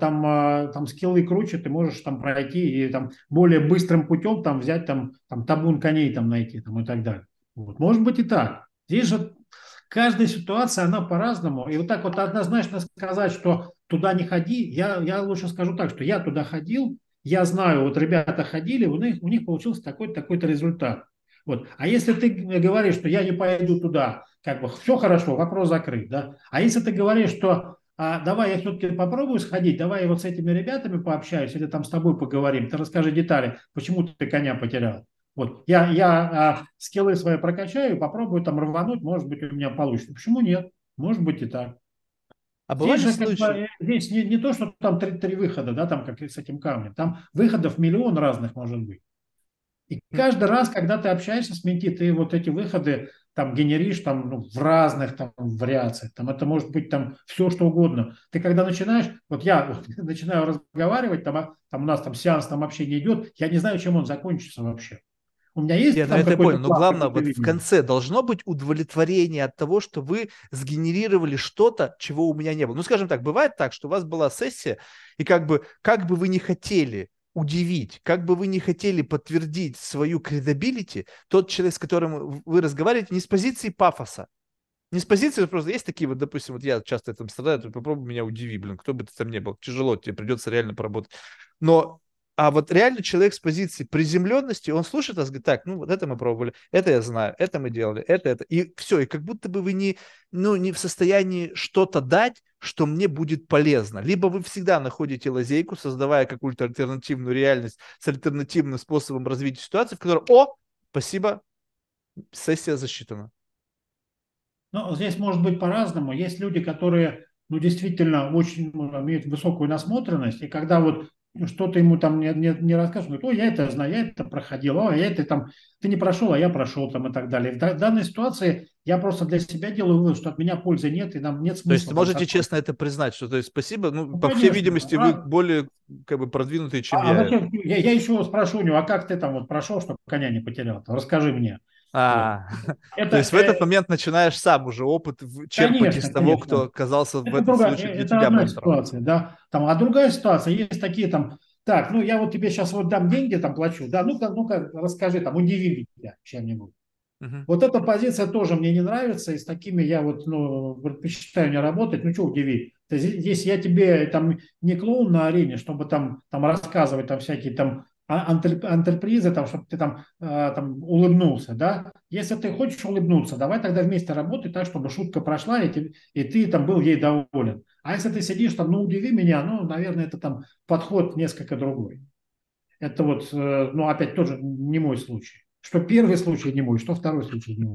там скиллы круче, ты можешь там пройти и там более быстрым путем там взять там табун коней там найти там и так далее. Вот. Может быть и так. Здесь же каждая ситуация, она по-разному. И вот так вот однозначно сказать, что туда не ходи, я лучше скажу так, что я туда ходил, я знаю, вот ребята ходили, у них получился такой-то результат. Вот. А если ты говоришь, что я не пойду туда, как бы все хорошо, вопрос закрыт, да. А если ты говоришь, что давай я все-таки попробую сходить, давай я вот с этими ребятами пообщаюсь или там с тобой поговорим, ты расскажи детали, почему ты коня потерял. Вот, я скиллы свои прокачаю, попробую там рвануть, может быть, у меня получится. Почему нет? Может быть и так. А Здесь бывали же как бы случаи? здесь не то, что там три выхода, да, там как и с этим камнем. Там выходов миллион разных может быть. И каждый раз, когда ты общаешься с менти, ты вот эти выходы там генеришь там, ну, в разных там вариациях. Там это может быть там все, что угодно. Ты когда начинаешь, вот я вот, начинаю разговаривать, там у нас там сеанс, там общение идет, я не знаю, чем он закончится вообще. У меня есть Я, ну там это я какой-то понял, но план, главное, какой-то вот в видение. конце должно быть удовлетворение от того, что вы сгенерировали что-то, чего у меня не было. Ну, скажем так, бывает так, что у вас была сессия, и как бы вы не хотели удивить, как бы вы не хотели подтвердить свою кредабилити, тот человек, с которым вы разговариваете, не с позиции пафоса, не с позиции, просто есть такие вот, допустим, вот я часто этим страдаю, ты попробуй меня удиви, блин, кто бы ты там ни был, тяжело, тебе придется реально поработать. Но, а вот реально человек с позиции приземленности, он слушает вас, говорит, так, ну вот это мы пробовали, это я знаю, это мы делали, это, и все, и как будто бы вы не в состоянии что-то дать, что мне будет полезно. Либо вы всегда находите лазейку, создавая какую-то альтернативную реальность с альтернативным способом развития ситуации, в которой, спасибо, сессия засчитана. Ну, здесь может быть по-разному. Есть люди, которые, ну, действительно очень имеют высокую насмотренность, и когда вот что-то ему там не рассказывают, ой, я это знаю, я это проходил, ой, я это там, ты не прошел, а я прошел там и так далее. В данной ситуации я просто для себя делаю вывод, что от меня пользы нет, и нам нет То есть смысла там можете сотрудничать. честно это признать, что то есть спасибо, ну, Ну, по всей конечно. видимости, вы более как бы продвинутые, чем я. Зачем? Я еще спрошу у него, а как ты там вот прошел, чтобы коня не потерял? Расскажи мне. Вот. А, то Это, есть в этот момент начинаешь сам уже опыт черпать из конечно, того, конечно. кто оказался в Это этом другая, случае для это тебя одна ментором. ситуация, да. А другая ситуация, есть такие там, так, ну я вот тебе сейчас вот дам деньги, там плачу, да, ну-ка, расскажи, там, удиви меня чем-нибудь. Мгм. Вот эта позиция тоже мне не нравится, и с такими я вот, ну, предпочитаю не работать, ну что удиви. Здесь я тебе там не клоун на арене, чтобы там рассказывать там всякие там антрепризы, там, чтобы ты там улыбнулся, да. Если ты хочешь улыбнуться, давай тогда вместе работай так, чтобы шутка прошла, и ты там был ей доволен. А если ты сидишь там, ну удиви меня, ну, наверное, это там подход несколько другой. Это вот, ну, опять тоже не мой случай. Что первый случай не мой, что второй случай не мой.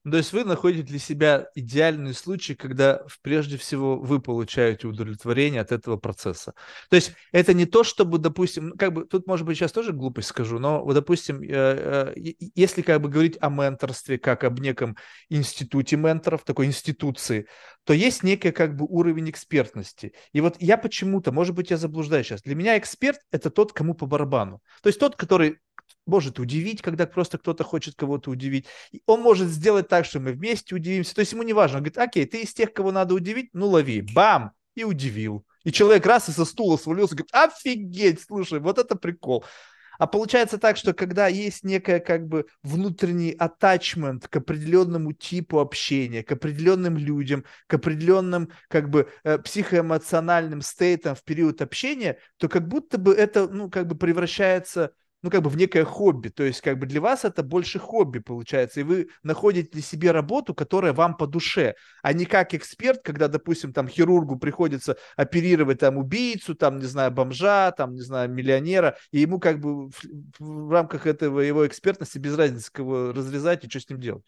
Ну, то есть вы находите для себя идеальный случай, когда прежде всего вы получаете удовлетворение от этого процесса. То есть это не то, чтобы, допустим, как бы тут, может быть, сейчас тоже глупость скажу, но, вот, допустим, если как бы говорить о менторстве как об неком институте менторов, такой институции, то есть некий как бы уровень экспертности. И вот я почему-то, может быть, я заблуждаюсь сейчас, для меня эксперт – это тот, кому по барабану. То есть тот, который может удивить, когда просто кто-то хочет кого-то удивить. И он может сделать так, что мы вместе удивимся. То есть ему не важно. Он говорит, окей, ты из тех, кого надо удивить, ну лови. Бам! И удивил. И человек раз и со стула свалился, говорит, офигеть, слушай, вот это прикол. А получается так, что когда есть некая как бы внутренний attachment к определенному типу общения, к определенным людям, к определенным как бы психоэмоциональным стейтам в период общения, то как будто бы это, ну, как бы превращается, ну, как бы в некое хобби. То есть как бы для вас это больше хобби получается, и вы находите для себе работу, которая вам по душе, а не как эксперт, когда, допустим, там хирургу приходится оперировать там убийцу, там, не знаю, бомжа, там, не знаю, миллионера, и ему как бы в рамках этого его экспертности без разницы, кого разрезать и что с ним делать.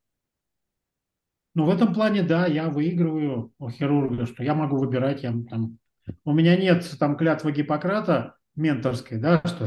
Ну, в этом плане, да, я выигрываю у хирурга, что я могу выбирать, я, там, у меня нет там клятвы Гиппократа менторской, да, что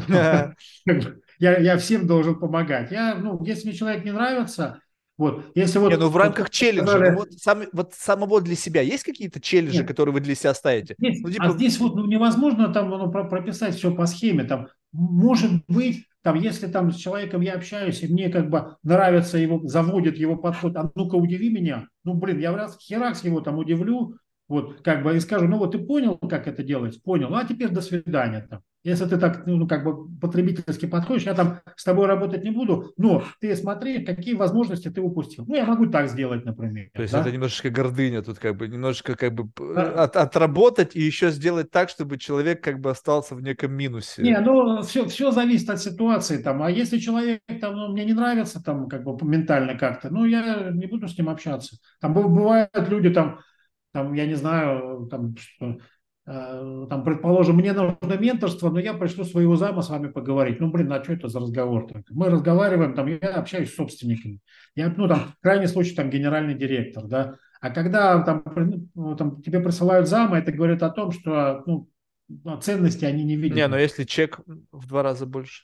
я всем должен помогать. Я, ну, если мне человек не нравится, вот, если Не, ну вот, в вот рамках как вы челленджа, ну сказали, вот, вот самого для себя есть какие-то челленджи, нет, которые вы для себя ставите? Ну, а типа, здесь вот ну, невозможно там ну, прописать все по схеме. Там, может быть, там, если там с человеком я общаюсь, и мне как бы нравится его, заводит его подход, а ну-ка удиви меня, ну, блин, я раз херакс его там удивлю, вот, как бы, и скажу, ну, вот ты понял, как это делать? Понял, ну, а теперь до свидания там. Если ты так, ну, как бы потребительски подходишь, я там с тобой работать не буду, но ты смотри, какие возможности ты упустил. Ну, я могу так сделать, например, то есть это да? немножечко гордыня тут, как бы, немножечко как бы А, отработать и еще сделать так, чтобы человек как бы остался в неком минусе. Не, ну все зависит от ситуации там. А если человек там, ну, мне не нравится там как бы ментально как-то, ну я не буду с ним общаться. Там бывают люди там я не знаю, там что, там предположим мне нужно менторство, но я пришлю своего зама с вами поговорить. Ну блин, а что это за разговор? Мы разговариваем, там я общаюсь с собственниками. Я, ну там крайний случай там генеральный директор, да. А когда там, ну, там тебе присылают зама, это говорит о том, что ну, ценности они не Не, видят. но если чек в 2 раза больше.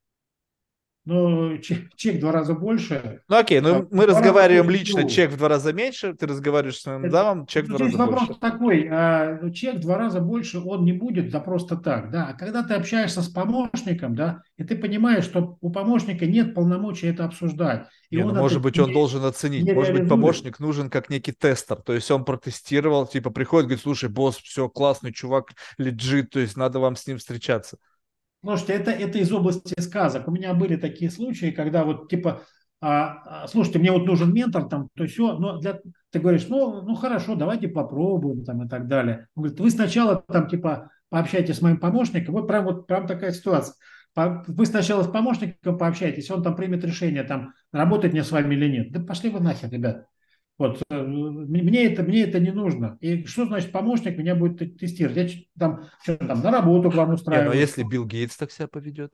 Ну, чек в 2 раза больше, Ну окей, там, ну в мы 2 раза разговариваем больше лично, чего? чек в 2 раза меньше, ты разговариваешь с своим дамом, чек в два Здесь раза вопрос больше. такой, ну, чек в 2 раза больше, он не будет за просто так, да. А когда ты общаешься с помощником, да, и ты понимаешь, что у помощника нет полномочий это обсуждать, и Не, ну он может это быть он должен оценить, не может быть реализует. помощник нужен как некий тестер, то есть он протестировал, типа приходит, говорит, слушай, босс, все, классный чувак, лежит, то есть надо вам с ним встречаться. Слушайте, это из области сказок. У меня были такие случаи, когда вот типа, слушайте, мне вот нужен ментор, там, то все, но ты говоришь, ну хорошо, давайте попробуем, там, и так далее. Он говорит, вы сначала там типа пообщайтесь с моим помощником, вот прям такая ситуация. Вы сначала с помощником пообщайтесь, он там примет решение, там, работать мне с вами или нет. Да пошли вы нахер, ребят. Вот, мне это не нужно. И что значит помощник меня будет тестировать? Я там, что там, на работу к вам Не, ну а устраиваюсь. если Билл Гейтс так себя поведет?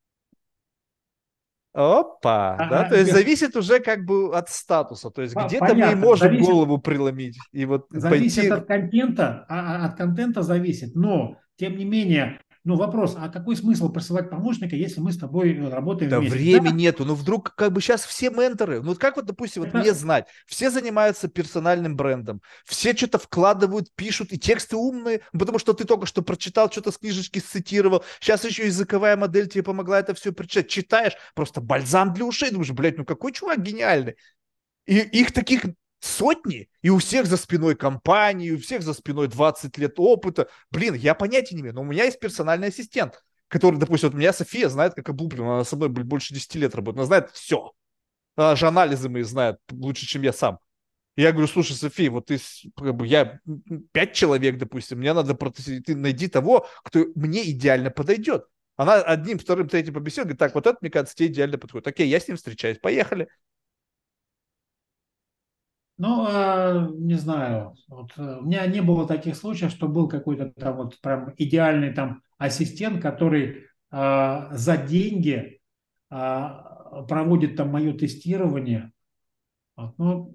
Опа, да, то есть Нет, зависит уже как бы от статуса, то есть где-то мы и понятно, можем голову преломить и вот зависит пойти. от контента, от контента зависит, но, тем не менее, ну, вопрос, а какой смысл присылать помощника, если мы с тобой работаем Да вместе? Да, времени нету, ну вдруг как бы сейчас все менторы, ну вот как вот, допустим, вот мне это, знать, все занимаются персональным брендом, все что-то вкладывают, пишут, и тексты умные, потому что ты только что прочитал, что-то с книжечки сцитировал, сейчас еще языковая модель тебе помогла это все прочитать, читаешь, просто бальзам для ушей, думаешь, блядь, ну какой чувак гениальный. И их таких сотни, и у всех за спиной компании, у всех за спиной 20 лет опыта. Блин, я понятия не имею, но у меня есть персональный ассистент, который, допустим, вот меня София знает как облуплен, она со мной больше 10 лет работает, она знает все. Она же анализы мои знает лучше, чем я сам. И я говорю, слушай, София, вот ты, как бы, я 5 человек, допустим, мне надо протестировать, ты найди того, кто мне идеально подойдет. Она одним, вторым, третьим побеседует, говорит, так, вот это, мне кажется, тебе идеально подходит. Окей, я с ним встречаюсь, поехали. ну, не знаю, вот, у меня не было таких случаев, что был какой-то там вот прям идеальный там ассистент, который за деньги проводит там мое тестирование. Вот, ну,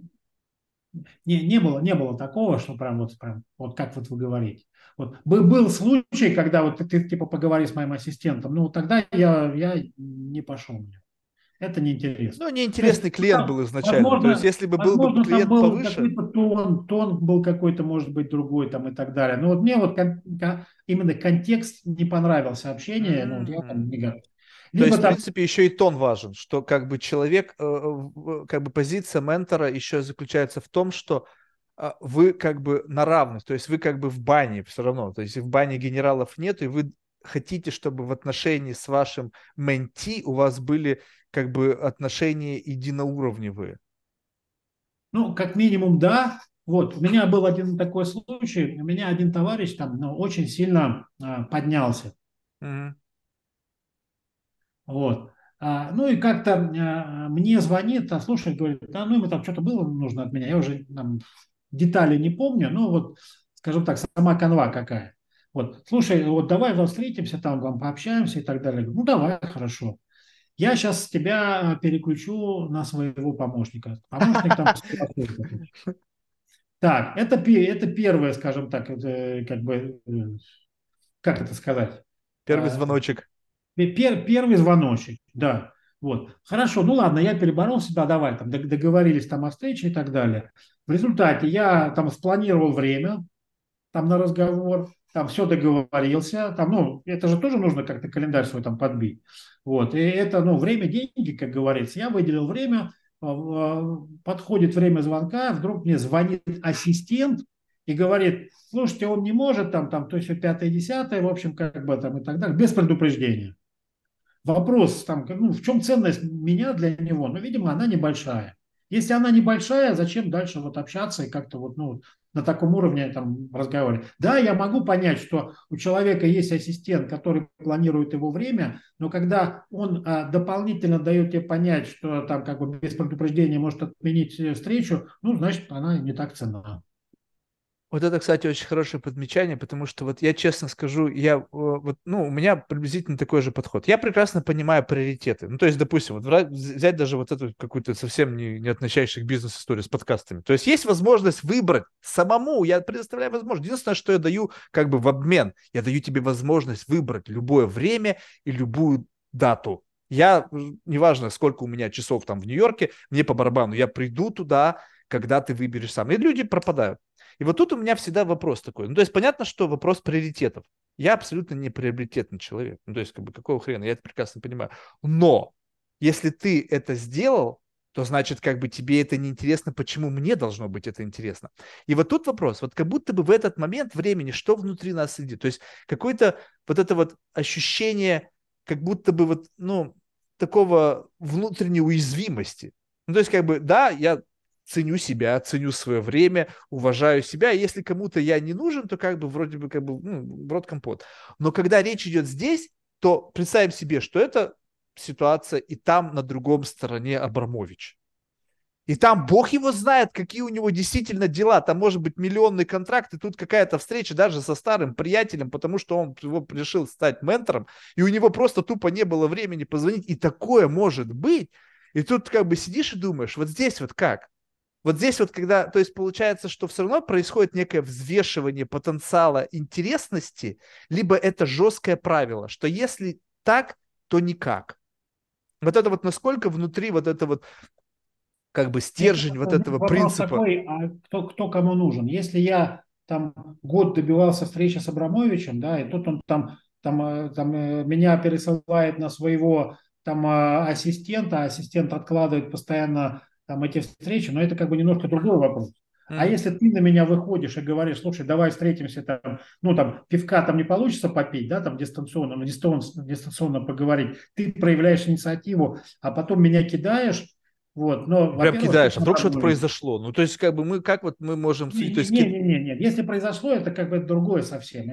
не было такого, что прям вот как вот вы говорите. Вот был случай, когда вот ты типа поговори с моим ассистентом, ну тогда я не пошел. Это неинтересно. Ну, То есть, неинтересный ну, клиент был изначально. То есть, возможно, если бы был бы возможно, там клиент был повыше, какой-то тон был какой-то, может быть, другой там и так далее. Но вот мне вот именно контекст не понравился общение, ну, вот я там не готов. то Либо есть, в там, принципе, еще и тон важен, что как бы человек, как бы позиция ментора еще заключается в том, что вы как бы на равных, то есть вы как бы в бане все равно, то есть в бане генералов нет, и вы хотите, чтобы в отношении с вашим менти у вас были как бы отношения единоуровневые. ну, как минимум, да. Вот, у меня был один такой случай, у меня один товарищ там, ну, очень сильно поднялся. Мгм. Вот. Ну и как-то мне звонит, слушай, говорит, да, ну ему там что-то было нужно от меня, я уже там детали не помню, но вот, скажем так, сама канва какая. Вот, слушай, вот давай встретимся там, вам пообщаемся и так далее. Я говорю, ну давай, хорошо. Я сейчас тебя переключу на своего помощника. Помощник там так, это первое, скажем так, как бы, как это сказать? Первый звоночек. Первый звоночек, да. Вот. Хорошо, ну ладно, я переборол себя, давай, там договорились там о встрече и так далее. В результате я там спланировал время там на разговор, там все договорился, там, ну, это же тоже нужно как-то календарь свой там подбить. Вот, и это, ну, время, деньги, как говорится. Я выделил время, подходит время звонка, вдруг мне звонит ассистент и говорит, слушайте, он не может, там, то есть пятое, десятое, в общем, как бы там и так далее, без предупреждения. Вопрос, там, ну, в чем ценность меня для него? Ну, видимо, она небольшая. Если она небольшая, зачем дальше вот общаться и как-то вот, ну, на таком уровне там разговаривать? Да, я могу понять, что у человека есть ассистент, который планирует его время, но когда он дополнительно дает тебе понять, что там как бы без предупреждения может отменить встречу, ну, значит, она не так ценна. Вот это, кстати, очень хорошее подмечание, потому что вот я честно скажу, вот, ну, у меня приблизительно такой же подход. Я прекрасно понимаю приоритеты. Ну, то есть, допустим, вот взять даже вот эту какую-то совсем не относящуюся к бизнес-историю с подкастами. То есть есть возможность выбрать самому, я предоставляю возможность. Единственное, что я даю как бы в обмен, я даю тебе возможность выбрать любое время и любую дату. Неважно, сколько у меня часов там в Нью-Йорке, мне по барабану, я приду туда, когда ты выберешь сам. И люди пропадают. И вот тут у меня всегда вопрос такой. Ну, то есть понятно, что вопрос приоритетов. Я абсолютно не приоритетный человек. Ну, то есть, как бы, какого хрена, я это прекрасно понимаю. Но если ты это сделал, то значит, как бы тебе это не интересно, почему мне должно быть это интересно. И вот тут вопрос, вот как будто бы в этот момент времени, что внутри нас сидит. То есть какое-то вот это вот ощущение, как будто бы вот, ну, такого внутренней уязвимости. Ну, то есть, как бы, да, я ценю себя, ценю свое время, уважаю себя. И если кому-то я не нужен, то как бы вроде бы, как бы, ну, в рот компот. Но когда речь идет здесь, то представим себе, что это ситуация, и там на другом стороне Абрамович. И там бог его знает, какие у него действительно дела. Там может быть миллионный контракт, и тут какая-то встреча даже со старым приятелем, потому что он его решил стать ментором, и у него просто тупо не было времени позвонить. И такое может быть. И тут как бы сидишь и думаешь, вот здесь вот как? Вот здесь вот когда, то есть получается, что все равно происходит некое взвешивание потенциала интересности, либо это жесткое правило, что если так, то никак. Вот это вот насколько внутри вот это вот как бы стержень вот Нет, этого вопрос принципа. такой, а кто кому нужен? Если я там год добивался встречи с Абрамовичем, да, и тут он меня пересылает на своего там ассистента, а ассистент откладывает постоянно там эти встречи, но это как бы немножко другой вопрос. А М. если ты на меня выходишь и говоришь, слушай, давай встретимся там, ну там пивка там не получится попить, да, там дистанционно, но дистанционно поговорить, ты проявляешь инициативу, а потом меня кидаешь, вот, но, Прям во-первых, кидаешь, а это вдруг что-то Абрамович. произошло. Ну, то есть, как бы мы, как вот мы можем Не, судить, то не, есть, не, не, не, не. Если произошло, это как бы другое совсем.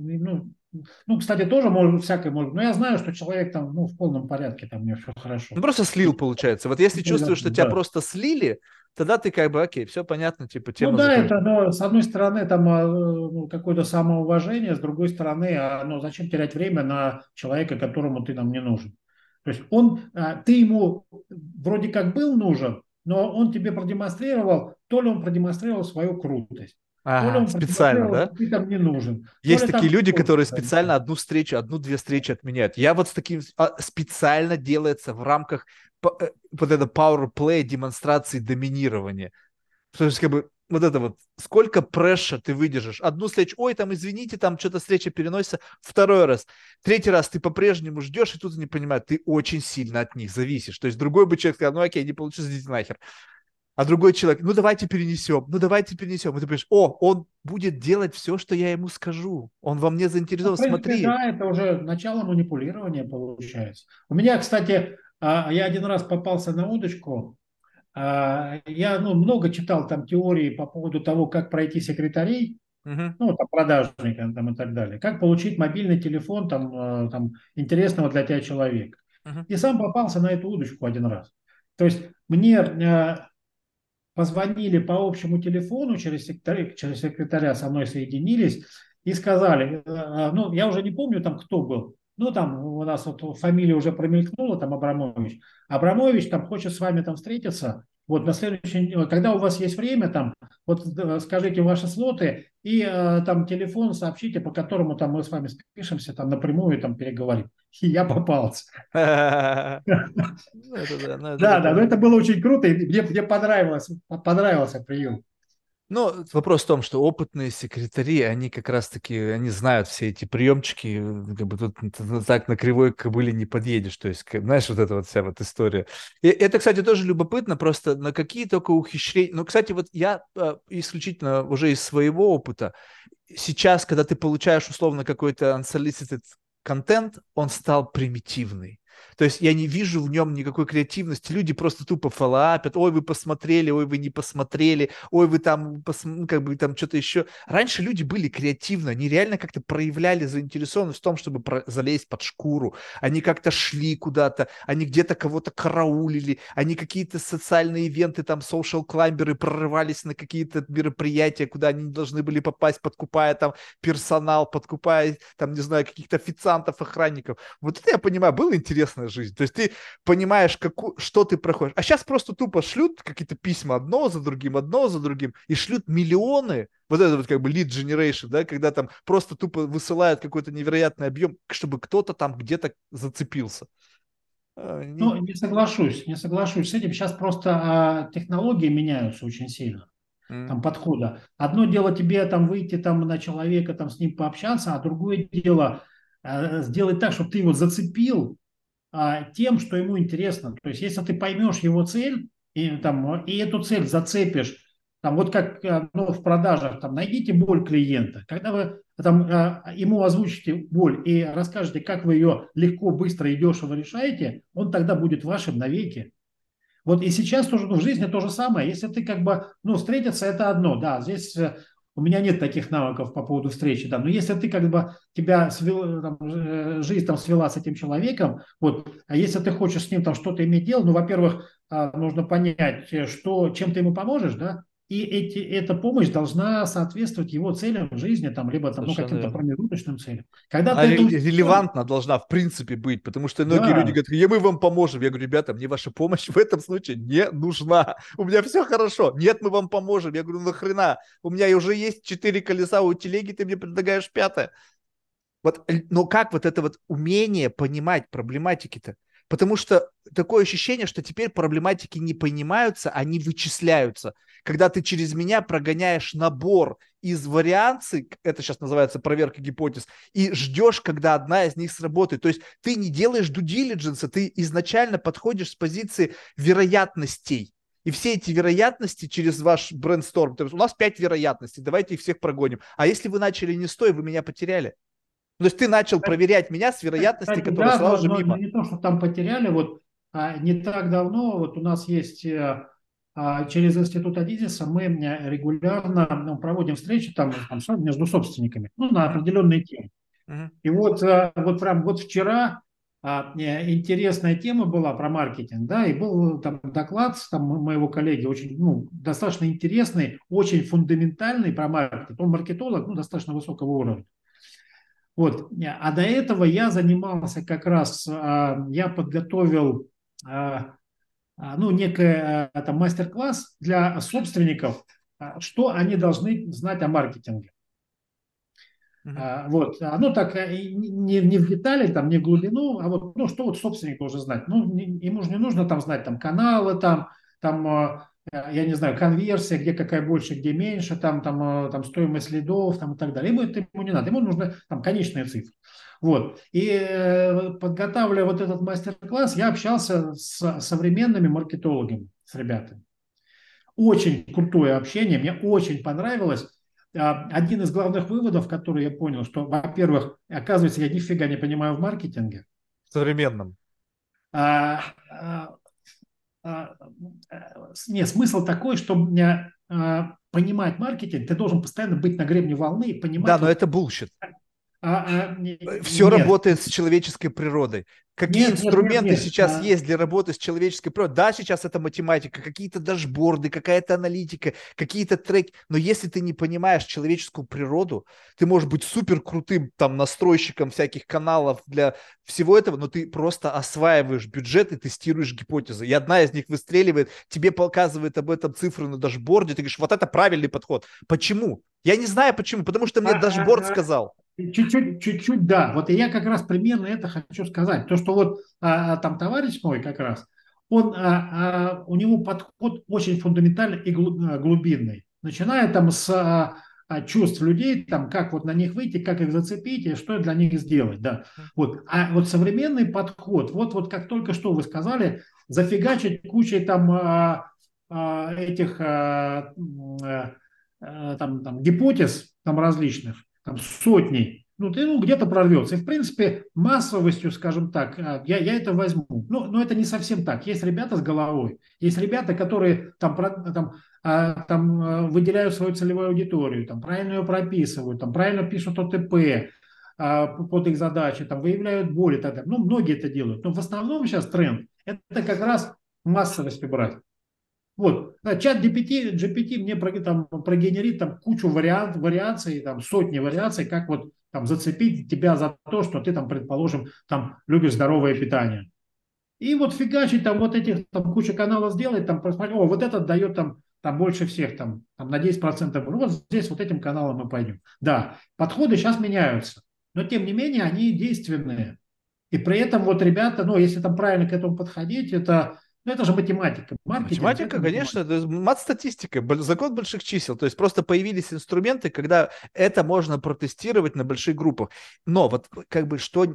Ну, кстати, тоже может, всякое может. Но я знаю, что человек там, ну, в полном порядке, там у него все хорошо. ну, просто слил, получается. Вот если чувствуешь, что тебя Да. просто слили, тогда ты как бы, окей, все понятно, типа, Ну тема да, это, закрыта. но, с одной стороны, там ну, какое-то самоуважение, с другой стороны, ну, зачем терять время на человека, которому ты нам не нужен? То есть ты ему вроде как был нужен, но он тебе продемонстрировал, то ли он продемонстрировал свою крутость, то ли Ага, он специально, продемонстрировал, да? что ты там не нужен, то Есть ли такие там люди, что-то. которые специально одну встречу, одну-две встречи отменяют. Я вот с таким специально делается в рамках вот это power play демонстрации доминирования. Потому что как бы вот это вот, сколько пресса ты выдержишь. Одну встречу, ой, там, извините, там что-то встреча переносится. Второй раз. Третий раз ты по-прежнему ждешь, и тут не понимаешь, ты очень сильно от них зависишь. То есть другой бы человек сказал, ну окей, не получилось, идите нахер. А другой человек, ну давайте перенесем, ну давайте перенесем. И ты понимаешь, о, он будет делать все, что я ему скажу. Он во мне Ну, заинтересован, в принципе, смотри. да, это уже начало манипулирования получается. У меня, кстати, я один раз попался на удочку. Я много читал там теории по поводу того, как пройти секретарей, Мгм, ну, там, продажникам там, и так далее. Как получить мобильный телефон там, интересного для тебя человека. мгм. И сам попался на эту удочку один раз. То есть мне позвонили по общему телефону через секретаря со мной соединились и сказали, ну, я уже не помню там, кто был, ну, там у нас вот фамилия уже промелькнула, там Абрамович. Абрамович там хочет с вами там встретиться, вот на следующий, когда у вас есть время, там, вот скажите ваши слоты и там телефон сообщите, по которому там мы с вами спишемся, там напрямую там переговорим. И я попался. Ну, это да, ну, это Да, да, но такое. это было очень круто, и мне понравился прием. Но вопрос в том, что опытные секретари, они как раз-таки, они знают все эти приемчики, как бы тут так на кривой кобыле не подъедешь, то есть, знаешь, вот эта вот вся вот история. И это, кстати, тоже любопытно, просто на какие только ухищрения. Ну, кстати, вот я исключительно уже из своего опыта, сейчас, когда ты получаешь условно какой-то unsolicited контент, он стал примитивный. То есть я не вижу в нем никакой креативности. Люди просто тупо фоллоуапят. Ой, вы посмотрели, ой, вы не посмотрели, ой, вы там, ну, как бы там что-то еще. Раньше люди были креативны, они реально как-то проявляли заинтересованность в том, чтобы залезть под шкуру. Они как-то шли куда-то, они где-то кого-то караулили, они какие-то социальные ивенты, там, social-клаймберы прорывались на какие-то мероприятия, куда они не должны были попасть, подкупая там персонал, подкупая там, не знаю, каких-то официантов, охранников. Вот это я понимаю, была интересная жизнь. То есть ты понимаешь, что ты проходишь. А сейчас просто тупо шлют какие-то письма одно за другим, и шлют миллионы. Вот это вот как бы lead generation, да, когда там просто тупо высылают какой-то невероятный объем, чтобы кто-то там где-то зацепился. Ну, не соглашусь с этим. Сейчас просто технологии меняются очень сильно, М. там подхода. Одно дело тебе там выйти там на человека, там с ним пообщаться, а другое дело сделать так, чтобы ты его зацепил тем, что ему интересно. То есть, если ты поймешь его цель и эту цель зацепишь, там вот как ну, в продажах, там найдите боль клиента. Когда вы там ему озвучите боль и расскажете, как вы ее легко, быстро и дешево решаете, он тогда будет вашим навеки. Вот и сейчас тоже в жизни то же самое. Если ты как бы, ну, встретиться это одно, да, здесь у меня нет таких навыков по поводу встречи, да, но если ты как бы тебя жизнь там свела с этим человеком, вот, а если ты хочешь с ним там что-то иметь дело, ну, во-первых, нужно понять, чем ты ему поможешь, да, и эта помощь должна соответствовать его целям в жизни, там, либо там, ну, Совершенно каким-то верно. промежуточным целям. Когда Она ты это релевантна должна в принципе быть, потому что многие люди да, говорят, мы вам поможем. Я говорю, ребята, мне ваша помощь в этом случае не нужна. У меня все хорошо. Нет, мы вам поможем. Я говорю, нахрена? У меня уже есть 4 колеса у телеги, ты мне предлагаешь пятое. Вот, но как вот это вот умение понимать проблематики-то? Потому что такое ощущение, что теперь проблематики не понимаются, они вычисляются. Когда ты через меня прогоняешь набор из вариаций, это сейчас называется проверка гипотез, и ждешь, когда одна из них сработает. То есть ты не делаешь due diligence, ты изначально подходишь с позиции вероятностей. И все эти вероятности через ваш брейнсторм, то есть у нас 5 вероятностей, давайте их всех прогоним. А если вы начали не с той, вы меня потеряли. То есть ты начал проверять меня с вероятности, кстати, которая да, сразу же но мимо. не то, что там потеряли. Вот не так давно вот у нас есть через институт Адизиса мы регулярно проводим встречи между собственниками, ну, на Мгм, определенные темы. мгм, И вот прям вот вчера интересная тема была про маркетинг, да, и был там доклад там моего коллеги, очень, ну, достаточно интересный, очень фундаментальный про маркетинг. Он маркетолог, ну, достаточно высокого уровня. Вот. А до этого я занимался как раз, я подготовил ну, некий там мастер-класс для собственников, что они должны знать о маркетинге. Мгм. Вот, ну так не в детали, там, не в глубину, а вот, ну, что вот собственник должен знать. Ну, ему же не нужно там знать там каналы, я не знаю, конверсия, где какая больше, где меньше, там стоимость лидов, там и так далее. Ему не надо, ему нужны там конечные цифры. Вот. И подготавливая вот этот мастер-класс, я общался с современными маркетологами, с ребятами. Очень крутое общение, мне очень понравилось. Один из главных выводов, который я понял, что, во-первых, оказывается, я нифига не понимаю в маркетинге. Современным. А, а, а, Нет, смысл такой, что понимать маркетинг, ты должен постоянно быть на гребне волны и Да, понимать но вот. это bullshit. Все Нет, работает с человеческой природой. Какие нет, нет, нет, инструменты нет. сейчас есть для работы с человеческой природой? Да, сейчас это математика, какие-то дашборды, какая-то аналитика, какие-то треки. Но если ты не понимаешь человеческую природу, ты можешь быть супер крутым там настройщиком всяких каналов для всего этого, но ты просто осваиваешь бюджет и тестируешь гипотезы. И одна из них выстреливает, тебе показывает об этом цифры на дашборде, ты говоришь, вот это правильный подход. Почему? Я не знаю почему, потому что А, мне дашборд а, а, сказал. Чуть-чуть, да. Вот и я как раз примерно это хочу сказать. То, что вот там товарищ мой как раз, у него подход очень фундаментальный и глубинный. Начиная там с чувств людей, там, как вот на них выйти, как их зацепить и что для них сделать. Да. Вот. А вот современный подход, вот как только что вы сказали, зафигачить кучей там этих там гипотез там различных, там сотни, ну, ты где-то прорвется. И, в принципе, массовостью, скажем так, я это возьму. Но это не совсем так. Есть ребята с головой, есть ребята, которые выделяют свою целевую аудиторию, там, правильно ее прописывают, там, правильно пишут ОТП под их задачи, там, выявляют боль и так далее. Ну, многие это делают. Но в основном сейчас тренд – это как раз массовость убрать. Вот, чат GPT мне прогенерит там кучу вариаций, там сотни вариаций, как вот там зацепить тебя за то, что ты там, предположим, там любишь здоровое питание. И вот фигачить там вот этих там кучу каналов сделать, там посмотреть, вот этот дает там больше всех, там на 10%. Ну вот здесь вот этим каналом мы пойдем. Да, подходы сейчас меняются, но тем не менее они действенные. И при этом вот ребята, ну если там правильно к этому подходить, это же математика. Маркетинг – это Математика, конечно, математика. это мат-статистика, закон больших чисел. То есть просто появились инструменты, когда это можно протестировать на больших группах. Но вот как бы что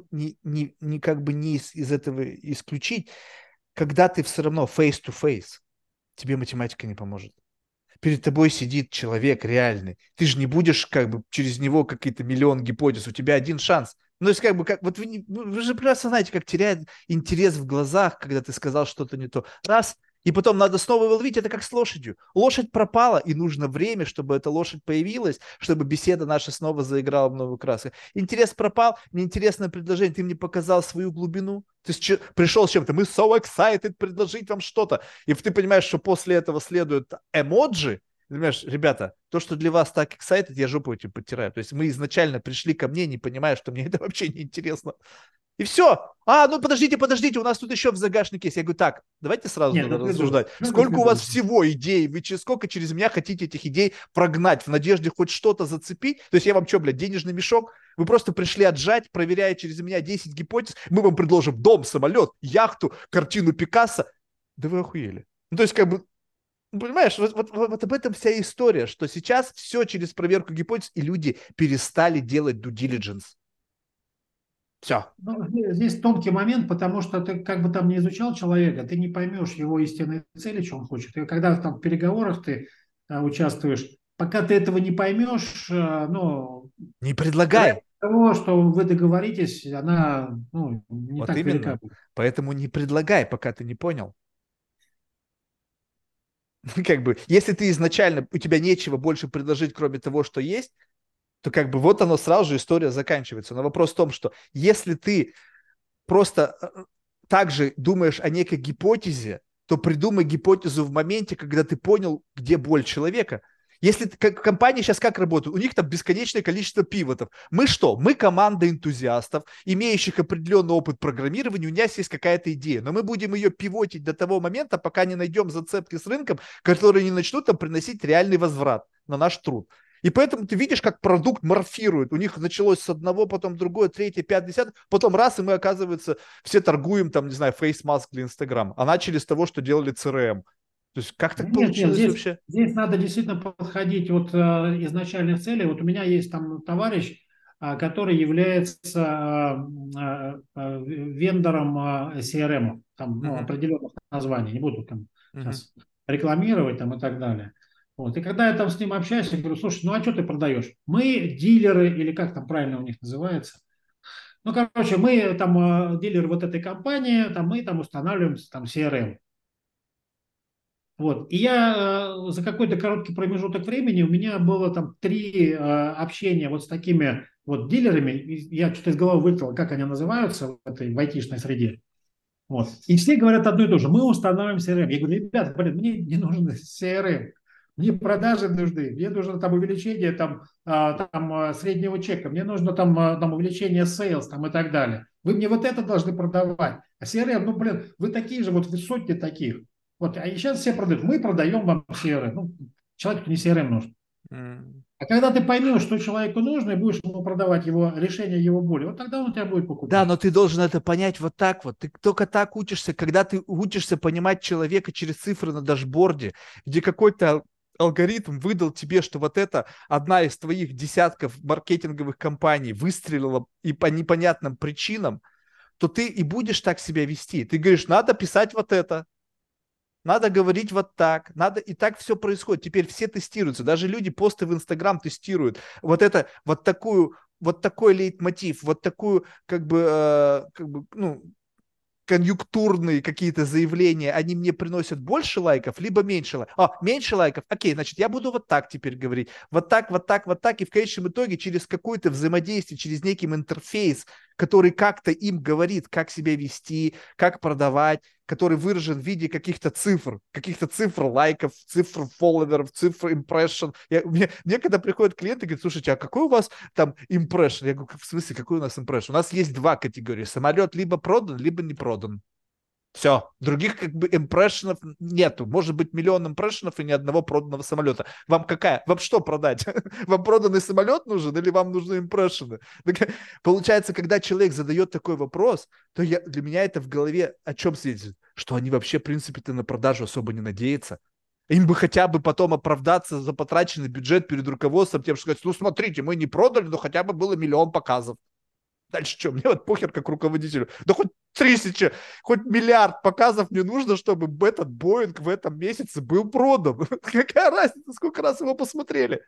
как бы не из этого исключить, когда ты все равно face-to-face, тебе математика не поможет. Перед тобой сидит человек реальный. Ты же не будешь как бы через него какие-то миллион гипотез. У тебя один шанс. Ну, то есть как бы, вот вы же прекрасно знаете, как теряет интерес в глазах, когда ты сказал что-то не то. Раз, и потом надо снова его ловить. Это как с лошадью. Лошадь пропала, и нужно время, чтобы эта лошадь появилась, чтобы беседа наша снова заиграла в новую краску. Интерес пропал, неинтересное предложение, ты мне показал свою глубину. Ты пришел с чем-то, мы so excited предложить вам что-то. И ты понимаешь, что после этого следует эмоджи. Ты понимаешь, ребята, то, что для вас так excited, я жопу этим подтираю. То есть мы изначально пришли ко мне, не понимая, что мне это вообще не интересно. И все. Ну подождите, у нас тут еще в загашнике есть. Я говорю, так, давайте сразу Нет, надо до свидос. рассуждать. Ну, до Сколько у вас свидос. всего идей? Вы сколько через меня хотите этих идей прогнать в надежде хоть что-то зацепить? То есть я вам что, блядь, денежный мешок? Вы просто пришли отжать, проверяя через меня 10 гипотез. Мы вам предложим дом, самолет, яхту, картину Пикассо. Да вы охуели. Ну, то есть как бы, понимаешь, вот об этом вся история, что сейчас все через проверку гипотез, и люди перестали делать due diligence. Все. Ну, здесь тонкий момент, потому что ты как бы там не изучал человека, ты не поймешь его истинной цели, что он хочет. И когда там в переговорах ты участвуешь, пока ты этого не поймешь, ну, Не вероятность предлагай. того, что вы договоритесь, она не Вот так велика именно. будет. Поэтому не предлагай, пока ты не понял. Как бы, если ты изначально, у тебя нечего больше предложить, кроме того, что есть, то как бы вот оно сразу же история заканчивается. Но вопрос в том, что если ты просто также думаешь о некой гипотезе, то придумай гипотезу в моменте, когда ты понял, где боль человека. Если компании сейчас как работают? У них там бесконечное количество пивотов. Мы что? Мы команда энтузиастов, имеющих определенный опыт программирования. У нас есть какая-то идея, но мы будем ее пивотить до того момента, пока не найдем зацепки с рынком, которые не начнут там приносить реальный возврат на наш труд. И поэтому ты видишь, как продукт морфирует. У них началось с одного, потом другое, третье, пятое, десятое. Потом раз, и мы, оказывается, все торгуем, там, не знаю, фейс-маск для Инстаграма. А начали с того, что делали CRM. То есть как так Нет, нет, получилось вообще? здесь надо действительно подходить от изначальных целей. Вот у меня есть там товарищ, который является вендором CRM, там ну, определенных названий, не буду там сейчас рекламировать там и так далее. Вот. И когда я там с ним общаюсь, я говорю, слушай, ну а что ты продаешь? Мы дилеры, или как там правильно у них называется. Ну, короче, мы там дилеры вот этой компании, там мы там устанавливаем там CRM. Вот. И я за какой-то короткий промежуток времени, у меня было там 3 общения вот с такими вот дилерами. Я что-то из головы вылетел, как они называются в этой в айтишной среде. Вот. И все говорят одно и то же. Мы устанавливаем CRM. Я говорю, ребята, блин, мне не нужен CRM. Мне продажи нужны, мне нужно там увеличение среднего чека, мне нужно там увеличение sales там, и так далее. Вы мне вот это должны продавать. А CRM, ну, блин, вы такие же, вот вы сотни таких. Вот, а сейчас все продают. Мы продаем вам CRM. Ну, человеку не CRM нужен. А когда ты поймешь, что человеку нужно, и будешь ему продавать его решение его боли, вот тогда он тебя будет Да, покупать. но ты должен это понять вот так вот. Ты только так учишься, когда ты учишься понимать человека через цифры на дашборде, где какой-то алгоритм выдал тебе, что вот это одна из твоих десятков маркетинговых компаний выстрелила и по непонятным причинам, то ты и будешь так себя вести. Ты говоришь, надо писать вот это, надо говорить вот так, надо, и так все происходит. Теперь все тестируются, даже люди посты в Инстаграм тестируют. Вот это, вот такой лейтмотив, вот такую, ну, конъюнктурные какие-то заявления, они мне приносят больше лайков, либо меньше лайков. Меньше лайков, окей, значит, я буду вот так теперь говорить. Вот так, вот так, вот так. И в конечном итоге через какое-то взаимодействие, через некий интерфейс, который как-то им говорит, как себя вести, как продавать, который выражен в виде каких-то цифр лайков, цифр фолловеров, цифр импрессион. Мне когда приходят клиенты и говорят, слушайте, а какой у вас там импрессион? Я говорю, в смысле, какой у нас импрессион? У нас есть 2 категории. Самолет либо продан, либо не продан. Все, других как бы импрессионов нету. Может быть миллион импрессионов и ни одного проданного самолета. Вам какая? Вам что продать? Вам проданный самолет нужен или вам нужны импрессионы? Получается, когда человек задает такой вопрос, то для меня это в голове о чем свидетельствует? Что они вообще, в принципе-то, на продажу особо не надеются. Им бы хотя бы потом оправдаться за потраченный бюджет перед руководством, тем, что сказать, ну смотрите, мы не продали, но хотя бы было 1 миллион показов. Дальше что? Мне вот похер как руководителю. Да хоть 1000, хоть 1 миллиард показов мне нужно, чтобы этот Боинг в этом месяце был продан. Какая разница, сколько раз его посмотрели?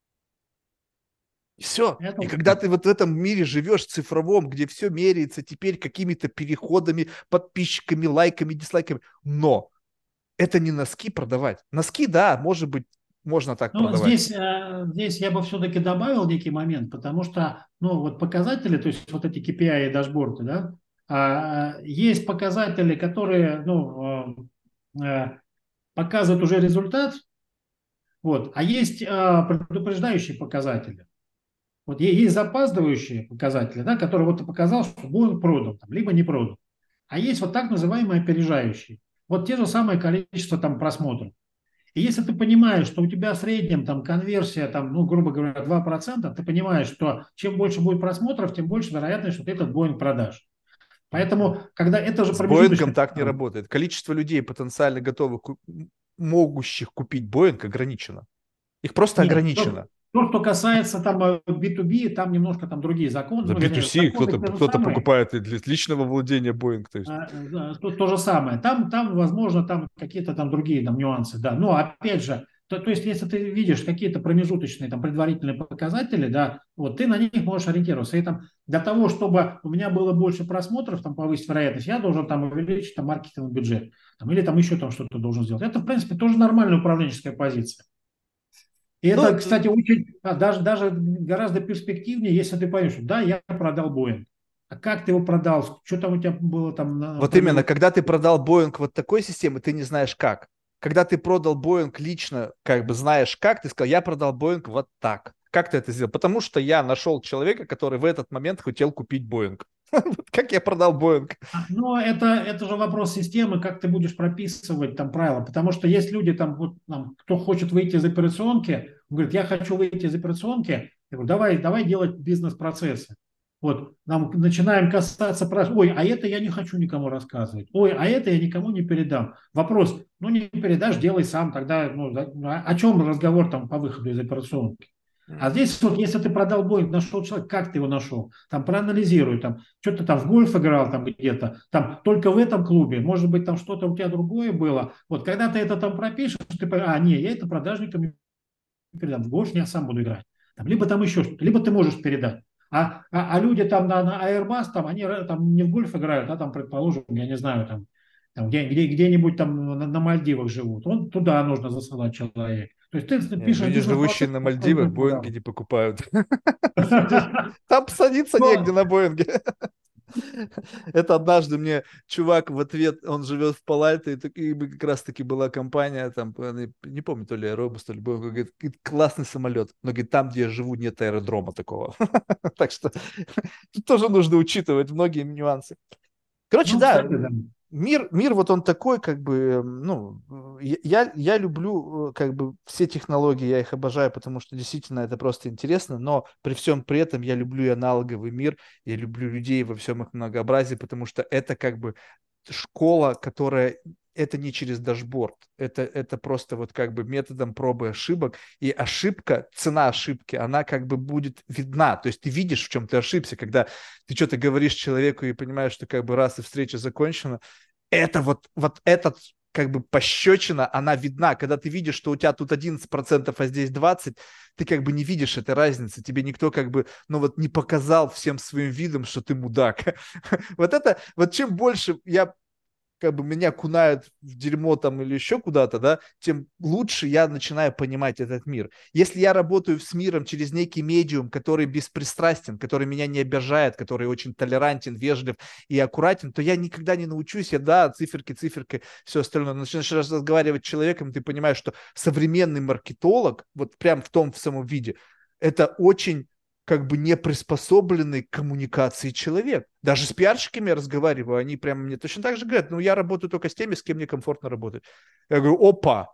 И все. Это... И когда ты вот в этом мире живешь цифровом, где все меряется теперь какими-то переходами, подписчиками, лайками, дизлайками, но это не носки продавать. Носки, да, может быть, можно так Ну, продавать. здесь я бы все-таки добавил некий момент, потому что, ну, вот показатели, то есть вот эти KPI и дашборды, да, есть показатели, которые, ну, показывают уже результат, вот, а есть предупреждающие показатели. Вот есть запаздывающие показатели, да, которые вот ты показал, что будет продан, там, либо не продан. А есть вот так называемые опережающие. Вот те же самые количество там просмотров. И если ты понимаешь, что у тебя в среднем там конверсия, там, ну, грубо говоря, 2%, ты понимаешь, что чем больше будет просмотров, тем больше вероятность, что ты этот Боинг продашь. Поэтому, когда это же С Боингом промежуточный... так не работает. Количество людей, потенциально готовых, могущих купить Боинг, ограничено. Их просто Нет, ограничено. то, что касается там B2B, там немножко там другие законы. За Ну, вернее, B2C законы те же кто-то самые. покупает и для личного владения Боинг. То есть. То же самое. Там, возможно, там какие-то там другие там нюансы, да. Но опять же, то есть, если ты видишь какие-то промежуточные там предварительные показатели, да, вот ты на них можешь ориентироваться. И там для того, чтобы у меня было больше просмотров, там повысить вероятность, я должен там увеличить там маркетинговый бюджет, там, или там еще там что-то должен сделать. Это, в принципе, тоже нормальная управленческая позиция. И это, Ну, кстати, очень, даже гораздо перспективнее, если ты поймешь, что да, я продал Боинг. А как ты его продал? Что там у тебя было там на вот именно, промежутке? когда ты продал Боинг вот такой системы, ты не знаешь как. Когда ты продал Боинг лично, как бы знаешь как, ты сказал, я продал Боинг вот так. Как ты это сделал? Потому что я нашел человека, который в этот момент хотел купить Боинг. Как я продал Боинг? Но это же вопрос системы, как ты будешь прописывать там правила. Потому что есть люди, там, вот, там, кто хочет выйти из операционки, он говорит, я хочу выйти из операционки. Я говорю, давай делать бизнес-процессы. Вот, нам начинаем касаться, ой, а это я не хочу никому рассказывать. Ой, а это я никому не передам. Вопрос, ну не передашь, делай сам, тогда, ну, о чем разговор там по выходу из операционки? А здесь вот, если ты продал Боинг, нашел человека, как ты его нашел? Там проанализируй, там, что-то там в гольф играл там где-то, там только в этом клубе, может быть, там что-то у тебя другое было. Вот когда ты это там пропишешь, ты, не, я это продажникам не передам, в гольф я сам буду играть. Там, либо там еще что-то, либо ты можешь передать. А люди там на Airbus, там, они там не в гольф играют, а там, предположим, я не знаю, там где-нибудь там на Мальдивах живут. Он туда нужно засылать человека. То есть ты Не, пишешь люди, живущие бизнес-процесс, на Мальдивах, Боинги программу. не покупают. Там садиться негде на Боинге. Это однажды мне чувак в ответ, он живет в Палальто, и как раз-таки была компания, там, не помню, то ли Аэробус, то ли Боинг, говорит, классный самолет, но говорит, там, где я живу, нет аэродрома такого. Так что тоже нужно учитывать многие нюансы. Короче, Ну, да, кстати, да. мир вот он такой, как бы, ну, я люблю, как бы, все технологии, я их обожаю, потому что действительно это просто интересно, но при всем при этом я люблю и аналоговый мир, я люблю людей во всем их многообразии, потому что это как бы школа, которая это не через дашборд, это просто вот как бы методом пробы и ошибок, и ошибка, цена ошибки, она как бы будет видна, то есть ты видишь, в чем ты ошибся, когда ты что-то говоришь человеку и понимаешь, что как бы раз и встреча закончена, это вот этот как бы пощечина, она видна. Когда ты видишь, что у тебя тут 11%, а здесь 20%, ты как бы не видишь этой разницы. Тебе никто как бы, ну вот не показал всем своим видом, что ты мудак. Вот это, вот чем больше я как бы меня кунают в дерьмо там или еще куда-то, да, тем лучше я начинаю понимать этот мир. Если я работаю с миром через некий медиум, который беспристрастен, который меня не обижает, который очень толерантен, вежлив и аккуратен, то я никогда не научусь, я, да, циферки, все остальное. Но начинаешь разговаривать с человеком, ты понимаешь, что современный маркетолог, вот прям в том в самом виде, это очень как бы не приспособленный к коммуникации человек. Даже с пиарщиками я разговариваю, они прямо мне точно так же говорят, ну, я работаю только с теми, с кем мне комфортно работать. Я говорю, опа,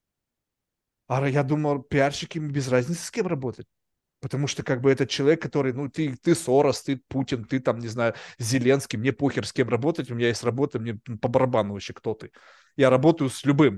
а я думал, пиарщики без разницы с кем работать. Потому что как бы этот человек, который, ну, ты Сорос, ты Путин, ты там, не знаю, Зеленский, мне похер с кем работать, у меня есть работа, мне по барабану вообще кто ты. Я работаю с любым.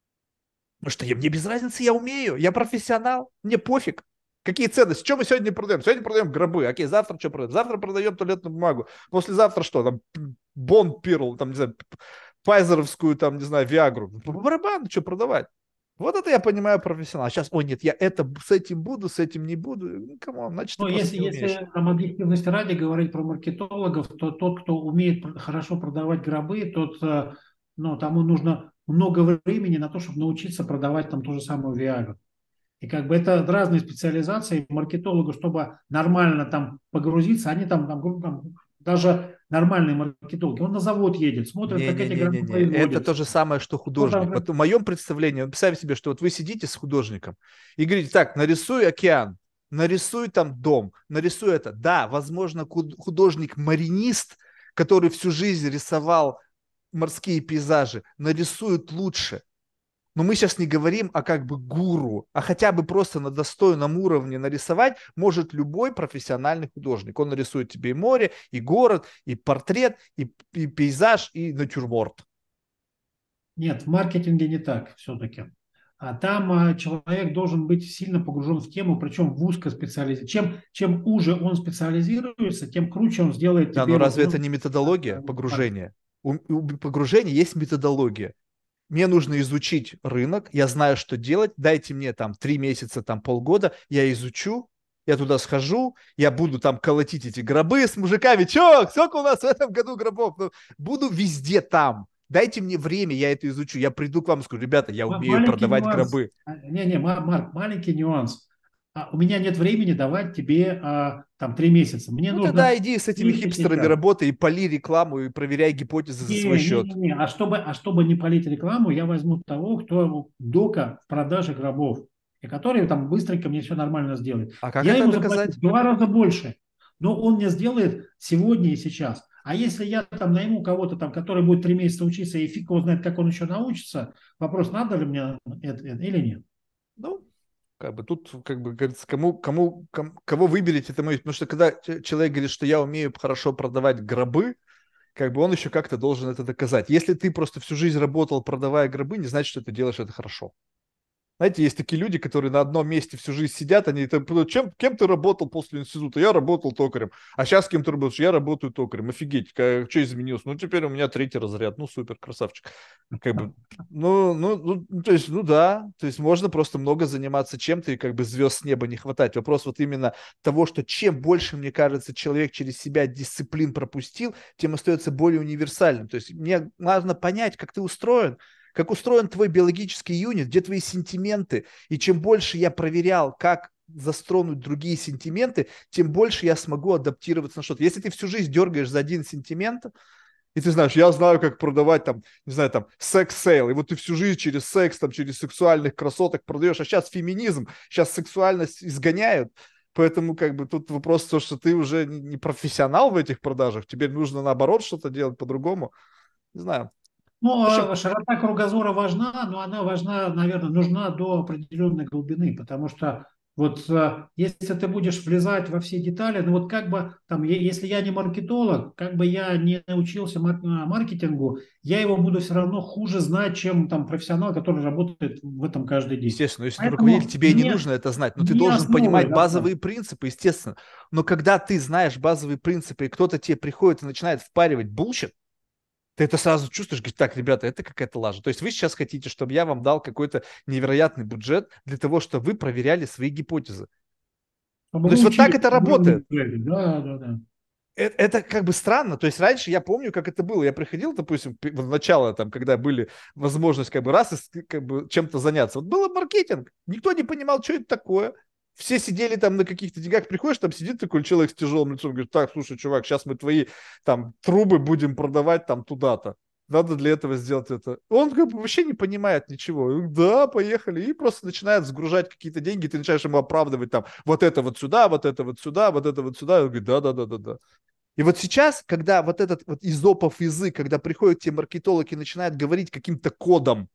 Потому что мне без разницы, я умею, я профессионал, мне пофиг. Какие ценности? Что мы сегодня продаем? Сегодня продаем гробы. Окей, завтра что продаем? Завтра продаем туалетную бумагу. Послезавтра что? Там Бонд Пирл, там, не знаю, Пайзеровскую, там, не знаю, Виагру. По барабану, что продавать? Вот это я понимаю профессионал. А сейчас, ой, нет, я это с этим буду, с этим не буду. Ну, камон, значит, ты Но просто если, не умеешь. если там объективности ради говорить про маркетологов, то тот, кто умеет хорошо продавать гробы, тот, ну, тому нужно много времени на то, чтобы научиться продавать там ту же самую Viagra. И как бы это разные специализации. Маркетологу, чтобы нормально там погрузиться, они там даже нормальные маркетологи, он на завод едет, смотрит, как эти гробы Не-не-не-не-не. Это то производятся. же самое, что Кто художник. там, Вот в моем представлении, вот представь себе, что вот вы сидите с художником и говорите, так, нарисуй океан, нарисуй там дом, нарисуй это. Да, возможно, художник-маринист, который всю жизнь рисовал морские пейзажи, нарисует лучше. Но мы сейчас не говорим о как бы гуру, а хотя бы просто на достойном уровне нарисовать может любой профессиональный художник. Он нарисует тебе и море, и город, и портрет, и пейзаж, и натюрморт. Нет, в маркетинге не так все-таки. А там человек должен быть сильно погружен в тему, причем в узко специализированную. Чем уже он специализируется, тем круче он сделает Да, но тебе вот, разве это ну, не методология погружения? У погружения есть методология. Мне нужно изучить рынок, я знаю, что делать, дайте мне там 3 месяца, там полгода, я изучу, я туда схожу, я буду там колотить эти гробы с мужиками. Че, сколько у нас в этом году гробов? Ну, буду везде там. Дайте мне время, я это изучу. Я приду к вам и скажу, ребята, я умею маленький продавать нюанс. гробы. Не-не, Марк, маленький нюанс. у меня нет времени давать тебе там 3 месяца. Мне Ну, тогда нужно иди с этими здесь и хипстерами сейчас. работай и пали рекламу, и проверяй гипотезы за свой счет. Не. А чтобы не палить рекламу, я возьму того, кто дока в продаже гробов, и который там быстренько мне все нормально сделает. А как Я это ему заплачу доказать? в 2 раза больше, но он мне сделает сегодня и сейчас. А если я там найму кого-то там, который будет 3 месяца учиться, и фиг его знает, как он еще научится, вопрос, надо ли мне это или нет. Ну, как бы тут, как бы говорится, кого выберете, это мое. Потому что когда человек говорит, что я умею хорошо продавать гробы, как бы он еще как-то должен это доказать. Если ты просто всю жизнь работал, продавая гробы, не значит, что ты делаешь это хорошо. Знаете, есть такие люди, которые на одном месте всю жизнь сидят, они там, кем ты работал после института? Я работал токарем. А сейчас кем ты работаешь? Я работаю токарем. Офигеть, что изменилось? Ну, теперь у меня 3-й разряд. Ну, супер, красавчик. Как бы, то есть, ну да, то есть можно просто много заниматься чем-то, и как бы звезд с неба не хватать. Вопрос вот именно того, что чем больше, мне кажется, человек через себя дисциплин пропустил, тем остается более универсальным. То есть мне важно понять, как устроен твой биологический юнит, где твои сентименты. И чем больше я проверял, как застронуть другие сентименты, тем больше я смогу адаптироваться на что-то. Если ты всю жизнь дергаешь за один сентимент, и ты знаешь, я знаю, как продавать там, не знаю, там, секс-сейл, и вот ты всю жизнь через секс, там, через сексуальных красоток продаешь, а сейчас феминизм, сейчас сексуальность изгоняют, поэтому как бы тут вопрос то, что ты уже не профессионал в этих продажах, теперь нужно наоборот что-то делать по-другому, не знаю. Ну, В общем, широта кругозора важна, но она важна, наверное, нужна до определенной глубины, потому что вот если ты будешь влезать во все детали, ну вот как бы там, если я не маркетолог, как бы я не научился маркетингу, я его буду все равно хуже знать, чем там профессионал, который работает в этом каждый день. естественно, если ты руководитель, Поэтому тебе и не нужно это знать, но ты не должен основывай понимать на том. базовые принципы, естественно. Но когда ты знаешь базовые принципы, и кто-то тебе приходит и начинает впаривать булщит, ты это сразу чувствуешь, говоришь, так, ребята, это какая-то лажа. То есть вы сейчас хотите, чтобы я вам дал какой-то невероятный бюджет для того, чтобы вы проверяли свои гипотезы. Чтобы Ну, то вы есть вот так учились это в работает. Да, да, да. Это как бы странно. То есть раньше я помню, как это было. Я приходил, допустим, в начало, там, когда были возможность как бы раз и как бы чем-то заняться. Вот был маркетинг. Никто не понимал, что это такое. Все сидели там на каких-то деньгах, приходишь, там сидит такой человек с тяжелым лицом, говорит, так, слушай, чувак, сейчас мы твои там трубы будем продавать там туда-то. Надо для этого сделать это. Он как бы вообще не понимает ничего. Да, поехали. И просто начинает сгружать какие-то деньги, ты начинаешь ему оправдывать там вот это вот сюда, вот это вот сюда, вот это вот сюда. И он говорит, да. И вот сейчас, когда вот этот вот изопов язык, когда приходят те маркетологи и начинают говорить каким-то кодом,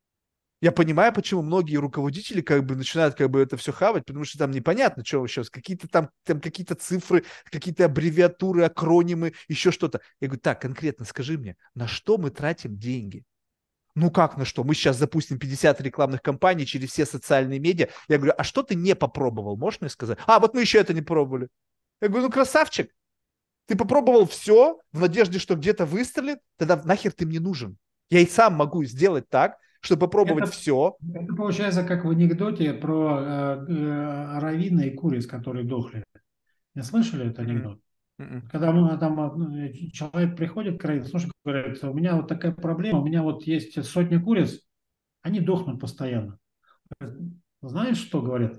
я понимаю, почему многие руководители как бы начинают как бы это все хавать, потому что там непонятно, что сейчас, какие-то там какие-то цифры, какие-то аббревиатуры, акронимы, еще что-то. Я говорю, так, конкретно скажи мне, на что мы тратим деньги? Ну как на что? Мы сейчас запустим 50 рекламных кампаний через все социальные медиа. Я говорю, а что ты не попробовал? Можешь мне сказать? А, вот мы еще это не пробовали. Я говорю, ну красавчик, ты попробовал все в надежде, что где-то выстрелит, тогда нахер ты мне нужен. Я и сам могу сделать так, чтобы попробовать Это, все. это получается как в анекдоте про раввина и куриц, которые дохли. Не слышали этот Мгм. анекдот? Мгм. Когда там человек приходит к раввину, слушай, говорит, у меня вот такая проблема, у меня вот есть сотня куриц, они дохнут постоянно. Знаешь, что говорят?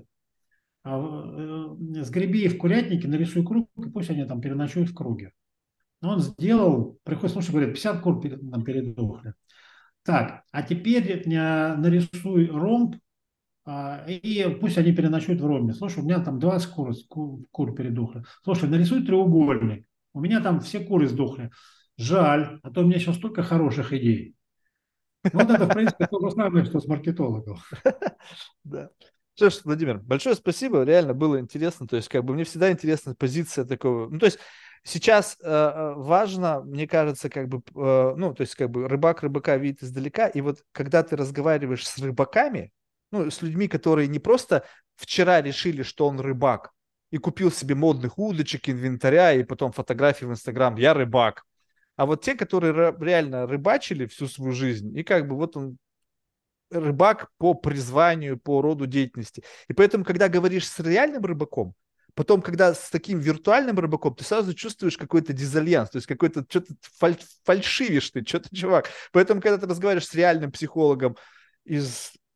Сгреби в курятнике, нарисуй круг, и пусть они там переночуют в круге. Но он сделал, приходит, слушай, говорит, 50 кур там передохли. Так, а теперь нарисуй ромб, и пусть они переночуют в ромбе. Слушай, у меня там 20 кур передохли. Слушай, нарисуй треугольник. У меня там все куры сдохли. Жаль, а то у меня сейчас столько хороших идей. Вот это, в принципе, то же самое, что с маркетологом. Да. Что ж, Владимир, большое спасибо, реально было интересно, то есть как бы мне всегда интересна позиция такого, ну то есть сейчас важно, мне кажется, как бы, ну то есть как бы рыбак рыбака видит издалека, и вот когда ты разговариваешь с рыбаками, ну с людьми, которые не просто вчера решили, что он рыбак, и купил себе модных удочек, инвентаря, и потом фотографии в Инстаграм, я рыбак, а вот те, которые реально рыбачили всю свою жизнь, и как бы вот он рыбак по призванию, по роду деятельности. И поэтому, когда говоришь с реальным рыбаком, потом, когда с таким виртуальным рыбаком, ты сразу чувствуешь какой-то дизальянс, то есть какой-то что-то фальшивишь ты, что-то, чувак. Поэтому, когда ты разговариваешь с реальным психологом из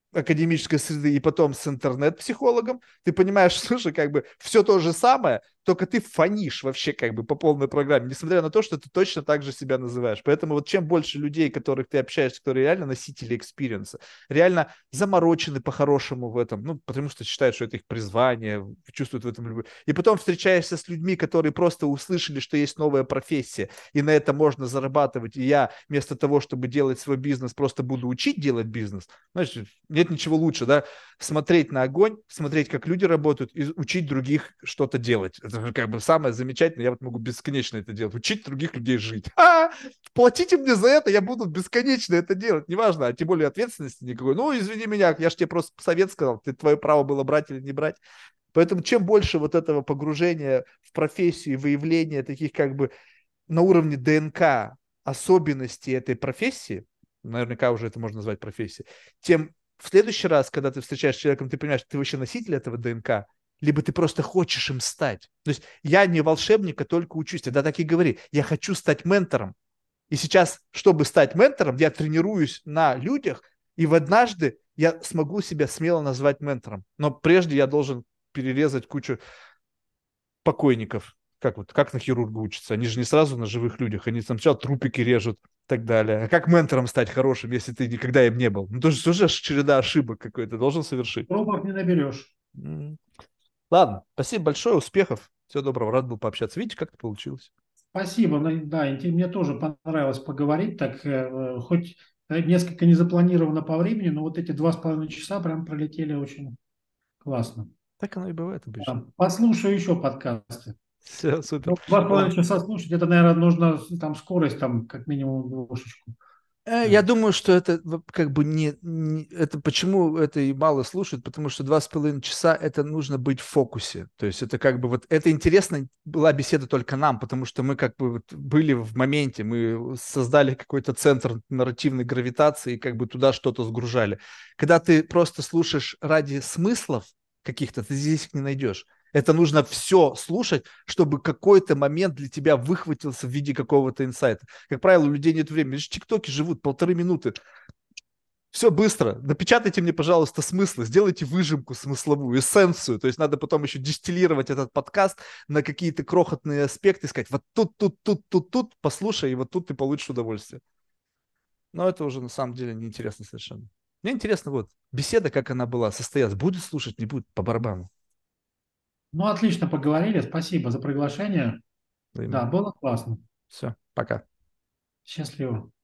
академической среды и потом с интернет-психологом, ты понимаешь, слушай, как бы все то же самое, только ты фонишь вообще как бы по полной программе, несмотря на то, что ты точно так же себя называешь. Поэтому вот чем больше людей, которых ты общаешься, которые реально носители экспириенса, реально заморочены по-хорошему в этом, ну, потому что считают, что это их призвание, чувствуют в этом любовь. И потом встречаешься с людьми, которые просто услышали, что есть новая профессия, и на это можно зарабатывать, и я вместо того, чтобы делать свой бизнес, просто буду учить делать бизнес. Знаешь, нет ничего лучше, да, смотреть на огонь, смотреть, как люди работают, и учить других что-то делать. Это же как бы самое замечательное, я вот могу бесконечно это делать, учить других людей жить. Платите мне за это, я буду бесконечно это делать, неважно, а тем более ответственности никакой. Ну, извини меня, я же тебе просто совет сказал, ты твое право было брать или не брать. Поэтому чем больше вот этого погружения в профессию, выявления таких как бы на уровне ДНК особенностей этой профессии, наверняка уже это можно назвать профессией, тем в следующий раз, когда ты встречаешься с человеком, ты понимаешь, ты вообще носитель этого ДНК, либо ты просто хочешь им стать. То есть я не волшебник, а только учусь. Тогда так и говори. Я хочу стать ментором. И сейчас, чтобы стать ментором, я тренируюсь на людях, и в однажды я смогу себя смело назвать ментором. Но прежде я должен перерезать кучу покойников. Как вот, как на хирурга учатся? Они же не сразу на живых людях, они сначала трупики режут и так далее. А как ментором стать хорошим, если ты никогда им не был? Ну, тоже череда ошибок какой-то должен совершить. Пробок не наберешь. Ладно, спасибо большое, успехов. Всего доброго, рад был пообщаться. Видите, как это получилось? Спасибо. Да, мне тоже понравилось поговорить. Так, хоть несколько не запланировано по времени, но вот эти 2,5 часа прям пролетели очень классно. Так оно и бывает обычно. Да, послушаю еще подкасты. Все, супер. Ну, два с половиной Ладно. часа слушать, это, наверное, нужно там скорость, там, как минимум, двушечку. Я думаю, что это как бы это почему это и мало слушают, потому что 2,5 часа это нужно быть в фокусе. То есть это как бы вот это интересно была беседа только нам, потому что мы как бы вот были в моменте, мы создали какой-то центр нарративной гравитации и как бы туда что-то сгружали. Когда ты просто слушаешь ради смыслов каких-то, ты здесь их не найдешь. Это нужно все слушать, чтобы какой-то момент для тебя выхватился в виде какого-то инсайта. Как правило, у людей нет времени. Лишь тиктоки живут 1,5 минуты. Все быстро. Напечатайте мне, пожалуйста, смыслы. Сделайте выжимку смысловую, эссенцию. То есть надо потом еще дистиллировать этот подкаст на какие-то крохотные аспекты. Сказать, вот тут, послушай, и вот тут ты получишь удовольствие. Но это уже на самом деле неинтересно совершенно. Мне интересно вот, беседа, как она была, состоялась. Будет слушать, не будет, по барабану. Ну, отлично поговорили. Спасибо за приглашение. Да, Взаимно. было классно. Все, пока. Счастливо.